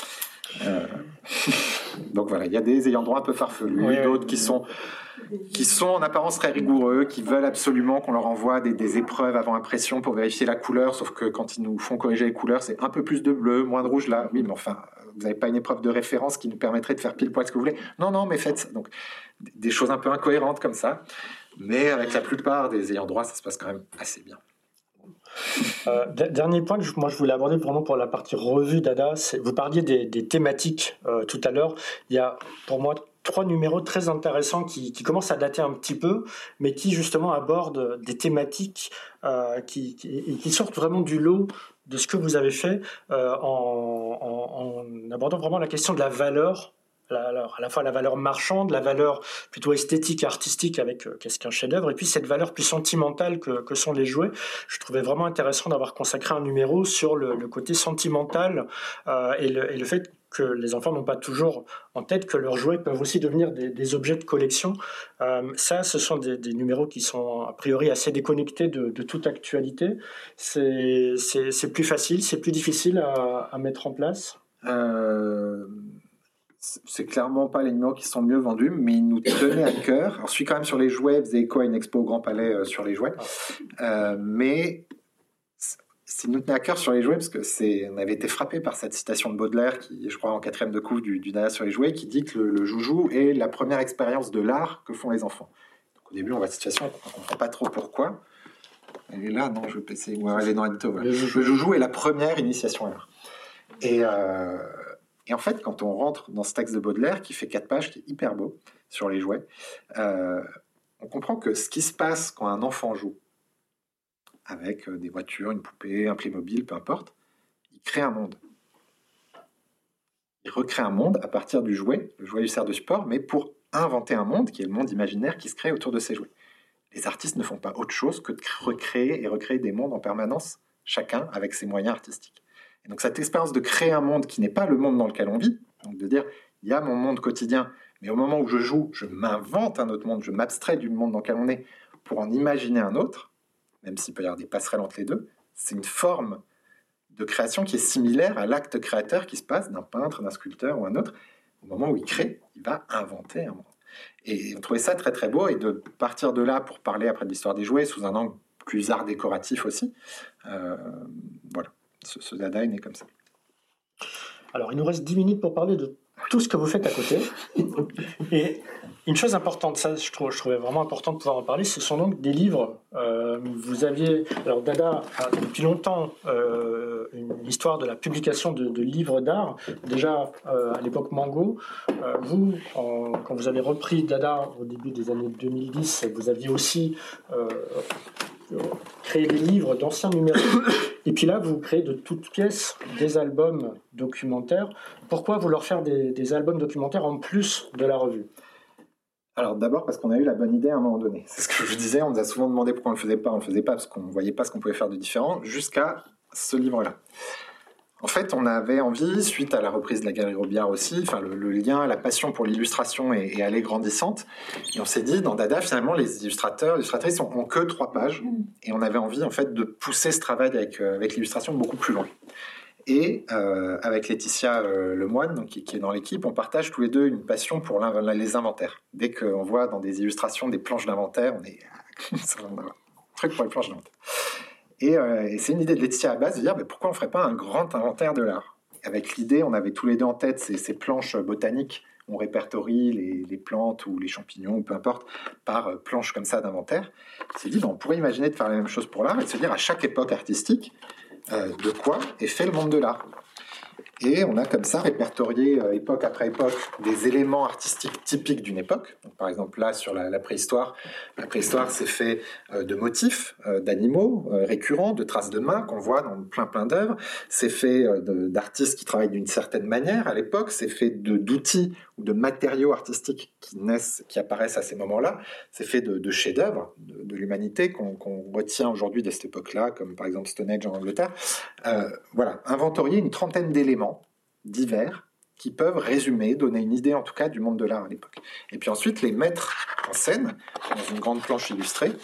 S5: Donc voilà, il y a des ayants droit un peu farfelus, d'autres qui sont en apparence très rigoureux, qui veulent absolument qu'on leur envoie des épreuves avant impression pour vérifier la couleur, sauf que quand ils nous font corriger les couleurs, c'est un peu plus de bleu, moins de rouge là. Oui, mais enfin, vous n'avez pas une épreuve de référence qui nous permettrait de faire pile poil ce que vous voulez. Non, mais faites ça. Donc, des choses un peu incohérentes comme ça. Mais avec la plupart des ayants droit, ça se passe quand même assez bien.
S4: Dernier point que je voulais aborder vraiment pour la partie revue Dada, vous parliez des thématiques tout à l'heure. Il y a pour moi 3 numéros très intéressants qui commencent à dater un petit peu, mais qui justement abordent des thématiques qui sortent vraiment du lot de ce que vous avez fait en abordant vraiment la question de la valeur. Alors, à la fois la valeur marchande, la valeur plutôt esthétique et artistique avec qu'est-ce qu'un chef-d'œuvre, et puis cette valeur plus sentimentale que sont les jouets. Je trouvais vraiment intéressant d'avoir consacré un numéro sur le côté sentimental et le fait que les enfants n'ont pas toujours en tête que leurs jouets peuvent aussi devenir des objets de collection. Ce sont des numéros qui sont a priori assez déconnectés de toute actualité. C'est plus facile, c'est plus difficile à mettre en place.
S5: C'est clairement pas les numéros qui sont mieux vendus, mais ils nous tenaient à cœur. Alors, je suis quand même sur les jouets, faisait écho à une expo au Grand Palais sur les jouets. Mais c'est nous tenait à cœur sur les jouets parce que on avait été frappé par cette citation de Baudelaire, qui, je crois, en 4e de couve du Dada sur les jouets, qui dit que le joujou est la première expérience de l'art que font les enfants. Donc, au début, on voit cette situation, on ne comprend pas trop pourquoi. Elle est là, non, je vais passer. Ouais, elle est dans Edito. Voilà. Le joujou est la première initiation à l'art. Et en fait, quand on rentre dans ce texte de Baudelaire, qui fait 4 pages, qui est hyper beau, sur les jouets, on comprend que ce qui se passe quand un enfant joue, avec des voitures, une poupée, un Playmobil, peu importe, il crée un monde. Il recrée un monde à partir du jouet. Le jouet lui sert de support, mais pour inventer un monde, qui est le monde imaginaire qui se crée autour de ces jouets. Les artistes ne font pas autre chose que de recréer des mondes en permanence, chacun avec ses moyens artistiques. Et donc cette expérience de créer un monde qui n'est pas le monde dans lequel on vit, Donc de dire, il y a mon monde quotidien, mais au moment où je joue, je m'invente un autre monde, je m'abstrais du monde dans lequel on est pour en imaginer un autre, même s'il peut y avoir des passerelles entre les deux. C'est une forme de création qui est similaire à l'acte créateur qui se passe d'un peintre, d'un sculpteur ou un autre. Au moment où il crée, il va inventer un monde. Et on trouvait ça très très beau, et de partir de là pour parler après de l'histoire des jouets sous un angle plus art décoratif aussi. Voilà, ce Dada est né comme ça.
S4: Alors, il nous reste 10 minutes pour parler de tout ce que vous faites à côté. Et une chose importante, ça je trouvais vraiment important de pouvoir en parler, ce sont donc des livres. Vous aviez, alors Dada a depuis longtemps une histoire de la publication de livres d'art, déjà à l'époque Mango. Vous, quand vous avez repris Dada au début des années 2010, vous aviez aussi créé des livres d'anciens numériques. Et puis là, vous créez de toutes pièces des albums documentaires. Pourquoi vouloir faire des albums documentaires en plus de la revue ?
S5: Alors d'abord parce qu'on a eu la bonne idée à un moment donné. C'est ce que je vous disais, on nous a souvent demandé pourquoi on ne le faisait pas. On ne le faisait pas parce qu'on ne voyait pas ce qu'on pouvait faire de différent, jusqu'à ce livre-là. En fait, on avait envie, suite à la reprise de la Galerie Robillard aussi, enfin le lien, la passion pour l'illustration est allée grandissante. Et on s'est dit, dans Dada, finalement, les illustratrices ont que 3 pages. Et on avait envie, en fait, de pousser ce travail avec l'illustration beaucoup plus loin. Et avec Laetitia Lemoine, donc, qui est dans l'équipe, on partage tous les deux une passion pour les inventaires. Dès qu'on voit dans des illustrations des planches d'inventaire, on est un truc pour les planches d'inventaire. Et c'est une idée de Laetitia à base de dire pourquoi on ne ferait pas un grand inventaire de l'art. Avec l'idée, on avait tous les deux en tête ces planches botaniques, on répertorie les plantes ou les champignons, ou peu importe, par planches comme ça d'inventaire. On s'est dit, on pourrait imaginer de faire la même chose pour l'art et de se dire à chaque époque artistique, de quoi est fait le monde de l'art. Et on a comme ça répertorié, époque après époque, des éléments artistiques typiques d'une époque. Donc, par exemple, là, sur la préhistoire, c'est fait de motifs, d'animaux récurrents, de traces de mains qu'on voit dans plein d'œuvres. C'est fait d'artistes qui travaillent d'une certaine manière à l'époque. C'est fait d'outils ou de matériaux artistiques qui apparaissent à ces moments-là. C'est fait de chefs-d'œuvre de l'humanité qu'on retient aujourd'hui de cette époque-là, comme par exemple Stonehenge en Angleterre. Voilà, inventorier une trentaine d'éléments divers qui peuvent résumer, donner une idée en tout cas du monde de l'art à l'époque. Et puis ensuite les mettre en scène dans une grande planche illustrée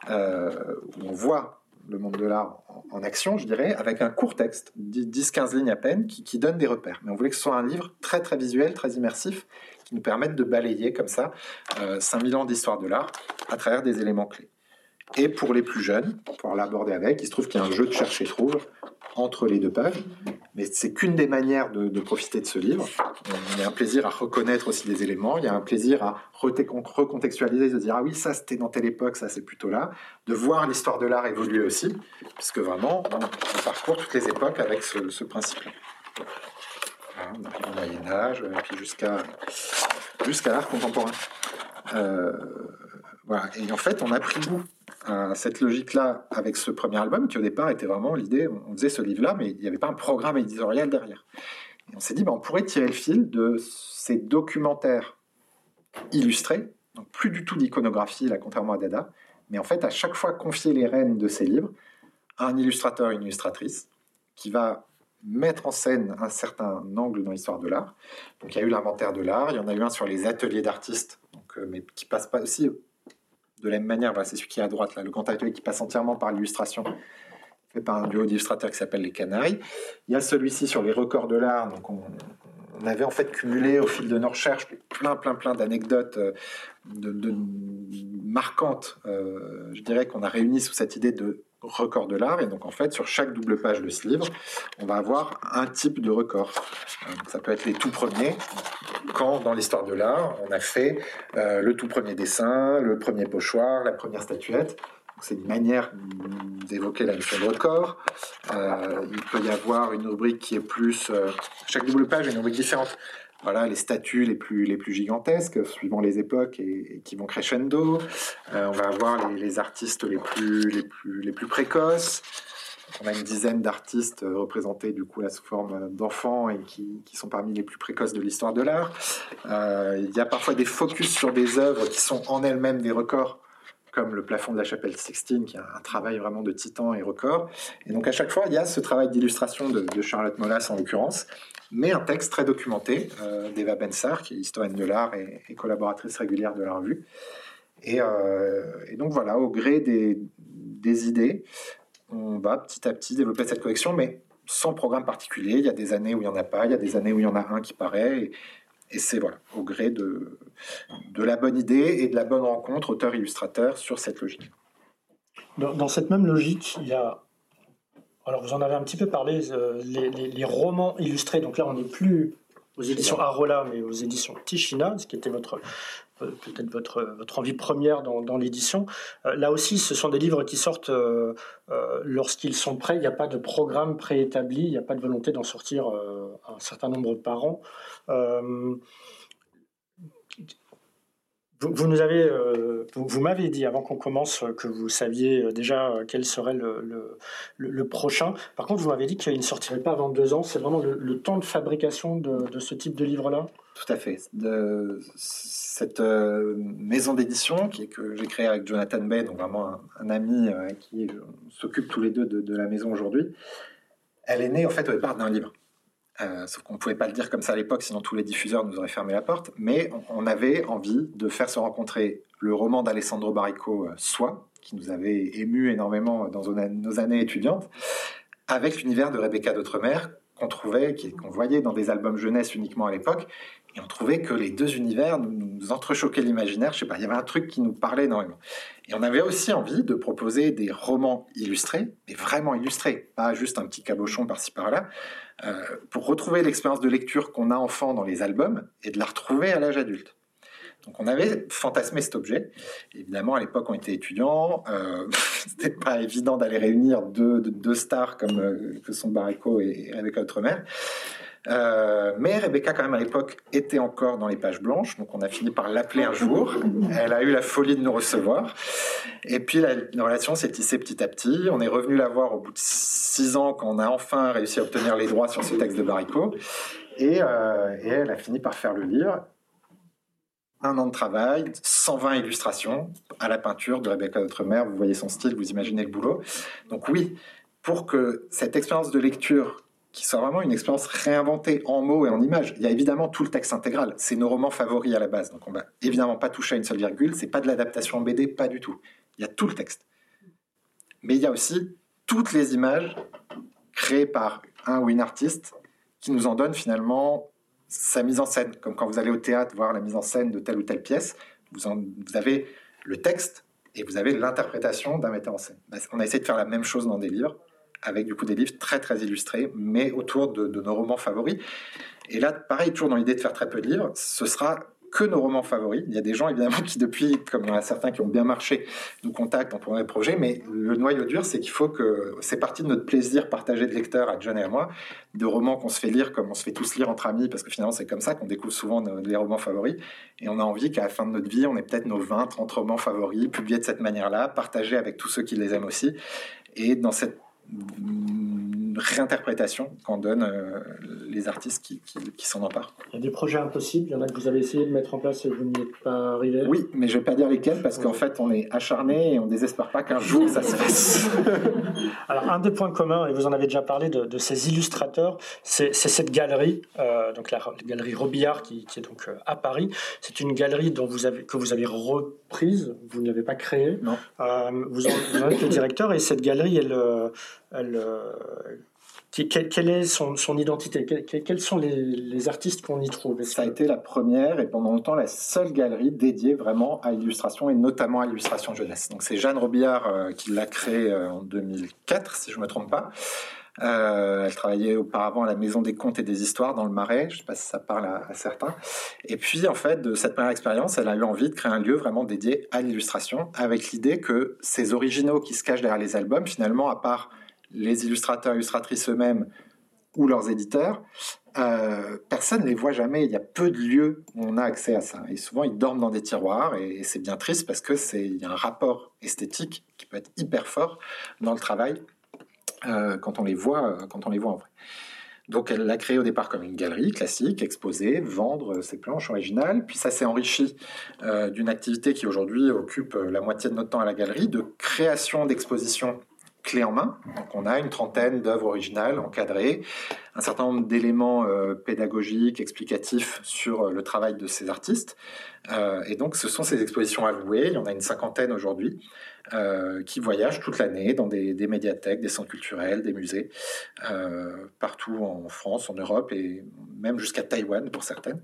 S5: où on voit le monde de l'art en action, je dirais, avec un court texte, 10-15 lignes à peine, qui donne des repères. Mais on voulait que ce soit un livre très très visuel, très immersif, qui nous permette de balayer comme ça 5000 ans d'histoire de l'art à travers des éléments clés. Et pour les plus jeunes, pour pouvoir l'aborder avec, il se trouve qu'il y a un jeu de cherche et trouve entre les 2 pages, mais c'est qu'une des manières de profiter de ce livre. Il y a un plaisir à reconnaître aussi des éléments, il y a un plaisir à recontextualiser, de dire ah oui, ça c'était dans telle époque, ça c'est plutôt là, de voir l'histoire de l'art évoluer aussi, puisque vraiment on parcourt toutes les époques avec ce principe-là. Voilà, on arrive au Moyen-Âge, puis jusqu'à l'art contemporain. Voilà. Et en fait, on a pris goût à cette logique-là avec ce premier album, qui au départ était vraiment l'idée, on faisait ce livre-là, mais il n'y avait pas un programme éditorial derrière. Et on s'est dit, on pourrait tirer le fil de ces documentaires illustrés, donc plus du tout d'iconographie, là, contrairement à Dada, mais en fait, à chaque fois confier les rênes de ces livres à un illustrateur, une illustratrice, qui va mettre en scène un certain angle dans l'histoire de l'art. Donc il y a eu l'inventaire de l'art, il y en a eu un sur les ateliers d'artistes, donc, mais qui passe pas aussi de la même manière, voilà, c'est celui qui est à droite, là, le grand atelier qui passe entièrement par l'illustration, fait par un duo d'illustrateurs qui s'appelle les Canaries. Il y a celui-ci sur les records de l'art, donc on avait en fait cumulé au fil de nos recherches plein d'anecdotes marquantes, je dirais, qu'on a réunies sous cette idée de record de l'art. Et donc en fait, sur chaque double page de ce livre, on va avoir un type de record. Ça peut être les tout premiers, quand dans l'histoire de l'art, on a fait le tout premier dessin, le premier pochoir, la première statuette. Donc, c'est une manière d'évoquer la notion de record. Il peut y avoir une rubrique qui est plus... chaque double page a une rubrique différente. Voilà, les statues les plus gigantesques, suivant les époques et qui vont crescendo. On va avoir les artistes les plus précoces. On a une dizaine d'artistes représentés du coup là sous forme d'enfants et qui sont parmi les plus précoces de l'histoire de l'art. Il y a parfois des focus sur des œuvres qui sont en elles-mêmes des records. comme le plafond de la chapelle Sixtine, qui est un travail vraiment de titan et record. Et donc à chaque fois, il y a ce travail d'illustration de Charlotte Molas en l'occurrence, mais un texte très documenté d'Eva Bensar, qui est historienne de l'art et collaboratrice régulière de la revue. Et donc voilà, au gré des idées, on va petit à petit développer cette collection, mais sans programme particulier. Il y a des années où il n'y en a pas, il y a des années où il y en a un qui paraît, et c'est voilà, au gré de la bonne idée et de la bonne rencontre auteur-illustrateur sur cette logique.
S4: Dans cette même logique, il y a, alors vous en avez un petit peu parlé, les romans illustrés. Donc là, on n'est plus aux éditions Arola, mais aux éditions Tichina, ce qui était peut-être votre envie première dans l'édition. Là aussi, ce sont des livres qui sortent lorsqu'ils sont prêts. Il n'y a pas de programme préétabli, il n'y a pas de volonté d'en sortir un certain nombre par an. Vous m'avez dit avant qu'on commence que vous saviez déjà quel serait le prochain. Par contre, vous m'avez dit qu'il ne sortirait pas avant 2 ans. C'est vraiment le temps de fabrication de ce type de livre-là ?
S5: Tout à fait. Cette maison d'édition que j'ai créée avec Jonathan Bay, donc vraiment un ami qui s'occupe tous les deux de la maison aujourd'hui, elle est née en fait au départ d'un livre. Sauf qu'on ne pouvait pas le dire comme ça à l'époque, sinon tous les diffuseurs nous auraient fermé la porte. Mais on avait envie de faire se rencontrer le roman d'Alessandro Baricco, Soi, qui nous avait ému énormément dans nos années étudiantes, avec l'univers de Rebecca d'Outremer, qu'on voyait dans des albums jeunesse uniquement à l'époque. Et on trouvait que les deux univers nous entrechoquaient l'imaginaire. Je sais pas, il y avait un truc qui nous parlait énormément. Et on avait aussi envie de proposer des romans illustrés, mais vraiment illustrés, pas juste un petit cabochon par-ci par-là, pour retrouver l'expérience de lecture qu'on a enfant dans les albums et de la retrouver à l'âge adulte. Donc on avait fantasmé cet objet. Évidemment, à l'époque, on était étudiants. C'était pas évident d'aller réunir deux stars comme que sont Baricco et Rebecca Outremer. Mais Rebecca, quand même, à l'époque, était encore dans les pages blanches. Donc on a fini par l'appeler un jour. Elle a eu la folie de nous recevoir. Et puis la relation s'est tissée petit à petit. On est revenu la voir au bout de 6 ans, quand on a enfin réussi à obtenir les droits sur ce texte de Baricco. Et elle a fini par faire le livre. 1 an de travail, 120 illustrations à la peinture de Rebecca d'Outremer. Vous voyez son style, vous imaginez le boulot. Donc oui, pour que cette expérience de lecture, qui soit vraiment une expérience réinventée en mots et en images, il y a évidemment tout le texte intégral. C'est nos romans favoris à la base. Donc on va évidemment pas toucher à une seule virgule. C'est pas de l'adaptation en BD, pas du tout. Il y a tout le texte. Mais il y a aussi toutes les images créées par un ou une artiste qui nous en donne finalement sa mise en scène, comme quand vous allez au théâtre voir la mise en scène de telle ou telle pièce, vous avez le texte et vous avez l'interprétation d'un metteur en scène. On a essayé de faire la même chose dans des livres, avec du coup des livres très très illustrés, mais autour de nos romans favoris. Et là, pareil, toujours dans l'idée de faire très peu de livres, ce sera que nos romans favoris. Il y a des gens évidemment qui depuis, comme il y en a certains qui ont bien marché, nous contactent pour des projets, mais le noyau dur, c'est qu'il faut que, c'est partie de notre plaisir partagé de lecteur à John et à moi, de romans qu'on se fait lire comme on se fait tous lire entre amis, parce que finalement c'est comme ça qu'on découvre souvent les romans favoris, et on a envie qu'à la fin de notre vie, on ait peut-être nos 20, 30 romans favoris, publiés de cette manière-là, partagés avec tous ceux qui les aiment aussi, et dans cette réinterprétation qu'en donnent les artistes qui s'en emparent.
S4: Il y a des projets impossibles, il y en a que vous avez essayé de mettre en place et vous n'y êtes pas arrivé.
S5: Oui, mais je ne vais pas dire lesquels parce qu'en fait on est acharné et on ne désespère pas qu'un jour ça se fasse.
S4: Alors un des points communs, et vous en avez déjà parlé de ces illustrateurs, c'est cette galerie, donc la galerie Robillard qui est donc à Paris. C'est une galerie que vous avez reprise, vous ne l'avez pas créée.
S5: Non.
S4: Vous en êtes le directeur, et cette galerie, quelle est son identité? Quels sont les artistes qu'on y trouve?
S5: Ça a été la première et pendant longtemps la seule galerie dédiée vraiment à l'illustration et notamment à l'illustration jeunesse. Donc c'est Jeanne Robillard qui l'a créée en 2004, si je ne me trompe pas. Elle travaillait auparavant à la Maison des Contes et des Histoires dans le Marais, je ne sais pas si ça parle à certains. Et puis en fait, de cette première expérience, elle a eu envie de créer un lieu vraiment dédié à l'illustration, avec l'idée que ces originaux qui se cachent derrière les albums, finalement, à part les illustrateurs, illustratrices eux-mêmes ou leurs éditeurs, personne ne les voit jamais. Il y a peu de lieux où on a accès à ça. Et souvent, ils dorment dans des tiroirs et c'est bien triste parce qu'il y a un rapport esthétique qui peut être hyper fort dans le travail quand on les voit en vrai. Donc elle l'a créé au départ comme une galerie classique, exposer, vendre ses planches originales. Puis ça s'est enrichi d'une activité qui aujourd'hui occupe la moitié de notre temps à la galerie, de création d'expositions clés en main. Donc on a une trentaine d'œuvres originales encadrées, un certain nombre d'éléments pédagogiques, explicatifs sur le travail de ces artistes. Et donc ce sont ces expositions allouées, il y en a une 50aine aujourd'hui, qui voyagent toute l'année dans des médiathèques, des centres culturels, des musées, partout en France, en Europe et même jusqu'à Taïwan pour certaines.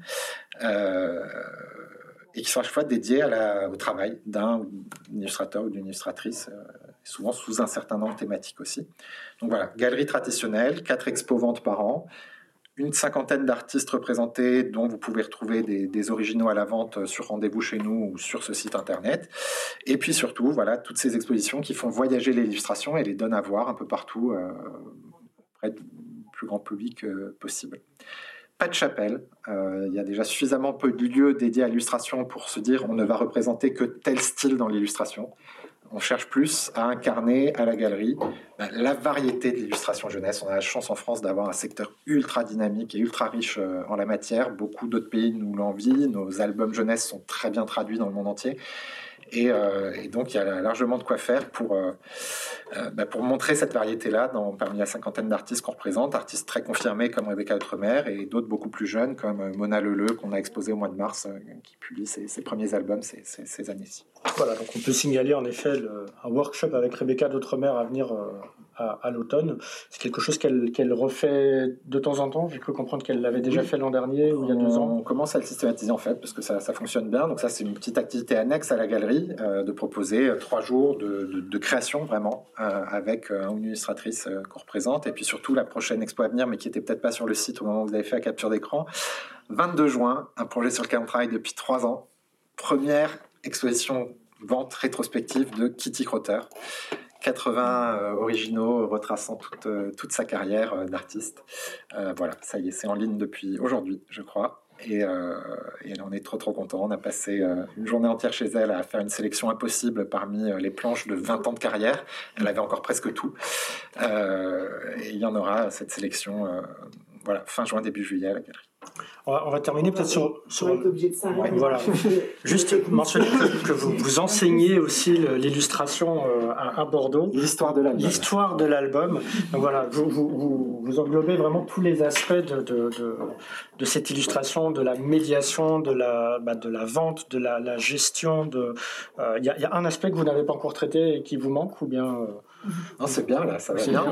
S5: Et qui sont à chaque fois dédiés au travail d'un illustrateur ou d'une illustratrice, souvent sous un certain nombre thématique aussi. Donc voilà, galerie traditionnelle, 4 expos-ventes par an, une 50aine d'artistes représentés dont vous pouvez retrouver des originaux à la vente sur rendez-vous chez nous ou sur ce site internet. Et puis surtout, voilà, toutes ces expositions qui font voyager l'illustration et les donnent à voir un peu partout, auprès du plus grand public possible. Pas de chapelle, il y a déjà suffisamment peu de lieux dédiés à l'illustration pour se dire on ne va représenter que tel style dans l'illustration. On cherche plus à incarner à la galerie la variété de l'illustration jeunesse. On a la chance en France d'avoir un secteur ultra dynamique et ultra riche en la matière. Beaucoup d'autres pays nous l'envient. Nos albums jeunesse sont très bien traduits dans le monde entier. Et donc, il y a largement de quoi faire pour montrer cette variété-là parmi la 50aine d'artistes qu'on représente, artistes très confirmés comme Rebecca Outremer et d'autres beaucoup plus jeunes comme Mona Leleu qu'on a exposé au mois de mars, qui publie ses premiers albums ces années-ci.
S4: Voilà, donc on peut signaler en effet un workshop avec Rebecca d'Outremer à venir à l'automne. C'est quelque chose qu'elle refait de temps en temps. J'ai cru comprendre qu'elle l'avait déjà fait l'an dernier ou il y a 2 ans.
S5: On commence à le systématiser en fait, parce que ça fonctionne bien. Donc ça, c'est une petite activité annexe à la galerie, de proposer 3 jours de création vraiment, avec une illustratrice qu'on représente. Et puis surtout, la prochaine expo à venir, mais qui n'était peut-être pas sur le site au moment où vous avez fait la capture d'écran, 22 juin, un projet sur lequel on travaille depuis 3 ans. Première exposition vente rétrospective de Kitty Crotter. 80 originaux retraçant toute sa carrière d'artiste. Voilà, ça y est, c'est en ligne depuis aujourd'hui, je crois. Et on est trop content. On a passé une journée entière chez elle à faire une sélection impossible parmi les planches de 20 ans de carrière. Elle avait encore presque tout. Et il y en aura cette sélection fin juin, début juillet à la galerie.
S4: On va terminer peut-être sur
S7: on va être obligé de s'arrêter.
S4: Voilà. Juste mentionner que vous enseignez aussi l'illustration à Bordeaux.
S5: L'histoire de l'album.
S4: L'histoire de l'album. Donc voilà, vous englobez vraiment tous les aspects de cette illustration, de la médiation, de la vente, de la gestion. Il y a un aspect que vous n'avez pas encore traité et qui vous manque ou bien
S5: Non, c'est bien là, ça va bien.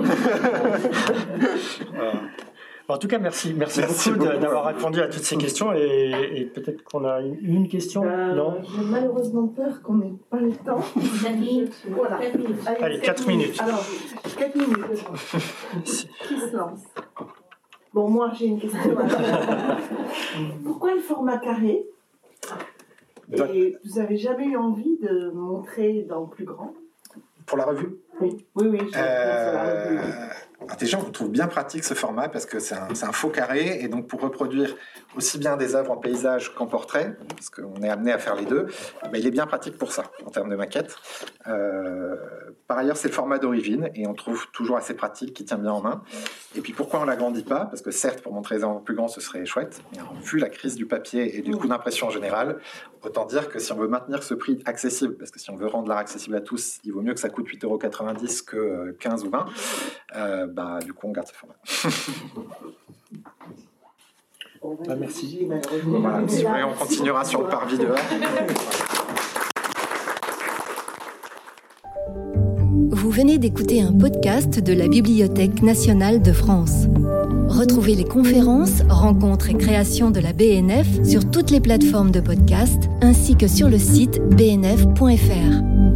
S4: En tout cas, merci beaucoup d'avoir répondu à toutes ces questions et peut-être qu'on a une question. Non,
S7: j'ai malheureusement peur qu'on n'ait pas le temps. Voilà.
S4: Allez, 4 minutes.
S7: Alors, 4 minutes. Qui se lance? Bon, moi, j'ai une question. Pourquoi le format carré? Et vous n'avez jamais eu envie de montrer dans plus grand?
S5: Pour la revue?
S7: Oui. Sur la revue.
S5: Déjà, on trouve bien pratique ce format parce que c'est un faux carré et donc pour reproduire aussi bien des œuvres en paysage qu'en portrait, parce qu'on est amené à faire les deux, il est bien pratique pour ça en termes de maquette. Par ailleurs, c'est le format d'origine et on trouve toujours assez pratique, qui tient bien en main. Et puis pourquoi on l'agrandit pas? Parce que certes, pour montrer les œuvres plus grands, ce serait chouette, mais vu la crise du papier et du coût d'impression en général, autant dire que si on veut maintenir ce prix accessible, parce que si on veut rendre l'art accessible à tous, il vaut mieux que ça coûte 8,90 € que 15 ou 20. Du coup, on garde ce format.
S4: Merci.
S5: Voilà, si vous voulez, on continuera sur le parvis dehors.
S1: Vous venez d'écouter un podcast de la Bibliothèque nationale de France. Retrouvez les conférences, rencontres et créations de la BNF sur toutes les plateformes de podcast ainsi que sur le site bnf.fr.